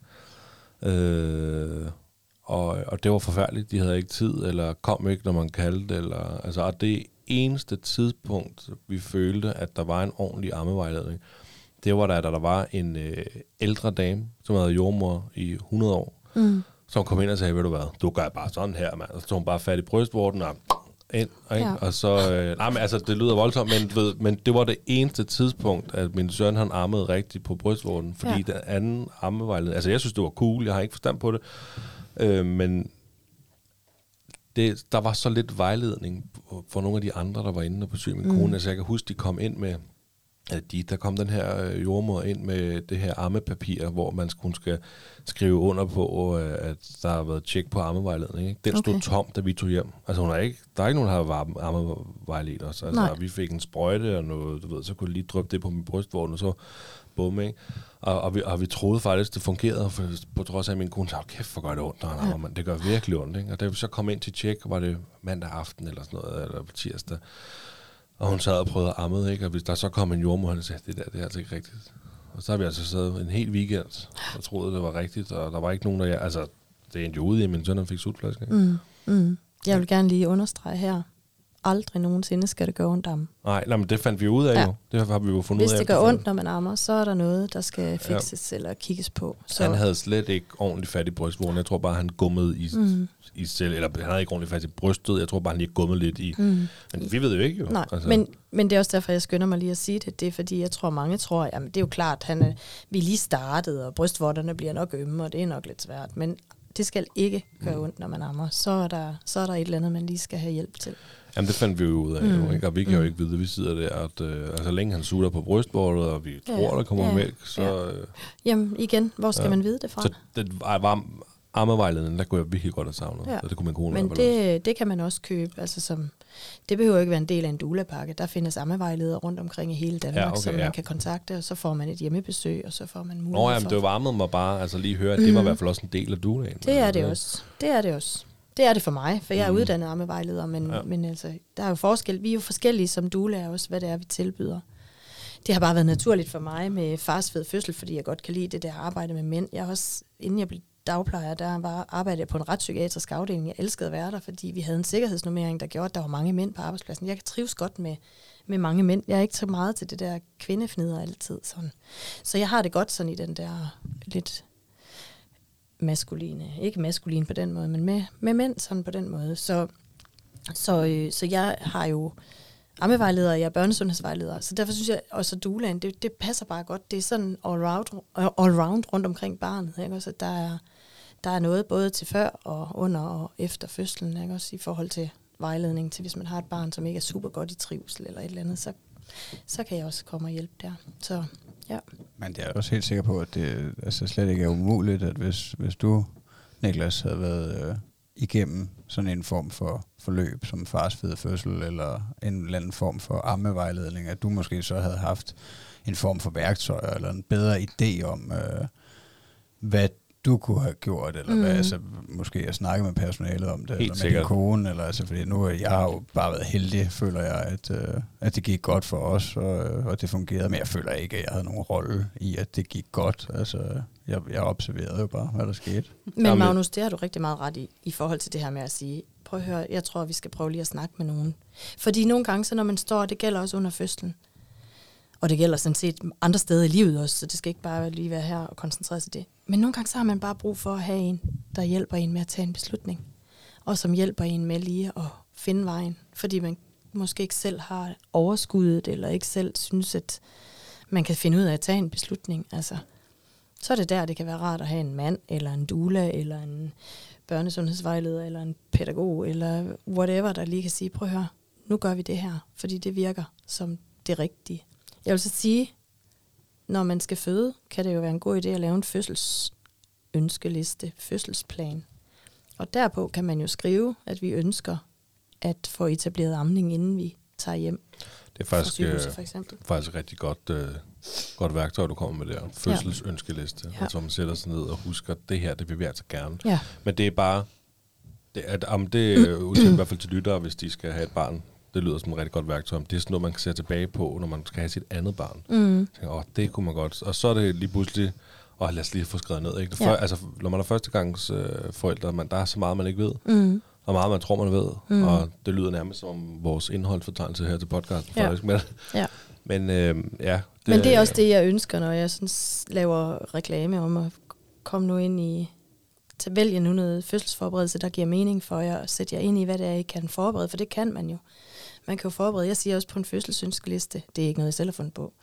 Speaker 4: Og det var forfærdeligt. De havde ikke tid, eller kom ikke, når man kaldte. Og det eneste tidspunkt, vi følte, at der var en ordentlig ammevejledning, det var da der var en ældre dame, som havde jordmor i 100 år, som kom ind og sagde, ved du hvad, du gør bare sådan her, mand. Og så tog hun bare fat i brystvorten og ind, ikke? Ja. Og så, det lyder voldsomt, men det var det eneste tidspunkt, at min søn, han ammede rigtigt på brystvorten, fordi den anden ammevejledning, altså jeg synes, det var cool, jeg har ikke forstand på det, men der var så lidt vejledning for nogle af de andre, der var inde og besøge min kone. Altså jeg kan huske, de kom ind med, der kom den her jordmor ind med det her ammepapir, hvor hun skal skrive under på, at der har været tjek på ammevejledning. Ikke? Den stod tom, da vi tog hjem. Altså der er ikke nogen, der har ammevejledt os. Altså vi fik en sprøjte og noget, du ved, så kunne jeg lige dryppe det på min brystvorten, og så bum, ikke? Og vi troede faktisk, det fungerede, for på trods af, at min kone sagde, kæft, hvor gør det ondt, når han ammer, det gør virkelig ondt, ikke? Og da vi så kom ind til tjek, var det mandag aften eller sådan noget, eller tirsdag, og hun sad og prøvede at amme, ikke? Og hvis der så kom en jordmor, og sagde, det er altså ikke rigtigt. Og så har vi altså siddet en hel weekend og troede, det var rigtigt, og der var ikke nogen, det endte jo ude i, min søn fik sutflaske.
Speaker 3: Jeg vil gerne lige understrege her, aldrig nogensinde skal det gøre ondt amme.
Speaker 4: Nej, men det fandt vi ud af jo. Det har vi jo fundet ud af.
Speaker 3: Hvis det gør ondt, når man ammer, så er der noget, der skal fikses eller kigges på. Så.
Speaker 4: Han havde slet ikke ordentligt fat i brystvorten. Jeg tror bare, han gummede i selv, eller han havde ikke ordentligt fat i brystet. Jeg tror bare, han lige gummede lidt i. Men vi ved jo ikke jo.
Speaker 3: Nej, men det er også derfor, jeg skynder mig lige at sige det. Det er fordi, jeg tror, mange tror, jamen det er jo klart, vi lige startede, og brystvorterne bliver nok ømme, og det er nok lidt svært. Men det skal ikke gøre ondt, når man ammer. Så er der et eller andet, man lige skal have hjælp til.
Speaker 4: Jamen det fandt vi jo ud af, jo, ikke? Og vi kan jo ikke vide, at vi sidder der, at så længe han sutter på brystvortet, og vi tror, der kommer mælk, så...
Speaker 3: Jamen igen, hvor skal man vide det fra?
Speaker 4: Så det var ammevejledningen, der kunne jeg virkelig godt have savnet, så det kunne min kone.
Speaker 3: Men det kan man også købe, altså det behøver ikke være en del af en doula-pakke. Der findes ammevejledere rundt omkring i hele Danmark, som man kan kontakte, og så får man et hjemmebesøg, og så får man mulighed for...
Speaker 4: det varmede mig bare, lige høre, at det var i hvert fald også en del af doulaen.
Speaker 3: Det er det også. Det er det for mig, for jeg er uddannet ammevejleder, men altså, der er jo forskel. Vi er jo forskellige som doula også, hvad det er, vi tilbyder. Det har bare været naturligt for mig med fars fed fødsel, fordi jeg godt kan lide det der arbejde med mænd. Jeg også, inden jeg blev dagplejer, arbejdede jeg på en retspsykiatrisk afdeling. Jeg elskede at være der, fordi vi havde en sikkerhedsnormering, der gjorde, at der var mange mænd på arbejdspladsen. Jeg kan trives godt med mange mænd. Jeg er ikke så meget til det der kvindefnider altid. Sådan. Så jeg har det godt sådan i den der lidt... maskuline. Ikke maskulin på den måde, men med mænd sådan på den måde. Så jeg har jo ammevejleder, jeg er børnesundhedsvejleder, så derfor synes jeg også, at doulaen, det passer bare godt. Det er sådan all round rundt omkring barnet, ikke? Også, der er noget både til før og under og efter fødslen, ikke? Også i forhold til vejledning til, hvis man har et barn, som ikke er super godt i trivsel eller et eller andet, så kan jeg også komme og hjælpe der. Så ja.
Speaker 2: Men jeg er også helt sikker på, at det slet ikke er umuligt, at hvis du, Niklas, havde været igennem sådan en form for forløb, som fars fede fødsel, eller en eller anden form for ammevejledning, at du måske så havde haft en form for værktøj, eller en bedre idé om, hvad du kunne have gjort, eller hvad, altså, måske at snakke med personalet om det,
Speaker 4: Helt
Speaker 2: eller med
Speaker 4: sikkert.
Speaker 2: din kone, eller altså, fordi nu jeg har jo bare været heldig, føler jeg, at det gik godt for os, og det fungerede, men jeg føler ikke, at jeg havde nogen rolle i, at det gik godt. Altså, jeg observerede jo bare, hvad der skete.
Speaker 3: Men Magnus, det har du rigtig meget ret i forhold til det her med at sige, prøv at høre, jeg tror, vi skal prøve lige at snakke med nogen. Fordi nogle gange, så når man står, det gælder også under fødslen, og det gælder sådan set andre steder i livet også, så det skal ikke bare lige være her og koncentrere sig det. Men nogle gange så har man bare brug for at have en, der hjælper en med at tage en beslutning. Og som hjælper en med lige at finde vejen. Fordi man måske ikke selv har overskuddet, eller ikke selv synes, at man kan finde ud af at tage en beslutning. Altså, så er det der, det kan være rart at have en mand, eller en doula, eller en børnesundhedsvejleder, eller en pædagog, eller whatever, der lige kan sige, prøv at høre, nu gør vi det her, fordi det virker som det rigtige. Jeg vil så sige, når man skal føde, kan det jo være en god idé at lave en fødselsønskeliste, fødselsplan. Og derpå kan man jo skrive, at vi ønsker at få etableret amning, inden vi tager hjem.
Speaker 4: Det er faktisk,
Speaker 3: sygehuset, for eksempel.
Speaker 4: faktisk rigtig godt værktøj, du kommer med der. Fødselsønskeliste. Ja. Altså man sætter sig ned og husker, det her, det vil vi altså gerne.
Speaker 3: Ja.
Speaker 4: Men det er bare, det er udtænkt i hvert fald til lyttere, hvis de skal have et barn. Det lyder som et rigtig godt værktøj. Det er sådan noget, man kan se tilbage på, når man skal have sit andet barn. Tænker, det kunne man godt. Og så er det lige pludselig, lad os lige få skrevet ned. Ikke? Altså, når man er førstegangs forældre, der er så meget, man ikke ved. Og meget, man tror, man ved. Og det lyder nærmest som vores indholdsfortegnelse her til podcasten.
Speaker 3: Ja.
Speaker 4: Men
Speaker 3: Men det er også det, jeg ønsker, når jeg sådan laver reklame om at komme nu ind i... Vælge nu noget fødselsforberedelse, der giver mening for jer, og sætte jer ind i, hvad det er, I kan forberede, for det kan man jo. Man kan jo forberede, jeg siger også på en fødselsønskeliste, det er ikke noget, jeg selv har fundet på,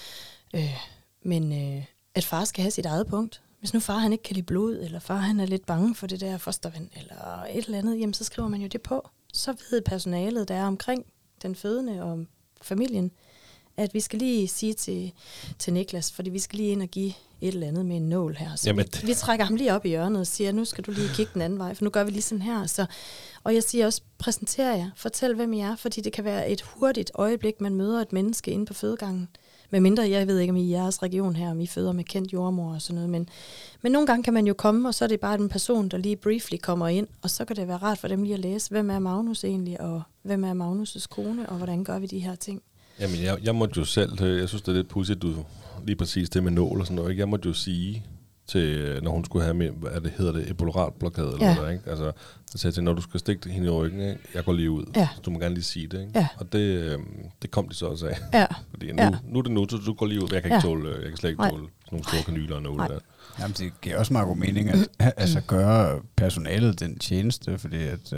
Speaker 3: men at far skal have sit eget punkt. Hvis nu far han ikke kan lide blod, eller far han er lidt bange for det der fostervand, eller et eller andet, jamen så skriver man jo det på. Så ved personalet, der er omkring den fødende og familien, at vi skal lige sige til Niklas, fordi vi skal lige ind og give et eller andet med en nål her. Så vi trækker ham lige op i hjørnet og siger, nu skal du lige kigge den anden vej, for nu gør vi lige sådan her. Så, og jeg siger også, præsenter jer, fortæl hvem I er, fordi det kan være et hurtigt øjeblik, man møder et menneske inde på fødegangen. Med mindre, jeg ved ikke, om I er jeres region her, om I føder med kendt jordmor og sådan noget, men nogle gange kan man jo komme, og så er det bare en person, der lige briefly kommer ind, og så kan det være rart for dem lige at læse, hvem er Magnus egentlig, og hvem er Magnus' kone, og hvordan gør vi de her ting.
Speaker 4: Jamen, jeg måtte jo selv, jeg synes, det er lidt pudsigt, du lige præcis det med nål og sådan noget, ikke? Jeg måtte jo sige til, når hun skulle have med, hedder det epidural-blokade, eller hvad, ikke? Altså, så sagde jeg til, når du skal stikke hende i ryggen, ikke? Jeg går lige ud, så du må gerne lige sige det, ikke? Ja. Og det kom de så også af. Ja. Fordi nu er det nu, så du går lige ud, jeg kan slet ikke tåle sådan nogle store kanyler og nåle der.
Speaker 2: Jamen, det giver også meget god mening, at altså, gøre personalet den tjeneste, fordi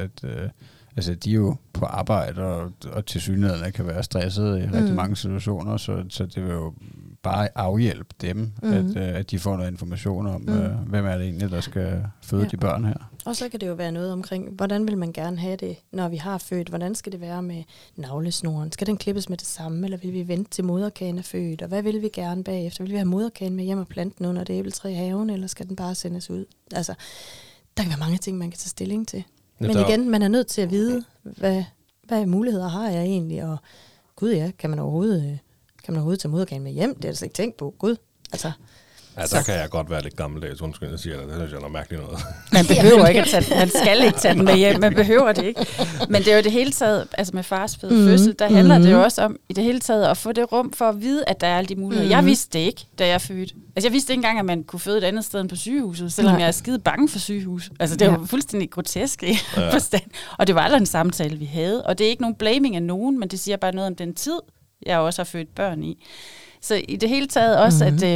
Speaker 2: altså, de er jo på arbejde, og tilsyneladende kan være stresset i rigtig mange situationer, så det vil jo bare afhjælpe dem, at de får noget information om, hvem er det egentlig, der skal føde de børn her.
Speaker 3: Og så kan det jo være noget omkring, hvordan vil man gerne have det, når vi har født? Hvordan skal det være med navlesnoren? Skal den klippes med det samme, eller vil vi vente til moderkagen er født? Og hvad vil vi gerne bagefter? Vil vi have moderkagen med hjem og plante den under et æbletræ i haven, eller skal den bare sendes ud? Altså, der kan være mange ting, man kan tage stilling til. Men igen, man er nødt til at vide, hvad muligheder har jeg egentlig, og gud ja, kan man overhovedet tage moderkagen med hjem? Det er altså ikke tænkt på. Gud, altså.
Speaker 4: Ja, der kan jeg godt være lidt gammeldags, undskyld, jeg siger det. Det synes jeg er noget mærkeligt noget.
Speaker 5: Man behøver ikke at tage den. Man skal ikke tage den med hjem. Man behøver det ikke. Men det er jo det hele taget, altså med fars fede fødsel, der handler det jo også om i det hele taget at få det rum for at vide, at der er alle de muligheder. Jeg vidste det ikke, da jeg fødte. Altså jeg vidste ikke engang, at man kunne føde et andet sted end på sygehuset, selvom jeg er skide bange for sygehus. Altså det var fuldstændig grotesk i forstand. Og det var aldrig en samtale, vi havde. Og det er ikke nogen blaming af nogen, men det siger bare noget om den tid, jeg også har født børn i. Så i det hele taget også,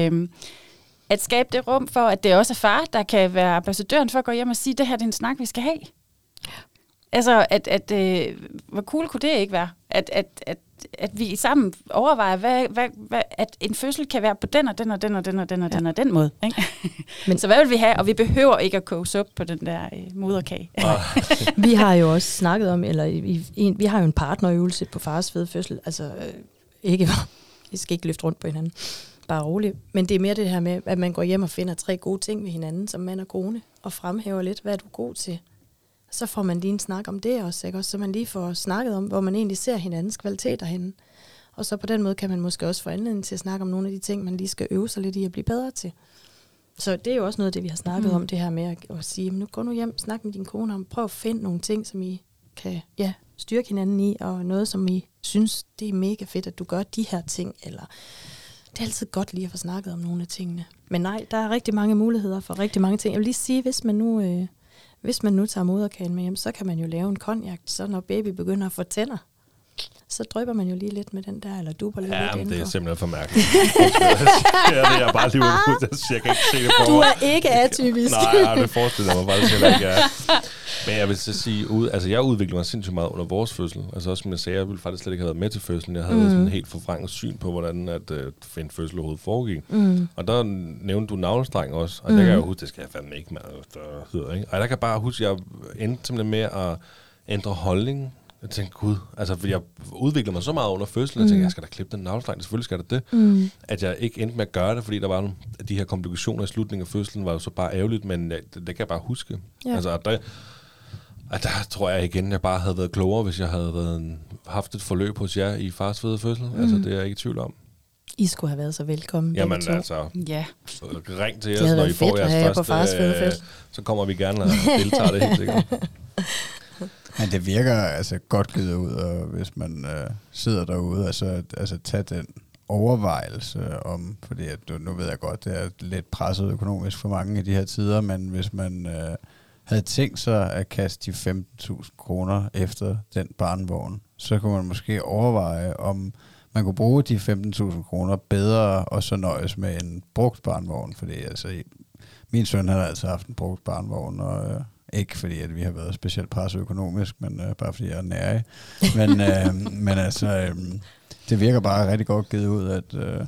Speaker 5: at skabe det rum for, at det også er far, der kan være ambassadøren for at gå hjem og sige, det her det er en snak, vi skal have. Altså, hvor cool kunne det ikke være? At vi sammen overvejer, at en fødsel kan være på den og den og den og den og den og den og den måde. Ikke? Men så hvad vil vi have? Og vi behøver ikke at koge op på den der moderkage.
Speaker 3: Vi har jo også snakket om, vi har jo en partnerøvelse på fars fede fødsel. Altså, vi skal ikke løfte rundt på hinanden. Bare roligt. Men det er mere det her med, at man går hjem og finder 3 gode ting ved hinanden, som mand og kone, og fremhæver lidt, hvad er du god til? Så får man lige en snak om det også, ikke? Så man lige får snakket om, hvor man egentlig ser hinandens kvaliteter henne. Og så på den måde kan man måske også få anledning til at snakke om nogle af de ting, man lige skal øve sig lidt i at blive bedre til. Så det er jo også noget af det, vi har snakket om, det her med at sige, nu gå nu hjem, snak med din kone om, prøv at finde nogle ting, som I kan styrke hinanden i, og noget, som I synes, det er mega fedt, at du gør de her ting, eller det er altid godt lige at få snakket om nogle af tingene. Men nej, der er rigtig mange muligheder for rigtig mange ting. Jeg vil lige sige, hvis man nu tager moderkagen med hjem, så kan man jo lave en cognac, så når baby begynder at få tænder, så drypper man jo lige lidt med den der, eller duber lidt
Speaker 4: Ja,
Speaker 3: lidt
Speaker 4: det er simpelthen for mærkeligt. Det er bare lige ud. Jeg kan ikke se det for mig.
Speaker 3: Du er ikke atypisk.
Speaker 4: Nej, det forestiller mig faktisk heller ikke, jeg er. Men jeg vil så sige, jeg udviklede mig sindssygt meget under vores fødsel. Altså også som jeg sagde, jeg ville faktisk slet ikke have været med til fødslen. Jeg havde sådan en helt forvrænget syn på, hvordan at en fødsel overhovedet foregik. Og der nævnte du navlestreng også, og det kan jeg jo huske, det skal jeg fandme ikke, ikke? Og der kan jeg bare huske, at jeg endte simpelthen med at ændre holdning. Jeg tænkte, gud, altså fordi jeg udviklede mig så meget under fødslen, jeg tænkte, jeg skal da klippe den navlestreng, selvfølgelig skal der det. At jeg ikke endte med at gøre det, fordi der var nogle, de her komplikationer i slutningen af fødslen, var jo så bare ærgerligt, men det kan jeg bare huske. Ja. Altså, der tror jeg igen, jeg bare havde været klogere, hvis jeg havde haft et forløb hos jer i fars fede fødsel. Altså, det er jeg ikke i tvivl om.
Speaker 3: I skulle have været så velkommen.
Speaker 4: Jamen altså, ring til os, når I får jeres første, så kommer vi gerne og deltager det helt sikkert.
Speaker 2: Men det virker altså godt givet ud, og hvis man sidder derude, altså tage den overvejelse om, fordi at, nu ved jeg godt, det er lidt presset økonomisk for mange i de her tider, men hvis man havde tænkt sig at kaste de 15.000 kroner efter den barnevogn, så kunne man måske overveje, om man kunne bruge de 15.000 kroner bedre, og så nøjes med en brugt barnevogn, fordi altså, min søn har altså haft en brugt barnevogn, og ikke fordi, at vi har været specielt presset økonomisk, men bare fordi jeg er nærig. Men altså, det virker bare rigtig godt givet ud,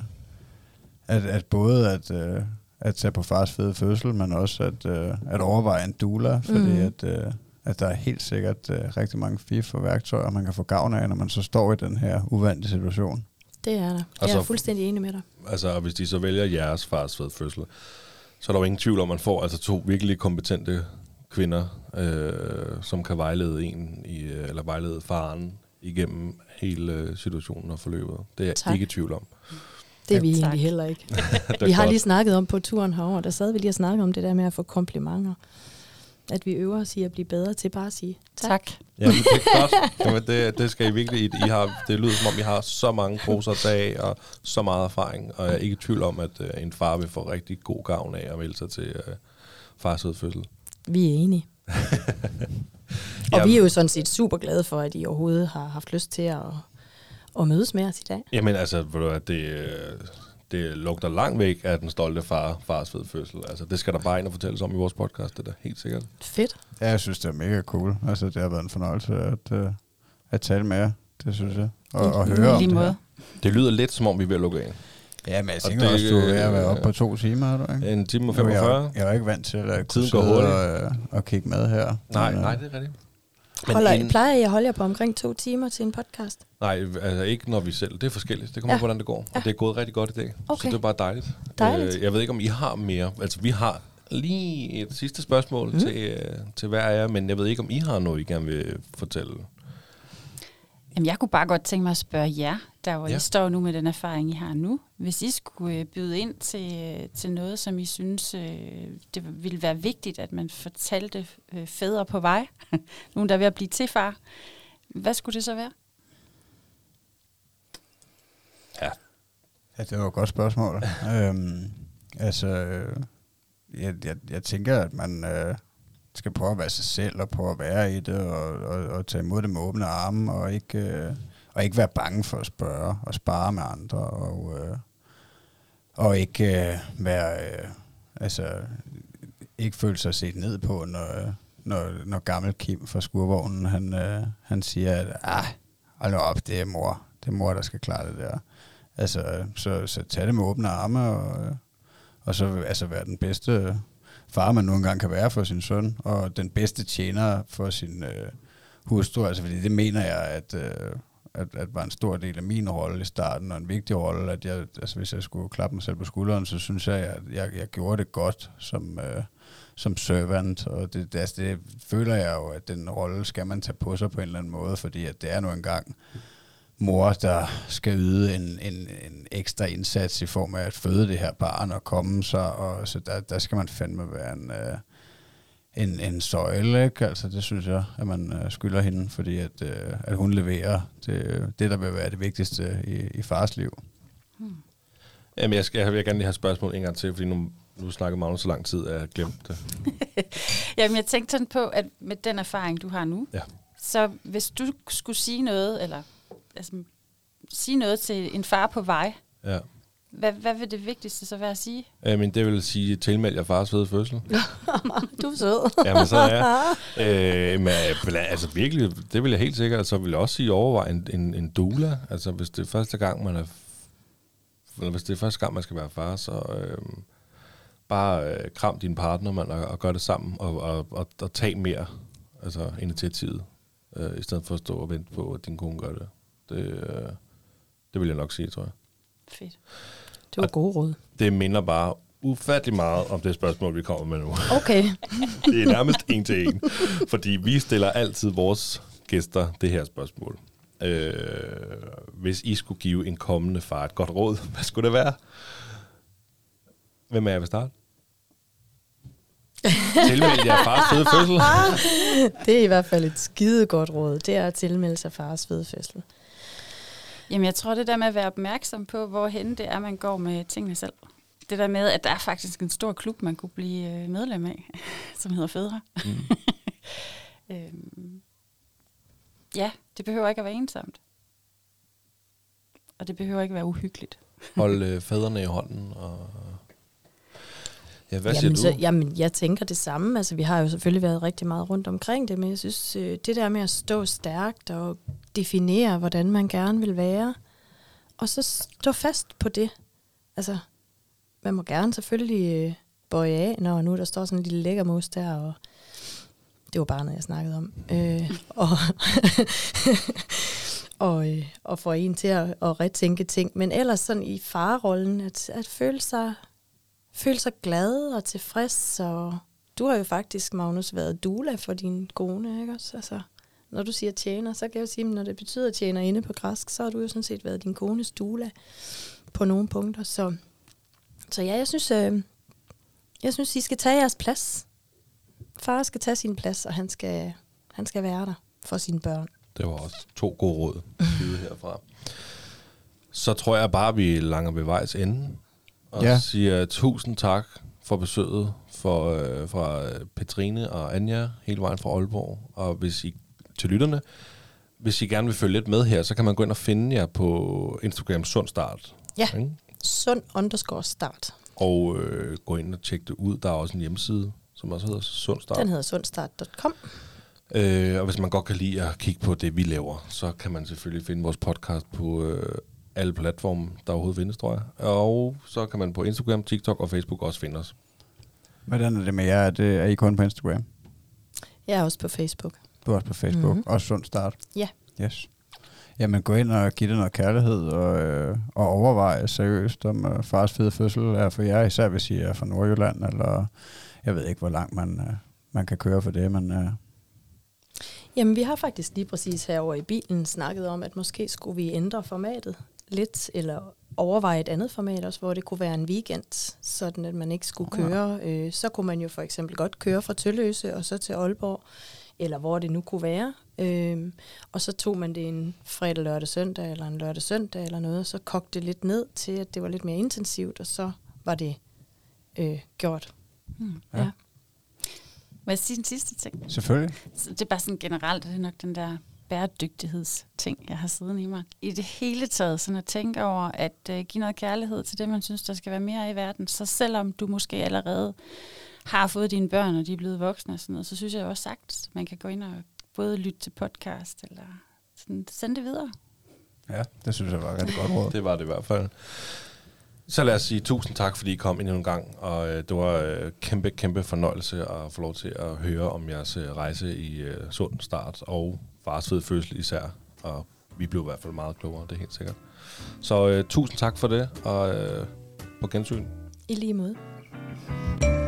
Speaker 2: at både at tage på fars fede fødsel, men også at overveje en doula, fordi at der er helt sikkert rigtig mange fif og værktøjer, man kan få gavn af, når man så står i den her uvante situation.
Speaker 3: Det er der. Jeg er fuldstændig enig med dig. Altså,
Speaker 4: hvis de så vælger jeres fars fede fødsel, så er der jo ingen tvivl om, man får altså 2 virkelig kompetente kvinder, som kan vejlede eller vejlede faren igennem hele situationen og forløbet. Det er jeg ikke i tvivl om.
Speaker 3: Det er vi egentlig heller ikke. Vi har lige snakket om på turen herover, der sad vi lige og snakkede om det der med at få komplimenter. At vi øver os i at blive bedre til bare at sige tak.
Speaker 4: Ja, det er godt. Jamen, det skal I virkelig. Det lyder som om, I har så mange poser at tage og så meget erfaring, og jeg er ikke i tvivl om, at en far vil få rigtig god gavn af at melde sig til fars fødsel.
Speaker 3: Vi er enige. Og vi er jo sådan set super glade for, at I overhovedet har haft lyst til at mødes med os i dag.
Speaker 4: Jamen altså, det lugter langt væk af den stolte fars fede fødsel. Altså, det skal der bare ind og fortælles om i vores podcast, det er helt sikkert.
Speaker 3: Fedt.
Speaker 2: Ja, jeg synes, det er mega cool. Altså, det har været en fornøjelse at tale med jer, det synes jeg. Og høre om det her.
Speaker 4: Det lyder lidt, som om vi er ved at lukke af.
Speaker 2: Ja, men jeg tænker også, du er ved at være oppe på 2 timer, er du ikke?
Speaker 4: 1 time og 45.
Speaker 2: Jeg er ikke vant til at kunne sidde og kigge med her.
Speaker 4: Nej, det er rigtigt.
Speaker 3: Plejer I at holde jer på omkring 2 timer til en podcast?
Speaker 4: Nej, altså ikke når vi selv. Det er forskelligt. Det kommer på, hvordan det går. Og det er gået rigtig godt i dag.
Speaker 3: Okay.
Speaker 4: Så det er bare dejligt. Jeg ved ikke, om I har mere. Altså, vi har lige et sidste spørgsmål til hver af jer, men jeg ved ikke, om I har noget, I gerne vil fortælle.
Speaker 5: Jamen, jeg kunne bare godt tænke mig at spørge jer, der hvor I står nu med den erfaring, I har nu. Hvis I skulle byde ind til noget, som I synes, det ville være vigtigt, at man fortalte fædre på vej, nogen der er ved at blive til far, hvad skulle det så være?
Speaker 2: Ja, det var et godt spørgsmål. Jeg tænker, at man skal prøve at være sig selv og prøve at være i det og tage imod det med åbne arme og ikke være bange for at spørge og spare med andre og ikke være ikke føle sig set ned på, når gammel Kim fra skurvognen han siger, at hold nu op, det er mor, der skal klare det der. Altså, så tag det med åbne arme og så være den bedste far, man nu engang kan være for sin søn, og den bedste tjener for sin hustru. Altså, fordi det mener jeg, at var en stor del af min rolle i starten, og en vigtig rolle, at hvis jeg skulle klappe mig selv på skulderen, så synes jeg, at jeg gjorde det godt som servant, og det føler jeg jo, at den rolle skal man tage på sig på en eller anden måde, fordi at det er nu engang mor, der skal yde en ekstra indsats i form af at føde det her barn og komme sig, og så der skal man fandme være en søjle, ikke? Altså det synes jeg, at man skylder hende, fordi at hun leverer det, der vil være det vigtigste i fars liv.
Speaker 4: Jamen jeg vil gerne lige have spørgsmål en gang til, fordi nu snakker Magnus så lang tid, at jeg har glemt det.
Speaker 5: Jamen jeg tænkte sådan på, at med den erfaring, du har nu,
Speaker 4: ja.
Speaker 5: Så hvis du skulle sige noget, eller altså, sige noget til en far på vej,
Speaker 4: ja.
Speaker 5: Hvad vil det vigtigste så være at sige?
Speaker 4: Men det vil sige, tilmeld jer fars fede fødsel.
Speaker 3: Du er sød.
Speaker 4: Jamen så er jeg. Altså virkelig, det vil jeg helt sikkert. Så vil jeg også sige overvej en doula. Altså hvis det er første gang, man skal være far, så bare kram din partner, man, og gør det sammen, og tag mere initiativet, i stedet for at stå og vente på, at din kone gør det. Det vil jeg nok sige, tror jeg.
Speaker 5: Fedt.
Speaker 3: Det var gode råd.
Speaker 4: Det minder bare ufattelig meget om det spørgsmål, vi kommer med nu.
Speaker 3: Okay.
Speaker 4: Det er nærmest en til en. Fordi vi stiller altid vores gæster det her spørgsmål. Hvis I skulle give en kommende far et godt råd, hvad skulle det være? Hvem er jeg vil starte? Tilmeld jer fars fede fødsel.
Speaker 3: Det er i hvert fald et skide godt råd. Det er at tilmelde sig fars fede fødsel.
Speaker 5: Jamen jeg tror det der med at være opmærksom på, hvorhen det er, man går med tingene selv. Det der med, at der er faktisk en stor klub, man kunne blive medlem af, som hedder Fædre. Ja, det behøver ikke at være ensomt. Og det behøver ikke at være uhyggeligt.
Speaker 4: Hold fædrene i hånden. Og ja, hvad siger du?
Speaker 3: Jamen, jeg tænker det samme. Altså, vi har jo selvfølgelig været rigtig meget rundt omkring det, men jeg synes, det der med at stå stærkt og definere, hvordan man gerne vil være, og så stå fast på det. Altså, man må gerne selvfølgelig bøje af, når nu der står sådan en lille lækkermus der, og det var bare noget, jeg snakkede om. Og få en til at retænke ting. Men ellers sådan i farerollen, at føle sig glad og tilfreds. Og du har jo faktisk, Magnus, været doula for din kone, ikke også? Altså, når du siger tjener, så kan jeg jo sige, at når det betyder tjener inde på græsk, så har du jo sådan set været din kones doula på nogle punkter. Så ja, jeg synes, I skal tage jeres plads. Far skal tage sin plads, og han skal være der for sine børn.
Speaker 4: Det var også 2 gode råd herfra. Så tror jeg bare, vi langer ved vejs ende. Og siger tusind tak for besøget fra Petrine og Anja, hele vejen fra Aalborg. Og til lytterne, hvis I gerne vil følge lidt med her, så kan man gå ind og finde jer på Instagram Sundstart.
Speaker 3: Ja, sund_start.
Speaker 4: Og gå ind og tjekke det ud. Der er også en hjemmeside, som også hedder Sundstart.
Speaker 3: Den hedder sundstart.com.
Speaker 4: Og hvis man godt kan lide at kigge på det, vi laver, så kan man selvfølgelig finde vores podcast på alle platforme, der overhovedet findes, tror jeg. Og så kan man på Instagram, TikTok og Facebook også finde os.
Speaker 2: Hvordan er det med jer? Er I kun på Instagram?
Speaker 3: Jeg er også på Facebook.
Speaker 2: Du er også på Facebook. Mm-hmm. Også Sundstart?
Speaker 3: Ja.
Speaker 2: Yes. Jamen gå ind og give det noget kærlighed og overveje seriøst, om fars fede fødsel er for jer, især hvis I er fra Nordjylland, eller jeg ved ikke, hvor langt man kan køre for det, men...
Speaker 3: Jamen, vi har faktisk lige præcis herovre i bilen snakket om, at måske skulle vi ændre formatet lidt, eller overveje et andet format også, hvor det kunne være en weekend, sådan at man ikke skulle køre. Så kunne man jo for eksempel godt køre fra Tølløse og så til Aalborg, eller hvor det nu kunne være. Og så tog man det en fredag, lørdag, søndag, eller en lørdag, søndag, eller noget, og så kogte det lidt ned til, at det var lidt mere intensivt, og så var det gjort.
Speaker 2: Ja.
Speaker 5: Må jeg sige den sidste ting?
Speaker 2: Selvfølgelig.
Speaker 5: Så det er bare sådan generelt, det er nok den der bæredygtighedsting, jeg har siddende i mig. I det hele taget, sådan at tænke over, at give noget kærlighed til det, man synes, der skal være mere i verden. Så selvom du måske allerede har fået dine børn, og de er blevet voksne og sådan noget, så synes jeg også sagt, man kan gå ind og både lytte til podcast, eller sådan, sende det videre.
Speaker 2: Ja, det synes jeg var et rigtig godt råd.
Speaker 4: Det var det i hvert fald. Så lad os sige tusind tak, fordi I kom endnu en gang, og det var kæmpe fornøjelse at få lov til at høre om jeres rejse i Sundstart og fars fede fødsel især, og vi blev i hvert fald meget klogere, det er helt sikkert. Så tusind tak for det, og på gensyn.
Speaker 3: I lige måde.